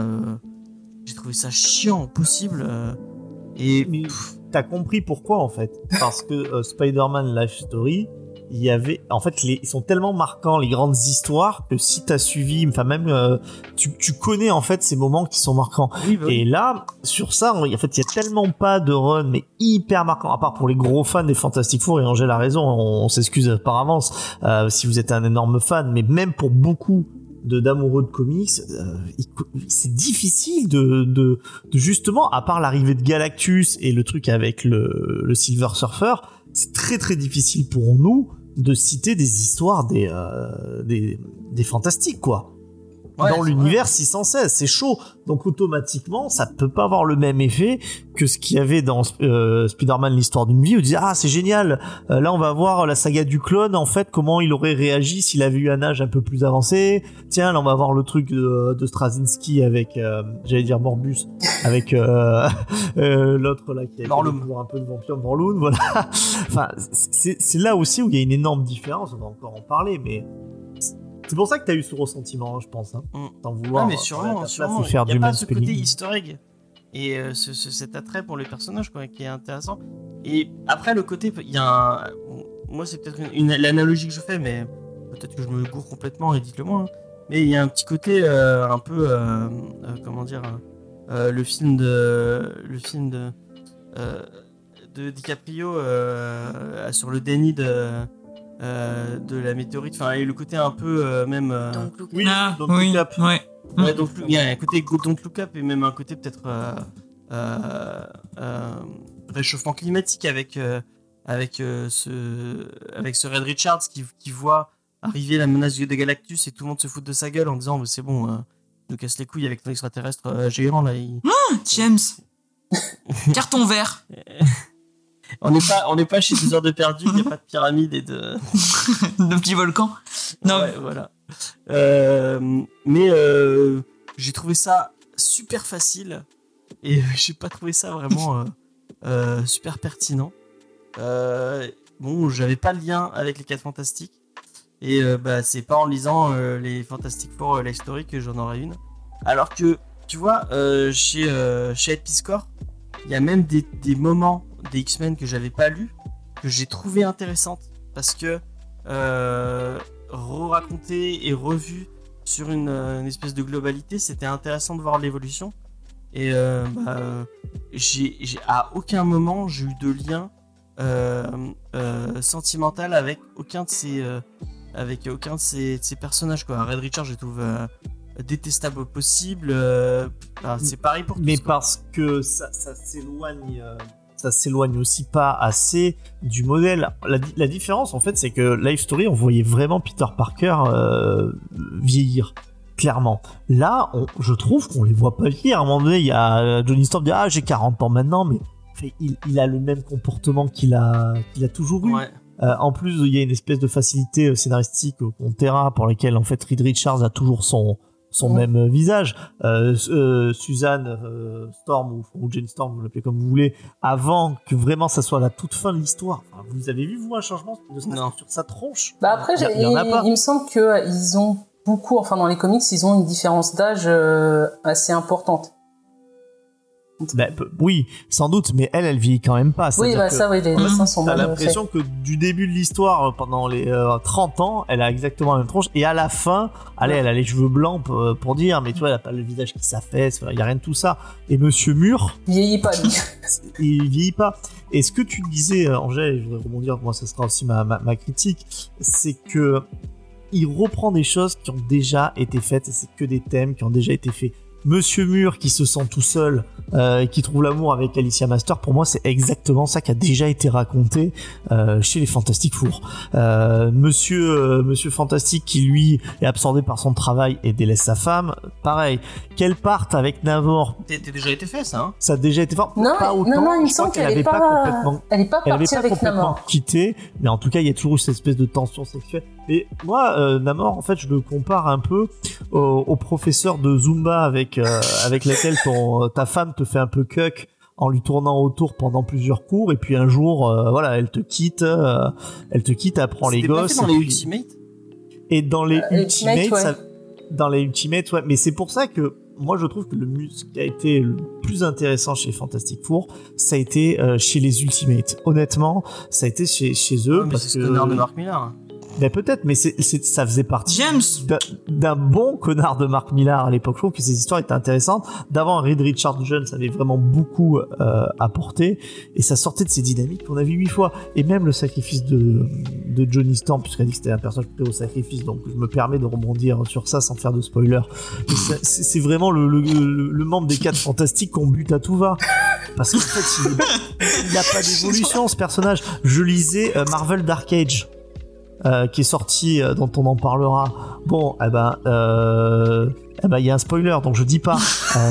chiant au possible. Mais t'as compris pourquoi en fait. Parce que Spider-Man Life Story, il y avait en fait ils sont tellement marquants les grandes histoires que si t'as suivi, enfin même tu connais en fait ces moments qui sont marquants. Oui. Et là sur ça en fait il y a tellement pas de run mais hyper marquant, à part pour les gros fans des Fantastic Four, et Angèle a raison, on s'excuse par avance si vous êtes un énorme fan, mais même pour beaucoup d'amoureux de comics, c'est difficile de justement, à part l'arrivée de Galactus et le truc avec le Silver Surfer, c'est très très difficile pour nous de citer des histoires des Fantastiques, quoi. Ouais, dans l'univers 616, c'est chaud. Donc automatiquement, ça peut pas avoir le même effet que ce qu'il y avait dans Spider-Man l'histoire d'une vie, où on disait ah c'est génial, là on va voir la saga du clone, en fait comment il aurait réagi s'il avait eu un âge un peu plus avancé. Tiens, là on va voir le truc de Straczynski avec j'allais dire Morbus, avec l'autre là qui a toujours un peu de vampire, Morlun, voilà. Enfin c'est là aussi où il y a une énorme différence, on va encore en parler, mais c'est pour ça que t'as eu ce ressentiment, je pense, hein, d'en vouloir. Ah, mais sûrement. Faire il y du a pas ce mansplaining. côté easter egg et cet attrait pour les personnages, quoi, qui est intéressant. Et après le côté, il y a moi c'est peut-être l'analogie que je fais, mais peut-être que je me gourre complètement et dites-le moi. Hein. Mais il y a un petit côté un peu comment dire, le film de DiCaprio sur le déni de la météorite, enfin, et le côté un peu même Oui, Don't oui, Look Up. ouais. ouais, donc il y a un côté Don't Look Up et même un côté peut-être réchauffement climatique avec ce Red Richards qui voit arriver la menace de Galactus et tout le monde se fout de sa gueule en disant c'est bon, nous casse les couilles avec nos extraterrestres géants là. James, carton vert. On n'est pas chez 2 heures de perdu, il n'y a pas de pyramide et de petits volcans. Non, ouais, voilà. Mais j'ai trouvé ça super facile et j'ai pas trouvé ça vraiment super pertinent. Bon, j'avais pas le lien avec les 4 Fantastiques et c'est pas en lisant les Fantastic Four Life Story que j'en aurais une. Alors que tu vois, chez Ed Piscor, il y a même des moments des X-Men que j'avais pas lus, que j'ai trouvé intéressantes, parce que re-raconté et revu sur une espèce de globalité, c'était intéressant de voir l'évolution. Et j'ai à aucun moment j'ai eu de lien sentimental avec aucun de ces personnages, quoi. Red Richard, je trouve détestable au possible. C'est pareil pour tous. Mais quoi. parce que ça s'éloigne aussi pas assez du modèle. La différence en fait, c'est que Life Story, on voyait vraiment Peter Parker vieillir, clairement. Là, je trouve qu'on les voit pas vieillir. À un moment donné, il y a Johnny Storm qui dit j'ai 40 ans maintenant, mais il a le même comportement qu'il a toujours eu. Ouais. En plus, il y a une espèce de facilité scénaristique qu'on terra pour laquelle en fait Reed Richards a toujours son même visage. Suzanne Storm ou Jane Storm, vous l'appelez comme vous voulez, avant que vraiment ça soit la toute fin de l'histoire. Enfin, vous avez vu, vous, un changement sur sa tronche? Après, il me semble qu'ils ont beaucoup, enfin dans les comics, ils ont une différence d'âge assez importante. Oui, sans doute, mais elle vieillit quand même pas. Oui, ça, oui, les dessins sont mal faits. T'as mal l'impression que du début de l'histoire, pendant les 30 ans, elle a exactement la même tronche, et à la fin, elle a les cheveux blancs pour dire, mais tu vois, elle a pas le visage qui s'affaisse, il y a rien de tout ça. Et Monsieur Mur, il vieillit pas, lui. Il vieillit pas. Et ce que tu disais, Angèle, je voudrais rebondir, moi ça sera aussi ma critique, c'est que il reprend des choses qui ont déjà été faites, et c'est que des thèmes qui ont déjà été faits. Monsieur Mur qui se sent tout seul, qui trouve l'amour avec Alicia Master, pour moi c'est exactement ça qui a déjà été raconté chez les Fantastic Four. Monsieur Fantastique qui lui est absorbé par son travail et délaisse sa femme, pareil. Qu'elle parte avec Namor, T'as déjà été fait ça, hein? ça a déjà été fait. Non, pas autant, non, il me je crois semble qu'elle est pas complètement Elle est pas elle avait partie pas avec complètement Namor. quitté, mais en tout cas il y a toujours eu cette espèce de tension sexuelle. Et moi, Namor, en fait, je le compare un peu au professeur de Zumba avec laquelle ta femme te fait un peu cuck en lui tournant autour pendant plusieurs cours, et puis un jour, voilà, elle te quitte, elle prend les C'était pas gosses. fait dans les et puis- Ultimate? Et dans les Ultimate, Ultimates, ouais. dans les Ultimates, ouais. Mais c'est pour ça que moi je trouve que ce qui a été le plus intéressant chez Fantastic Four, ça a été chez les Ultimates. Honnêtement, ça a été chez eux Ouais, mais parce c'est ce que connard de Mark Millar. ben peut-être, mais ça faisait partie James. d'un bon connard de Mark Millar à l'époque. Je trouve que ces histoires étaient intéressantes. D'avant, Reed Richards Jones avait vraiment beaucoup apporté, et ça sortait de ces dynamiques qu'on a vu 8 fois. Et même le sacrifice de Johnny Storm, puisqu'elle a dit que c'était un personnage plutôt au sacrifice, donc je me permets de rebondir sur ça sans faire de spoiler. C'est vraiment le membre des 4 fantastiques qu'on bute à tout va. Parce qu'en fait, il n'a pas d'évolution, ce personnage. Je lisais Marvel Dark Age. Qui est sorti, dont on en parlera. Bon, il y a un spoiler, donc je dis pas.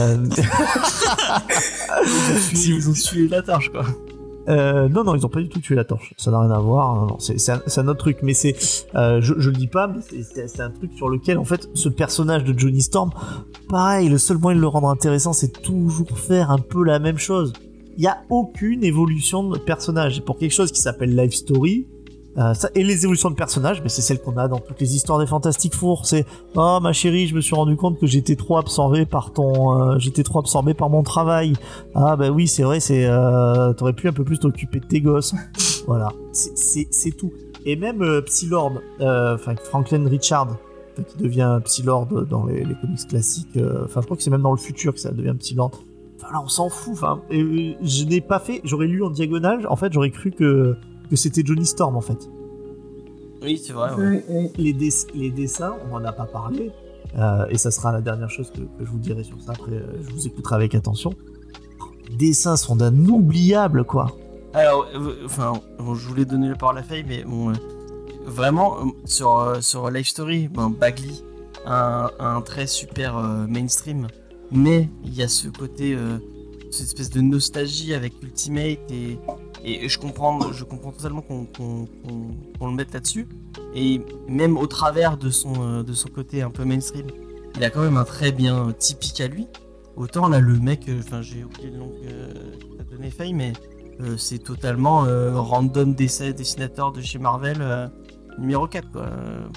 Ils ont tué la torche, quoi. Non, ils ont pas du tout tué la torche. Ça n'a rien à voir. Non, c'est un autre truc. Mais je le dis pas, mais c'est un truc sur lequel, en fait, ce personnage de Johnny Storm, pareil, le seul moyen de le rendre intéressant, c'est toujours faire un peu la même chose. Il y a aucune évolution de personnage. Et pour quelque chose qui s'appelle Life Story, et les évolutions de personnages, mais c'est celle qu'on a dans toutes les histoires des Fantastic Four. C'est oh ma chérie, je me suis rendu compte que j'étais trop absorbé par mon travail. Ah bah oui, c'est vrai, t'aurais pu un peu plus t'occuper de tes gosses. Voilà, c'est tout. Et même Psylord, Franklin Richard, qui devient Psylord dans les comics classiques. Je crois que c'est même dans le futur que ça devient Psylord. Enfin là, on s'en fout. Je n'ai pas fait. J'aurais lu en diagonale. En fait, j'aurais cru que c'était Johnny Storm en fait. Oui, c'est vrai. Ouais. Oui. Les dessins, on n'en a pas parlé, et ça sera la dernière chose que je vous dirai sur ça. Après, je vous écouterai avec attention. Les dessins sont d'un oubliable, quoi. Alors, je voulais donner la parole à Faye, mais bon, vraiment, sur Life Story, Bagley, un trait super mainstream, mais il y a ce côté, cette espèce de nostalgie avec Ultimate, et je comprends totalement qu'on le mette là-dessus, et même au travers de son côté un peu mainstream, il a quand même un trait bien typique à lui. Autant là, le mec, j'ai oublié le nom que t'as donné Faye, mais c'est totalement random dessinateur de chez Marvel numéro 4, quoi.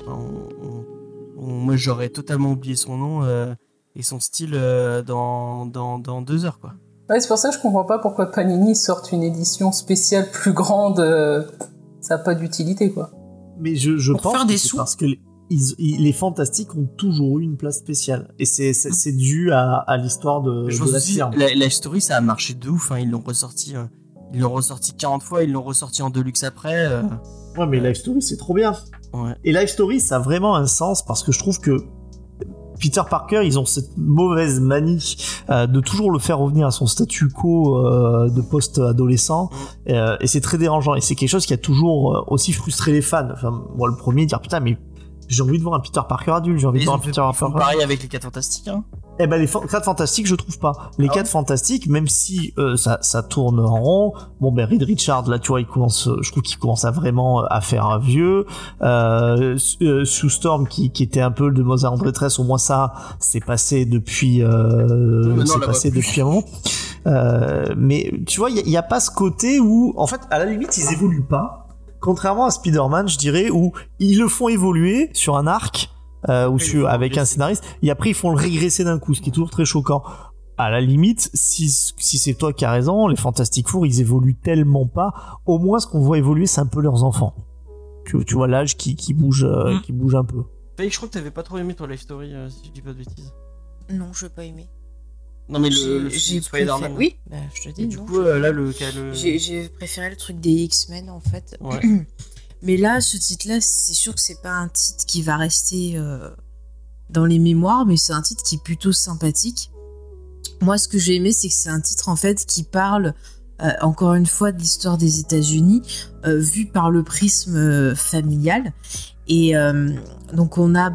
Moi j'aurais totalement oublié son nom et son style dans 2 heures, quoi. Ouais, c'est pour ça que je comprends pas pourquoi Panini sorte une édition spéciale plus grande. Ça n'a pas d'utilité, quoi. Mais je Pour pense faire que des c'est sous. parce que les Fantastiques ont toujours eu une place spéciale, et c'est dû à l'histoire de Je pense la aussi, firme. la story ça a marché de ouf, hein. Ils l'ont ressorti 40 fois, ils l'ont ressorti en deluxe après. Ouais, mais Life Story c'est trop bien. Ouais. Et Life Story, ça a vraiment un sens, parce que je trouve que Peter Parker, ils ont cette mauvaise manie de toujours le faire revenir à son statu quo de post-adolescent, et c'est très dérangeant, et c'est quelque chose qui a toujours aussi frustré les fans. Enfin, moi le premier, dire putain, mais j'ai envie de voir un Peter Parker adulte, j'ai envie de Ils voir ont un fait Peter Parker. pareil avec les 4 Fantastiques, hein. Eh ben les 4 Fantastiques, je trouve pas. Les 4 Fantastiques, même si ça tourne en rond. Bon ben Reed Richards, là tu vois, je trouve qu'il commence à vraiment à faire un vieux. Sue Storm qui était un peu de Mozart en détresse, au moins ça c'est passé depuis depuis un moment. Mais tu vois, il y a pas ce côté où en fait à la limite ils évoluent pas. Contrairement à Spider-Man, je dirais, où ils le font évoluer sur un arc. Avec un scénariste, et après ils font le régresser d'un coup, ce qui est toujours très choquant. À la limite, si c'est toi qui as raison, les Fantastic Four ils évoluent tellement pas. Au moins ce qu'on voit évoluer, c'est un peu leurs enfants. Tu vois l'âge qui bouge un peu. Faye, je crois que t'avais pas trop aimé toi Life Story, si je dis pas de bêtises. Non, je n'ai pas aimé. Non mais le j'ai Spider-Man. préféré... Oui, bah, je te dis. Et du non, coup là le j'ai préféré le truc des X-Men en fait. Ouais. Mais là, ce titre-là, c'est sûr que c'est pas un titre qui va rester dans les mémoires, mais c'est un titre qui est plutôt sympathique. Moi, ce que j'ai aimé, c'est que c'est un titre en fait qui parle encore une fois de l'histoire des États-Unis vue par le prisme familial. Et donc on a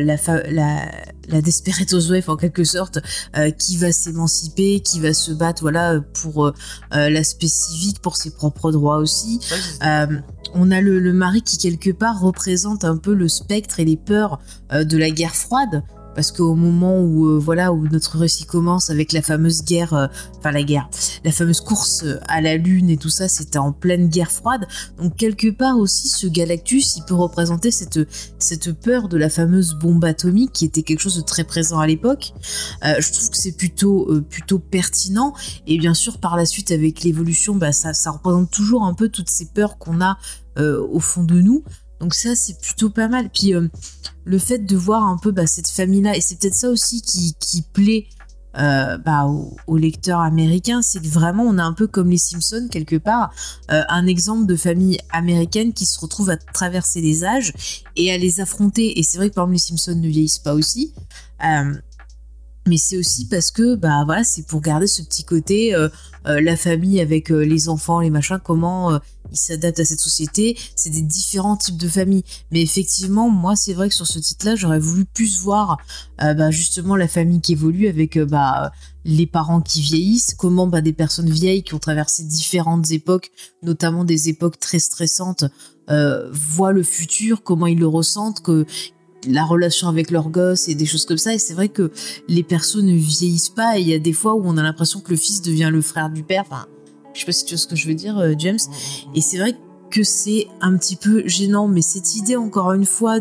la Desperate Housewife en quelque sorte qui va s'émanciper, qui va se battre pour l'aspect civique, pour ses propres droits aussi. On a le mari qui quelque part représente un peu le spectre et les peurs de la guerre froide. Parce qu'au moment où notre récit commence avec la fameuse guerre, la fameuse course à la lune et tout ça, c'était en pleine guerre froide. Donc quelque part aussi, ce Galactus, il peut représenter cette peur de la fameuse bombe atomique qui était quelque chose de très présent à l'époque. Je trouve que c'est plutôt pertinent. Et bien sûr, par la suite, avec l'évolution, ça représente toujours un peu toutes ces peurs qu'on a au fond de nous. Donc ça, c'est plutôt pas mal. Puis le fait de voir un peu cette famille-là, et c'est peut-être ça aussi qui plaît aux lecteurs américains, c'est que vraiment, on a un peu comme les Simpsons, quelque part, un exemple de famille américaine qui se retrouve à traverser les âges et à les affronter. Et c'est vrai que, par exemple, les Simpsons ne vieillissent pas aussi. Mais c'est aussi parce que c'est pour garder ce petit côté la famille avec les enfants, les machins, comment ils s'adaptent à cette société. C'est des différents types de familles. Mais effectivement, moi, c'est vrai que sur ce titre-là, j'aurais voulu plus voir justement la famille qui évolue avec les parents qui vieillissent, comment des personnes vieilles qui ont traversé différentes époques, notamment des époques très stressantes, voient le futur, comment ils le ressentent, la relation avec leur gosse et des choses comme ça. Et c'est vrai que les persos ne vieillissent pas, et il y a des fois où on a l'impression que le fils devient le frère du père. Enfin, je sais pas si tu vois ce que je veux dire, James. Et c'est vrai que c'est un petit peu gênant, mais cette idée, encore une fois,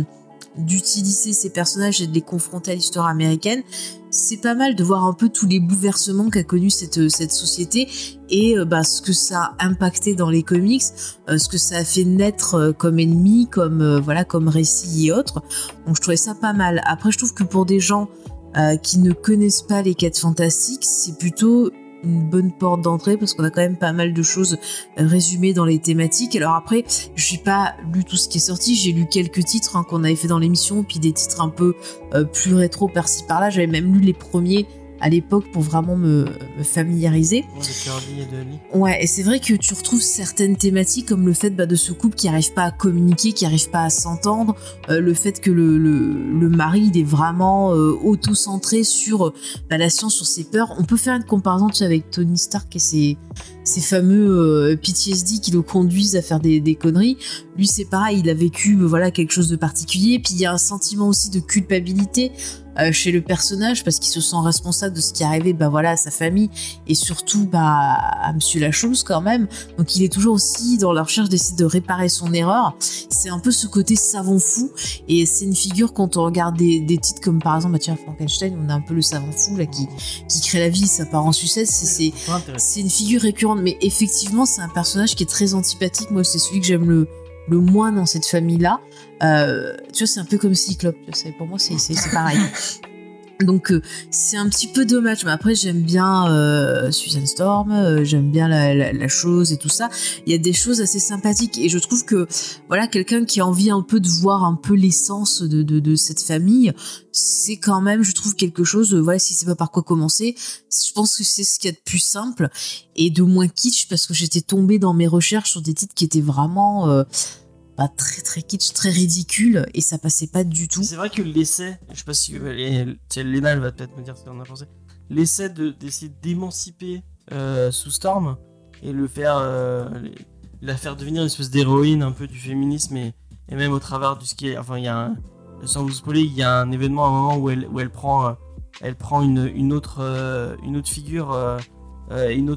d'utiliser ces personnages et de les confronter à l'histoire américaine, c'est pas mal de voir un peu tous les bouleversements qu'a connu cette société et ce que ça a impacté dans les comics, ce que ça a fait naître comme ennemi, comme récit et autres. Donc je trouvais ça pas mal. Après, je trouve que pour des gens qui ne connaissent pas les 4 Fantastiques, c'est plutôt une bonne porte d'entrée parce qu'on a quand même pas mal de choses résumées dans les thématiques. Alors après, j'ai pas lu tout ce qui est sorti, j'ai lu quelques titres qu'on avait fait dans l'émission, puis des titres un peu plus rétro par-ci par-là. J'avais même lu les premiers à l'époque pour vraiment me familiariser. De Curly et de Lee. Ouais, et c'est vrai que tu retrouves certaines thématiques comme le fait de ce couple qui arrive pas à communiquer, qui arrive pas à s'entendre, le fait que le mari il est vraiment auto-centré sur la science, sur ses peurs. On peut faire une comparaison avec Tony Stark et ces fameux PTSD qui le conduisent à faire des conneries. Lui c'est pareil, il a vécu quelque chose de particulier, puis il y a un sentiment aussi de culpabilité chez le personnage parce qu'il se sent responsable de ce qui est arrivé à sa famille et surtout à Monsieur Lachose quand même. Donc il est toujours aussi dans la recherche d'essayer de réparer son erreur. C'est un peu ce côté savant fou, et c'est une figure quand on regarde des titres comme par exemple Frankenstein, on a un peu le savant fou là qui crée la vie, ça part en sucette. C'est une figure récurrente, mais effectivement c'est un personnage qui est très antipathique. Moi c'est celui que j'aime le moins dans cette famille-là. Tu vois, c'est un peu comme Cyclope. Pour moi, c'est pareil. Donc, c'est un petit peu dommage. Mais après, j'aime bien Susan Storm, j'aime bien la chose et tout ça. Il y a des choses assez sympathiques. Et je trouve que, quelqu'un qui a envie un peu de voir un peu l'essence de cette famille, c'est quand même, je trouve, quelque chose, si c'est pas par quoi commencer, je pense que c'est ce qu'il y a de plus simple et de moins kitsch, parce que j'étais tombée dans mes recherches sur des titres qui étaient vraiment très très kitsch, très ridicule, et ça passait pas du tout. C'est vrai que l'essai, je sais pas si Léna elle va peut-être me dire ce qu'on a pensé, l'essai d'essayer d'émanciper Sue Storm et la faire devenir une espèce d'héroïne un peu du féminisme, et même au travers de ce qui est, il y a sans vous spoiler, il y a un événement à un moment où elle prend une autre figure, un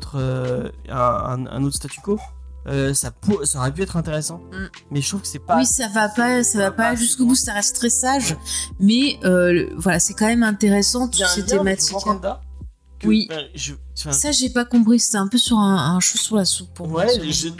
autre statu quo. Ça aurait pu être intéressant, mais je trouve que c'est pas. Oui, ça va pas jusqu'au bout, ça reste très sage, mais c'est quand même intéressant toutes ces thématiques. Oui, ça j'ai pas compris, c'était un peu sur un cheveu sur la soupe pour moi.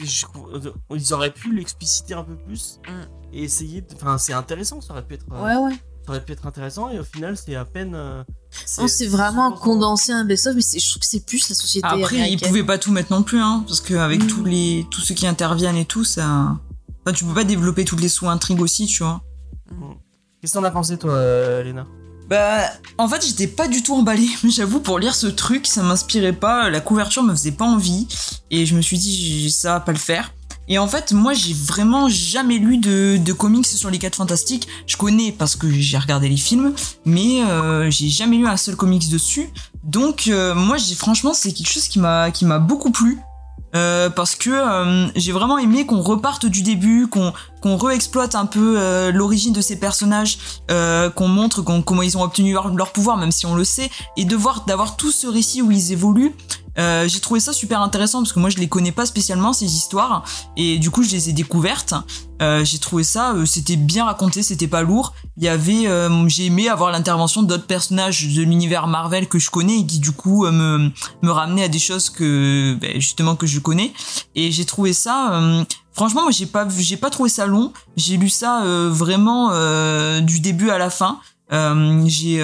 Ils auraient pu l'expliciter un peu plus et essayer. C'est intéressant, ça aurait pu être. Ça aurait pu être intéressant, et au final c'est à peine. C'est vraiment condensé un best-of, mais je trouve que c'est plus la société américaine. Après, ils pouvaient pas tout mettre non plus, parce qu'avec tous ceux qui interviennent et tout, ça. Tu peux pas développer toutes les sous-intrigues aussi, tu vois. Qu'est-ce que t'en as pensé, toi, Léna ? Bah, en fait, j'étais pas du tout emballée, j'avoue, pour lire ce truc, ça m'inspirait pas, la couverture me faisait pas envie, et je me suis dit, ça va pas le faire. Et en fait, moi, j'ai vraiment jamais lu de comics sur les 4 Fantastiques. Je connais parce que j'ai regardé les films, mais j'ai jamais lu un seul comics dessus. Donc, moi, franchement, c'est quelque chose qui m'a beaucoup plu. Parce que j'ai vraiment aimé qu'on reparte du début, qu'on réexploite un peu l'origine de ces personnages, qu'on montre comment ils ont obtenu leur pouvoir, même si on le sait, et d'avoir tout ce récit où ils évoluent. J'ai trouvé ça super intéressant parce que moi je les connais pas spécialement ces histoires et du coup je les ai découvertes. J'ai trouvé ça, c'était bien raconté, c'était pas lourd. Il y avait, j'ai aimé avoir l'intervention d'autres personnages de l'univers Marvel que je connais et qui du coup me ramenaient à des choses que justement que je connais. Et j'ai trouvé ça, franchement moi j'ai pas trouvé ça long. J'ai lu ça vraiment du début à la fin. J'ai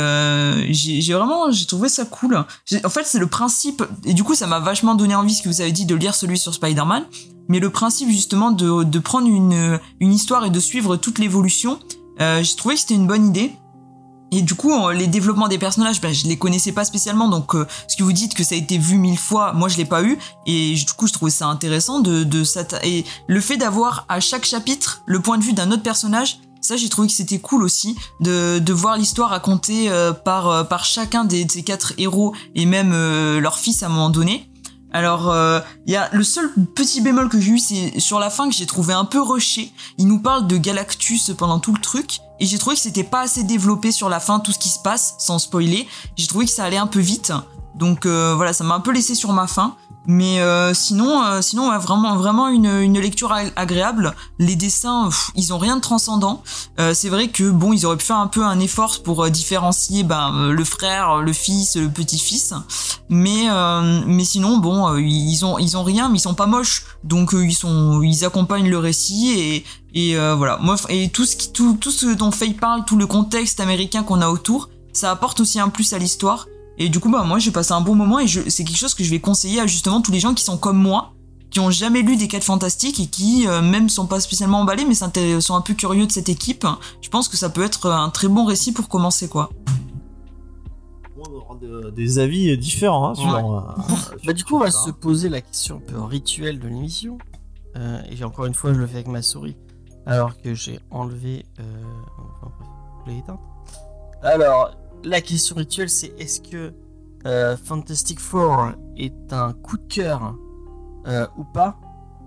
trouvé ça cool. En fait, c'est le principe, et du coup, ça m'a vachement donné envie, ce que vous avez dit, de lire celui sur Spider-Man. Mais le principe, justement, de prendre une histoire et de suivre toute l'évolution, j'ai trouvé que c'était une bonne idée. Et du coup, les développements des personnages, je les connaissais pas spécialement, donc ce que vous dites que ça a été vu 1000 fois, moi je l'ai pas eu, et du coup je trouvais ça intéressant et le fait d'avoir à chaque chapitre le point de vue d'un autre personnage, ça j'ai trouvé que c'était cool aussi de voir l'histoire racontée par chacun de ces 4 héros et même leur fils à un moment donné. Alors, il y a le seul petit bémol que j'ai eu, c'est sur la fin que j'ai trouvé un peu rushé. Il nous parle de Galactus pendant tout le truc, et j'ai trouvé que c'était pas assez développé sur la fin, tout ce qui se passe, sans spoiler. J'ai trouvé que ça allait un peu vite, donc voilà, ça m'a un peu laissé sur ma faim. Mais sinon ouais, vraiment une lecture agréable. Les dessins, ils ont rien de transcendant. C'est vrai que bon, ils auraient pu faire un peu un effort pour différencier le frère, le fils, le petit-fils. Mais sinon bon, ils ont rien, mais ils sont pas moches. Donc ils accompagnent le récit et voilà. Moi et tout ce dont Faye parle, tout le contexte américain qu'on a autour, ça apporte aussi un plus à l'histoire. Et du coup, moi, j'ai passé un bon moment et c'est quelque chose que je vais conseiller à justement tous les gens qui sont comme moi, qui ont jamais lu des 4 Fantastiques et qui, même sont pas spécialement emballés, mais sont un peu curieux de cette équipe. Je pense que ça peut être un très bon récit pour commencer, quoi. On aura des avis différents, hein, sur du coup, on va se poser la question un peu rituelle de l'émission. Et encore une fois, je le fais avec ma souris, alors que j'ai enlevé... je l'ai éteinte. Alors... La question rituelle, c'est est-ce que Fantastic Four est un coup de cœur ou pas?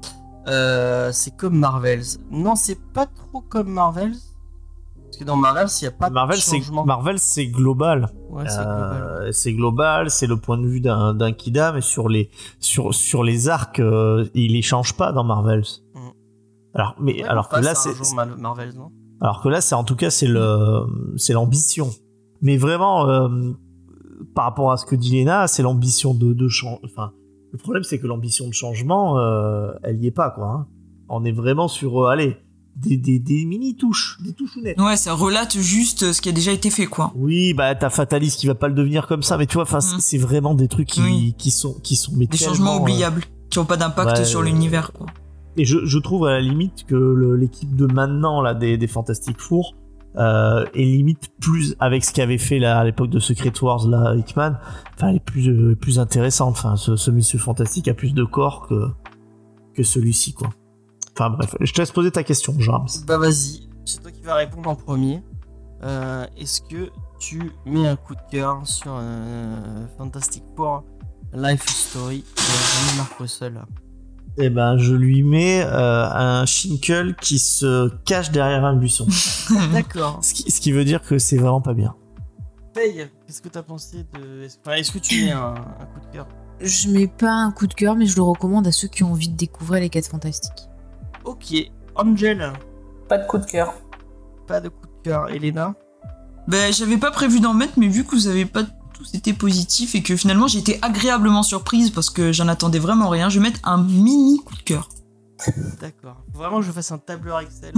C'est comme Marvels. Non, c'est pas trop comme Marvels. Parce que dans Marvels, il n'y a pas de changement. Marvel, c'est global. Ouais, c'est global. C'est global, c'est le point de vue d'un Kida, mais sur les arcs, il les change pas dans Marvels. Alors que là, c'est Marvels, non? Alors que là, c'est en tout cas, c'est l'ambition. Mais vraiment, par rapport à ce que dit Léna, c'est l'ambition de changer. Enfin, le problème, c'est que l'ambition de changement, elle y est pas, quoi. Hein. On est vraiment sur, des mini touches, des touchounettes. Ouais, ça relate juste ce qui a déjà été fait, quoi. Oui, t'as Fatalis qui va pas le devenir comme ça, mais tu vois, c'est vraiment des trucs qui sont mais des changements oubliables, qui ont pas d'impact sur l'univers, quoi. Et je trouve à la limite que l'équipe de maintenant là des Fantastic Four est limite plus avec ce qu'avait fait là à l'époque de Secret Wars là Hickman, enfin elle est plus intéressante. Enfin ce Monsieur Fantastique a plus de corps que celui-ci, quoi. Enfin bref, je te laisse poser ta question, James. Bah vas-y, c'est toi qui vas répondre en premier. Est-ce que tu mets un coup de cœur sur Fantastic Four Life Story de Mark Russell? Eh ben, je lui mets un Shinkle qui se cache derrière un buisson. D'accord. Ce qui veut dire que c'est vraiment pas bien. Faye, qu'est-ce que t'as pensé de... Est-ce que tu mets un coup de cœur? Je mets pas un coup de cœur, mais je le recommande à ceux qui ont envie de découvrir les 4 Fantastiques. Ok. Angel? Pas de coup de cœur. Pas de coup de cœur. Elena? Ben, j'avais pas prévu d'en mettre, mais vu que vous avez pas tous été positif et que finalement j'ai été agréablement surprise parce que j'en attendais vraiment rien, je vais mettre un mini coup de cœur. D'accord. Faut vraiment que je fasse un tableur Excel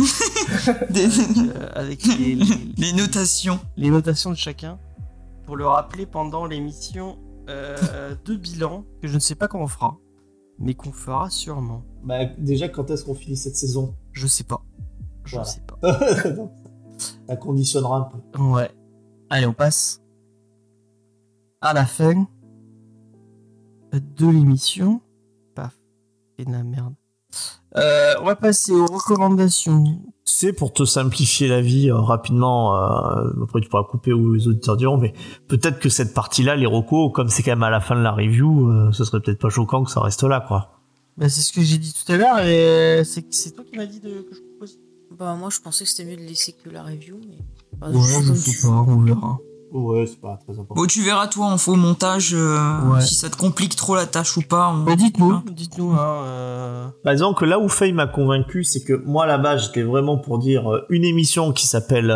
avec les notations. Les notations de chacun pour le rappeler pendant l'émission de bilan que je ne sais pas quand on fera, mais qu'on fera sûrement. Bah déjà, quand est-ce qu'on finit cette saison? Je sais pas. Ça conditionnera un peu. Ouais. Allez, on passe à la fin de l'émission. Paf. Et de la merde. On va passer aux recommandations. C'est pour te simplifier la vie rapidement. Après, tu pourras couper où les auditeurs diront, mais peut-être que cette partie-là, les recos, comme c'est quand même à la fin de la review, ce serait peut-être pas choquant que ça reste là, quoi. Bah, c'est ce que j'ai dit tout à l'heure, et c'est toi qui m'as dit que je propose. Bah, moi, je pensais que c'était mieux de laisser que la review, mais. Ouais, je sais pas, on verra. Ouais, c'est pas très important. Bon, tu verras toi en faux montage si ça te complique trop la tâche ou pas. Bah, dites-nous. Bah, disons que là où Faye m'a convaincu, c'est que moi là-bas j'étais vraiment pour dire une émission qui s'appelle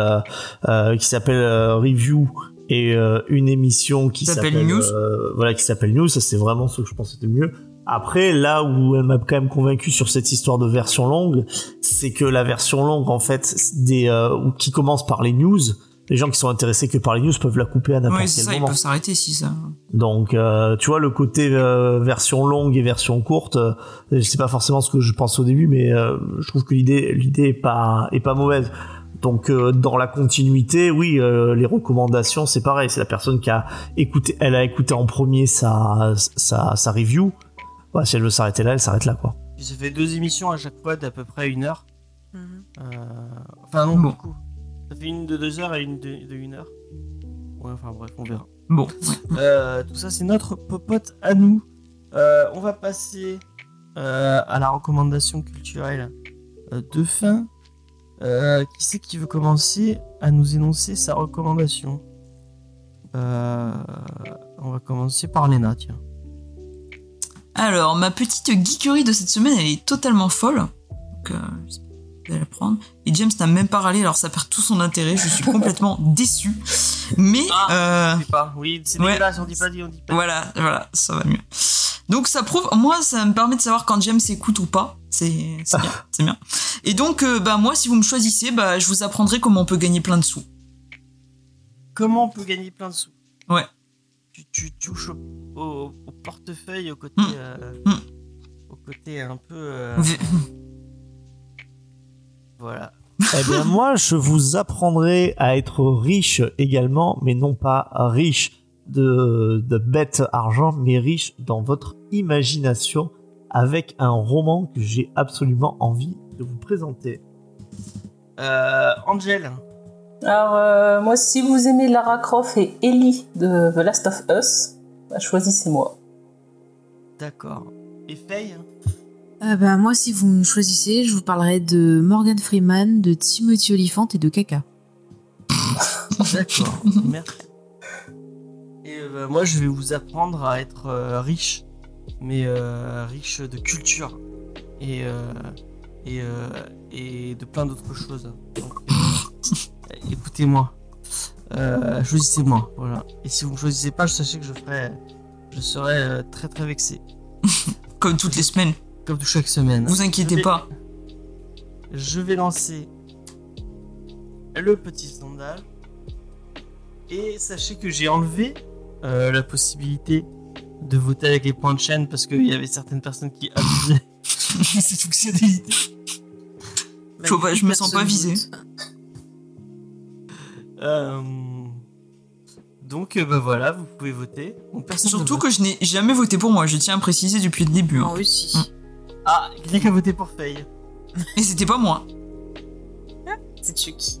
Review et une émission qui s'appelle News. Qui s'appelle News. Ça c'est vraiment ce que je pensais était mieux. Après, là où elle m'a quand même convaincu sur cette histoire de version longue, c'est que la version longue, en fait, qui commence par les news, les gens qui sont intéressés que par les news peuvent la couper à n'importe quel ça, moment. ils peuvent s'arrêter si ça. Donc, tu vois, le côté version longue et version courte, c'est pas forcément ce que je pense au début, mais je trouve que l'idée est pas mauvaise. Donc, dans la continuité, oui, les recommandations, c'est pareil. C'est la personne qui a écouté, elle a écouté en premier sa review. Ouais, si elle veut s'arrêter là, elle s'arrête là, quoi. Ça fait 2 émissions à chaque fois d'à peu près 1 heure. Enfin, non, beaucoup. Ça fait une de 2 heures et une de 1 heure. Ouais, enfin bref, on verra. Bon. Tout ça, c'est notre popote à nous. On va passer à la recommandation culturelle de fin. Qui c'est qui veut commencer à nous énoncer sa recommandation? On va commencer par Léna, tiens. Alors, ma petite geekerie de cette semaine, elle est totalement folle. Donc, j'espère que vous allez la prendre. Et James n'a même pas râlé, alors ça perd tout son intérêt. Je suis complètement déçu. Mais... Oui, c'est dégueulasse, on dit pas. Voilà, ça va mieux. Donc, ça prouve... Moi, ça me permet de savoir quand James écoute ou pas. C'est bien, c'est bien. Et donc, moi, si vous me choisissez, je vous apprendrai comment on peut gagner plein de sous. Comment on peut gagner plein de sous? Ouais. Tu touches au portefeuille, au côté au côté un peu voilà. Eh bien moi je vous apprendrai à être riche également, mais non pas riche de bête argent, mais riche dans votre imagination, avec un roman que j'ai absolument envie de vous présenter. Angel. Alors, moi, si vous aimez Lara Croft et Ellie de The Last of Us, choisissez-moi. D'accord. Et Faye? Moi, si vous me choisissez, je vous parlerai de Morgan Freeman, de Timothy Olyphant et de Caca. D'accord, merci. Et moi, je vais vous apprendre à être riche, mais riche de culture et de plein d'autres choses. Donc, écoutez-moi, choisissez-moi, voilà. Et si vous ne choisissez pas, sachez que je serai très très vexé. Comme toutes les semaines. Comme chaque semaine. Vous inquiétez pas. Je vais lancer le petit sondage. Et sachez que j'ai enlevé la possibilité de voter avec les points de chaîne parce qu'il y avait certaines personnes qui abusaient de cette fonctionnalité. Je me sens pas visé. Donc voilà, vous pouvez voter. Donc, surtout que je n'ai jamais voté pour moi, je tiens à préciser depuis le début. Moi aussi. Ah, quelqu'un qui a voté pour Faye. Et c'était pas moi. C'est Chucky.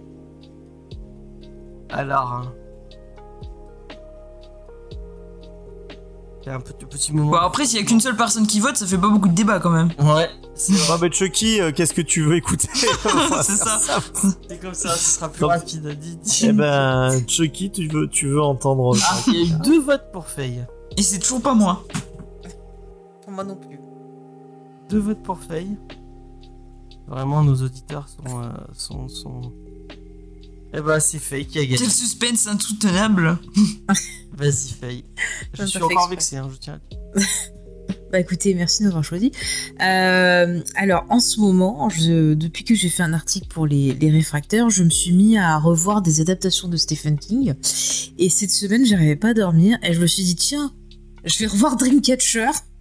Alors... C'est un petit moment. Bon, après, s'il y a qu'une seule personne qui vote, ça fait pas beaucoup de débat quand même. Ouais. Mais Chucky, qu'est-ce que tu veux écouter? C'est ça. C'est comme ça, ce sera plus rapide. Eh ben, Chucky, tu veux entendre. Ah, il y a eu 2 votes pour Faye. Et c'est toujours pas moi. Pour moi non plus. 2 votes pour Faye. Vraiment, nos auditeurs sont... Eh ben, c'est Faye qui a gagné. Quel suspense insoutenable. Vas-y, Faye. Je suis encore vexé, je tiens à dire. Bah écoutez, merci de m'avoir choisi. Alors en ce moment, depuis que j'ai fait un article pour les réfractaires, je me suis mis à revoir des adaptations de Stephen King. Et cette semaine, j'arrivais pas à dormir et je me suis dit tiens, je vais revoir Dreamcatcher.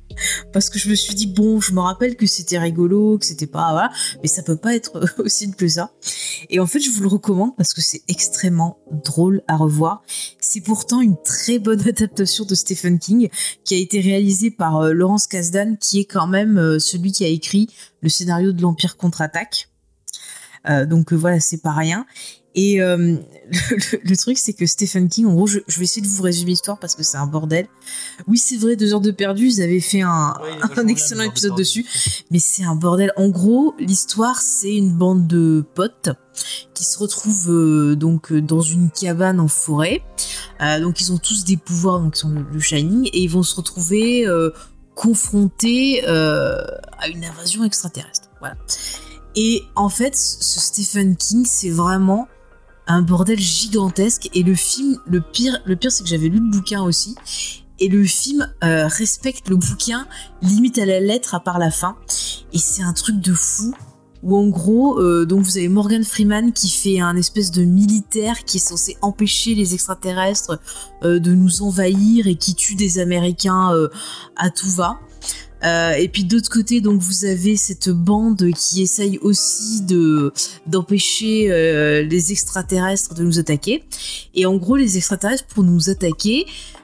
parce que je me suis dit bon, je me rappelle que c'était rigolo, que c'était pas voilà, mais ça peut pas être aussi bien que ça. Et en fait, je vous le recommande parce que c'est extrêmement drôle à revoir. C'est pourtant une très bonne adaptation de Stephen King qui a été réalisée par Lawrence Kasdan, qui est quand même celui qui a écrit le scénario de l'Empire contre-attaque. Donc voilà, c'est pas rien. Et le truc, c'est que Stephen King, en gros, je vais essayer de vous résumer l'histoire parce que c'est un bordel. Oui, c'est vrai, 2 heures de perdu, ils avaient fait un excellent épisode dessus, mais c'est un bordel. En gros, l'histoire, c'est une bande de potes qui se retrouvent donc dans une cabane en forêt. Donc ils ont tous des pouvoirs, donc ils sont le Shining, et ils vont se retrouver confrontés à une invasion extraterrestre. Voilà. Et en fait, ce Stephen King, c'est vraiment un bordel gigantesque. Et le film, le pire, c'est que j'avais lu le bouquin aussi. Et le film respecte le bouquin limite à la lettre, à part la fin. Et c'est un truc de fou. Où en gros, donc vous avez Morgan Freeman qui fait un espèce de militaire qui est censé empêcher les extraterrestres de nous envahir et qui tue des Américains à tout va. Et puis d'autre côté, donc vous avez cette bande qui essaye aussi d'empêcher les extraterrestres de nous attaquer. Et en gros, les extraterrestres, pour nous attaquer,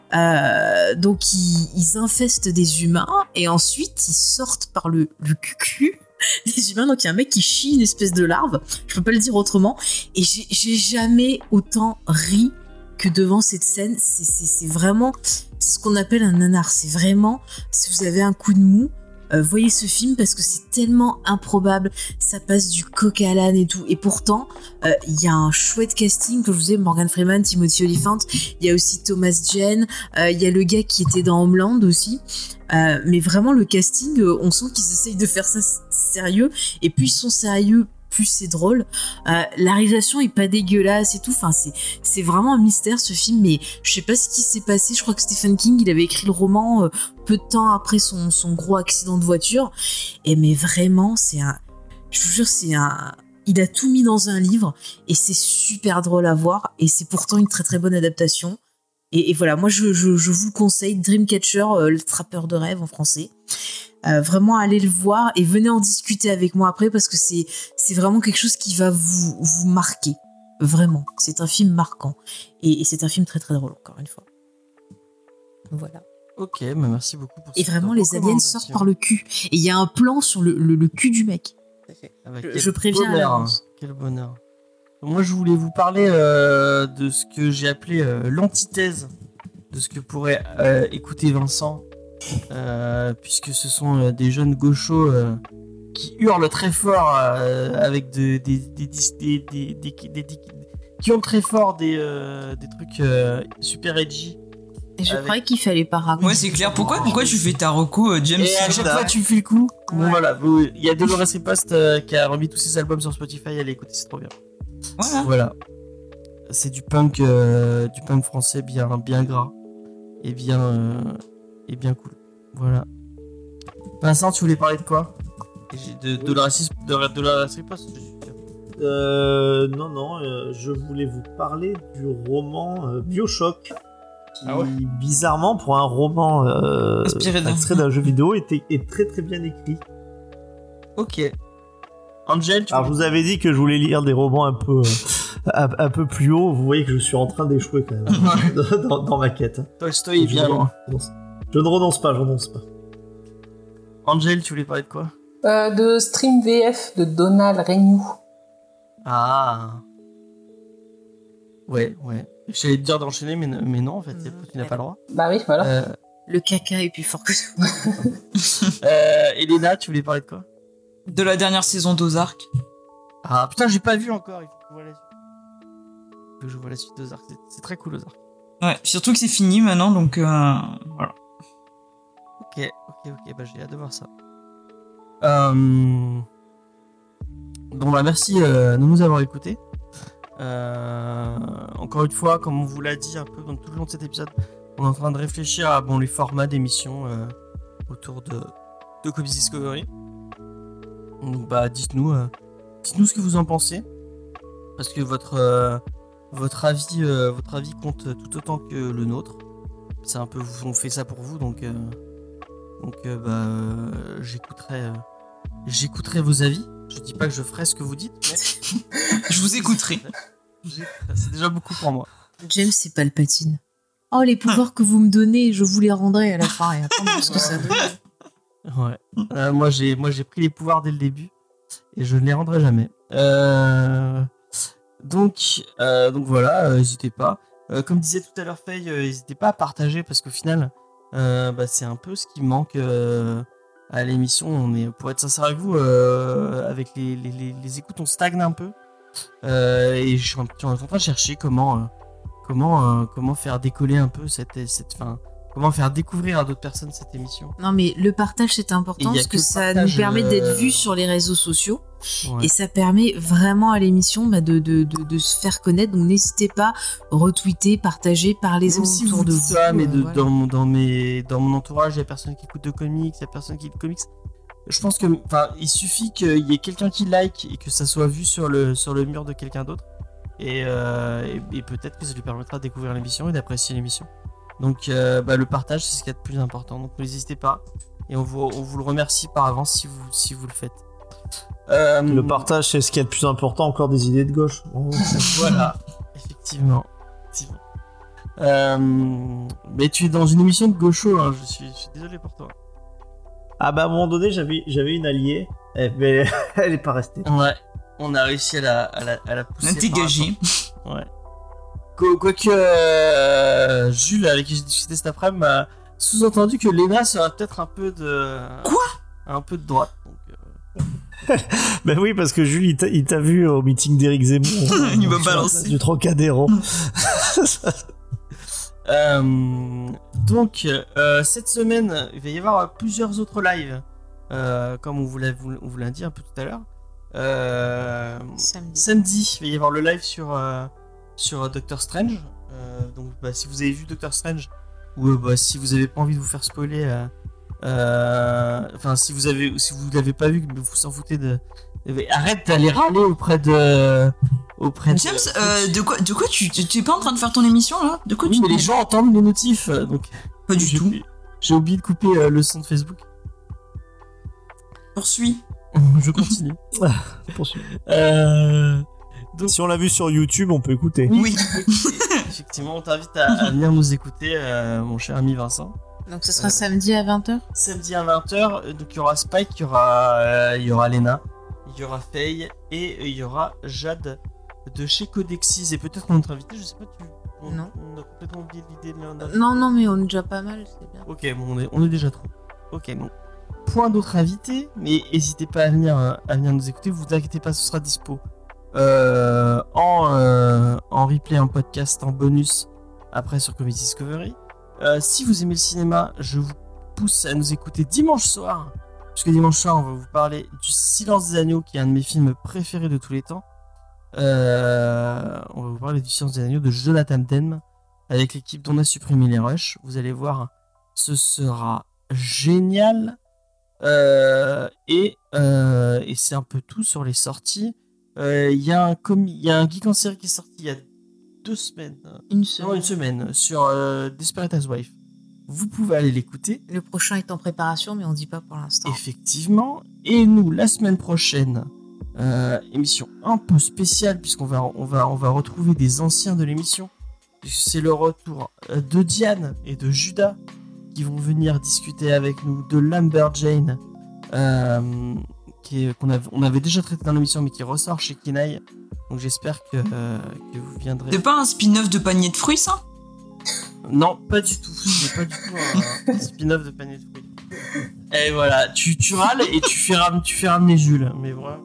donc ils infestent des humains et ensuite ils sortent par le cul des humains. Donc il y a un mec qui chie une espèce de larve, je peux pas le dire autrement. Et j'ai jamais autant ri que devant cette scène. C'est vraiment, c'est ce qu'on appelle un nanar. C'est vraiment, si vous avez un coup de mou, voyez ce film parce que c'est tellement improbable. Ça passe du coq à l'âne et tout. Et pourtant, il y a un chouette casting. Comme je vous disais, Morgan Freeman, Timothy Olyphant. Il y a aussi Thomas Jane. Il y a le gars qui était dans Homeland aussi. Mais vraiment, le casting, on sent qu'ils essayent de faire ça sérieux. Et plus ils sont sérieux, plus c'est drôle. La réalisation est pas dégueulasse et tout. Enfin, c'est vraiment un mystère ce film. Mais je sais pas ce qui s'est passé. Je crois que Stephen King, il avait écrit le roman peu de temps après son gros accident de voiture. Et mais vraiment, je vous jure, il a tout mis dans un livre et c'est super drôle à voir. Et c'est pourtant une très très bonne adaptation. Et voilà, moi je vous le conseille, Dreamcatcher, le trappeur de rêve en français. Vraiment allez le voir et venez en discuter avec moi après parce que c'est vraiment quelque chose qui va vous marquer. Vraiment, c'est un film marquant et c'est un film très très drôle encore une fois. Voilà. Ok, bah merci beaucoup pour et vraiment les aliens sortent par le cul et il y a un plan sur le cul du mec. Je préviens à l'avance. Quel bonheur. Moi je voulais vous parler de ce que j'ai appelé l'antithèse de ce que pourrait écouter Vincent. Puisque ce sont des jeunes gauchos qui hurlent très fort avec qui ont très fort des trucs super edgy. Et je croyais qu'il fallait pas raconter. Ouais, c'est clair. Pourquoi tu fais ta reco, James? Et à chaque fois tu fais le coup. Ouais. Bon voilà, il y a Dolores Riposte qui a remis tous ses albums sur Spotify. Allez écoutez, c'est trop bien. Voilà. C'est du punk français bien gras et bien cool. Voilà. Vincent, tu voulais parler de quoi? De la racisme, de la riposte. Non, je voulais vous parler du roman Bioshock, qui bizarrement, pour un roman extrait d'un jeu vidéo, est très très bien écrit. Ok. Angel, alors je vous avais dit que je voulais lire des romans un peu plus haut. Vous voyez que je suis en train d'échouer quand même dans ma quête. Tolstoy est bien loin. Je ne renonce pas. Angel, tu voulais parler de quoi? De Stream VF de Donald Renew. Ah. Ouais. J'allais te dire d'enchaîner, mais non, en fait, tu n'as pas le droit. Bah oui, voilà. Le caca est plus fort que tout. Elena, tu voulais parler de quoi? De la dernière saison d'Ozark. Ah putain, j'ai pas vu encore. Il faut que je vois la suite d'Ozark. C'est très cool, Ozark. Ouais, surtout que c'est fini maintenant, donc voilà. Ok, bah j'ai hâte de voir ça. Bon bah merci de nous avoir écoutés. Encore une fois, comme on vous l'a dit un peu dans tout le long de cet épisode, on est en train de réfléchir à les formats d'émissions autour de Comics Discovery. Donc bah dites-nous ce que vous en pensez, parce que votre avis compte tout autant que le nôtre. C'est un peu, on fait ça pour vous, donc Donc j'écouterai vos avis. Je dis pas que je ferai ce que vous dites, mais Je vous écouterai. c'est déjà beaucoup pour moi. James, c'est Palpatine. Oh, les pouvoirs que vous me donnez, je vous les rendrai à la fin. Et attends, ce que ça donne. Ouais. Moi j'ai pris les pouvoirs dès le début et je ne les rendrai jamais. Donc voilà, n'hésitez pas. Comme disait tout à l'heure Faye, n'hésitez pas à partager parce qu'au final, c'est un peu ce qui manque à l'émission. Pour être sincère avec vous, avec les écoutes, on stagne un peu. Et je suis en train de chercher comment faire décoller un peu cette fin. Comment faire découvrir à d'autres personnes cette émission. Non, mais le partage, c'est important parce que ça nous permet d'être vus sur les réseaux sociaux. Ouais. Et ça permet vraiment à l'émission de se faire connaître. Donc n'hésitez pas, retweeter, partager, parlez-en autour de vous. Ça, mais dans mon entourage, il y a personne qui écoute de comics, il y a personne qui lit de comics. Je pense que, il suffit qu'il y ait quelqu'un qui like et que ça soit vu sur le mur de quelqu'un d'autre. Et peut-être que ça lui permettra de découvrir l'émission et d'apprécier l'émission. Donc le partage, c'est ce qu'il y a de plus important. Donc n'hésitez pas. Et on vous le remercie par avance si vous le faites. Le partage, c'est ce qu'il y a de plus important, encore des idées de gauche. Voilà, effectivement. Mais tu es dans une émission de gaucho, hein. Je suis désolé pour toi. Ah bah à un moment donné, j'avais une alliée, mais elle est pas restée. Ouais, on a réussi à la pousser. On t'est gagé. Ouais. Quoique Jules, avec qui j'ai discuté cet après-midi, m'a sous-entendu que Léna serait peut-être un peu de... Quoi ? Un peu de droite. Donc, Ben oui, parce que Jules, il t'a vu au meeting d'Éric Zemmour. Il va balancer. Du Trocadéro. Donc, cette semaine, il va y avoir plusieurs autres lives. Comme on vous l'a dit un peu tout à l'heure. Samedi, il va y avoir le live sur Doctor Strange. Donc si vous avez vu Doctor Strange ou si vous avez pas envie de vous faire spoiler, si vous l'avez pas vu, mais vous s'en foutez arrête d'aller râler auprès de James, de quoi tu es pas en train de faire ton émission là? De quoi oui, mais les gens entendent les notifs, donc pas du tout. J'ai oublié de couper le son de Facebook. Poursuis. Je continue. Poursuis. Donc, si on l'a vu sur YouTube, on peut écouter. Oui. Effectivement, on t'invite à venir nous écouter, mon cher ami Vincent. Donc ce sera samedi à 20h. Samedi à 20h, donc il y aura Spike, il y aura Lena, il y aura Faye et il y aura Jade de chez Codexis et peut-être notre invité, je sais pas, non. On a complètement oublié l'idée de Léna. Non, mais on est déjà pas mal, c'est bien. Ok, bon, on est déjà trop. Ok, bon. Point d'autres invités, mais n'hésitez pas à venir nous écouter, vous inquiétez pas, ce sera dispo. En replay, en podcast, en bonus après sur Comedy Discovery. Si vous aimez le cinéma, je vous pousse à nous écouter dimanche soir, puisque dimanche soir on va vous parler du Silence des Agneaux, qui est un de mes films préférés de tous les temps. On va vous parler du Silence des Agneaux de Jonathan Demme avec l'équipe dont on a supprimé les rushs. Vous allez voir, ce sera génial. Et c'est un peu tout sur les sorties. Il y a un geek en série qui est sorti il y a 2 semaines. Une semaine sur Desperate Housewives. Vous pouvez aller l'écouter. Le prochain est en préparation, mais on dit pas pour l'instant. Effectivement. Et nous, la semaine prochaine, émission un peu spéciale puisqu'on va retrouver des anciens de l'émission. C'est le retour de Diane et de Judas qui vont venir discuter avec nous de Lumberjane. qu'on avait déjà traité dans l'émission mais qui ressort chez Kinaï, donc j'espère que vous viendrez. C'est pas un spin-off de Panier de Fruits, ça? Non, pas du tout, c'est pas du tout un spin-off de Panier de Fruits. Et voilà, tu râles et tu fais ramener Jules, mais voilà.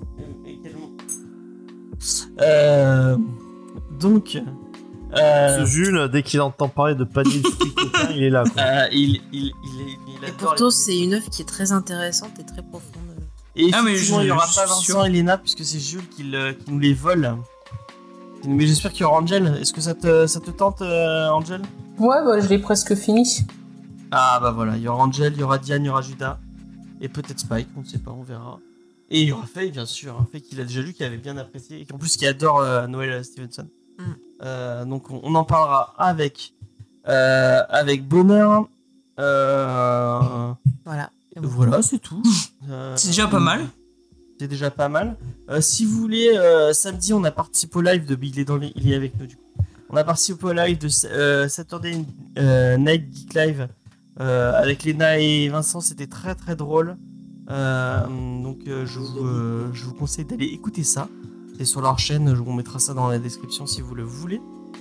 Donc ce Jules, dès qu'il entend parler de Panier de Fruits coquin, il est là, quoi. Il et pourtant c'est une œuvre qui est très intéressante et très profonde. Et effectivement, il n'y aura pas Vincent et Léna puisque c'est Jules qui nous les vole. Mais j'espère qu'il y aura Angel. Est-ce que ça te tente, Angel? Ouais, je l'ai presque fini. Ah bah voilà, il y aura Angel, il y aura Diane, il y aura Judas. Et peut-être Spike, on ne sait pas, on verra. Et il y aura Faye, bien sûr. Faye qu'il a déjà lu, qu'il avait bien apprécié. Et qu'en plus, qui adore Noël Stevenson. Donc on en parlera avec bonheur. Voilà. Voilà, c'est tout. C'est déjà pas mal. C'est déjà pas mal. Si vous voulez, samedi, on a participé au live de... Il est avec nous, du coup. On a participé au live de Saturday Night Geek Live avec Léna et Vincent. C'était très très drôle. Donc je vous conseille d'aller écouter ça. C'est sur leur chaîne. On mettra ça dans la description si vous le voulez.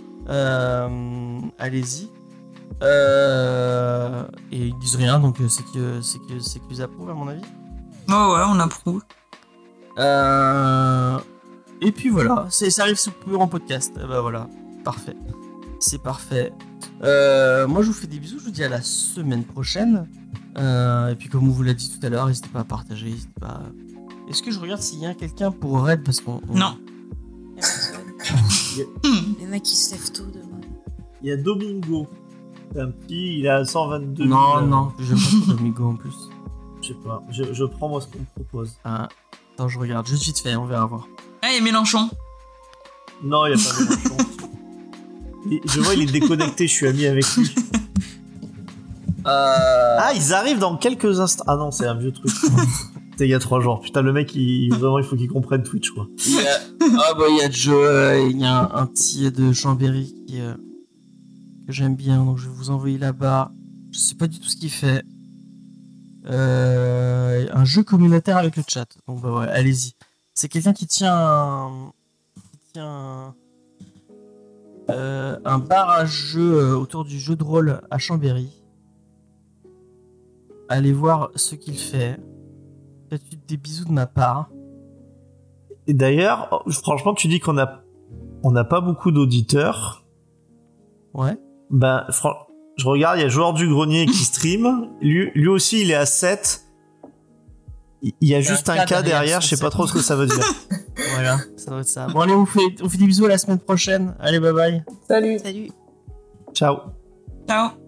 Allez-y. Et ils disent rien, donc c'est qu'ils approuvent à mon avis. Ouais, on approuve. Et puis voilà, ça arrive sous peu en podcast. Bah voilà, parfait. C'est parfait. Moi je vous fais des bisous, je vous dis à la semaine prochaine. Et puis comme on vous l'a dit tout à l'heure, n'hésitez pas à partager, n'hésitez pas. Est-ce que je regarde s'il y a quelqu'un pour Red parce qu'on... Non. Il y en a qui se lèvent tôt demain. Il y a Domingo. C'est un petit, il a 122 000. Non, j'aime pas Domingo en plus. Je sais pas, je prends moi ce qu'on me propose. Attends, je regarde juste vite fait, on verra voir. Ah, il y a Mélenchon. Non, il n'y a pas Mélenchon. Je vois, il est déconnecté, je suis ami avec lui. Ah, ils arrivent dans quelques instants. Ah non, c'est un vieux truc. C'était il y a 3 jours. Putain, le mec, vraiment, il faut qu'il comprenne Twitch, quoi. Il y a Joe, il y a un petit de Chambéry que j'aime bien, donc je vais vous envoyer là-bas. Je sais pas du tout ce qu'il fait. Un jeu communautaire avec le chat. Donc bah ouais, allez-y. C'est quelqu'un qui tient un bar à jeu autour du jeu de rôle à Chambéry. Allez voir ce qu'il fait. Faites des bisous de ma part. Et d'ailleurs, franchement, tu dis qu'on n'a pas beaucoup d'auditeurs. Ouais. Ben, je regarde, il y a Joueur du Grenier qui stream. Lui aussi, il est à 7. Il y a juste un K derrière, je sais pas trop ce que ça veut dire. Voilà, ça doit être ça. Bon, allez, on fait des bisous à la semaine prochaine. Allez, bye bye. Salut. Salut. Ciao. Ciao.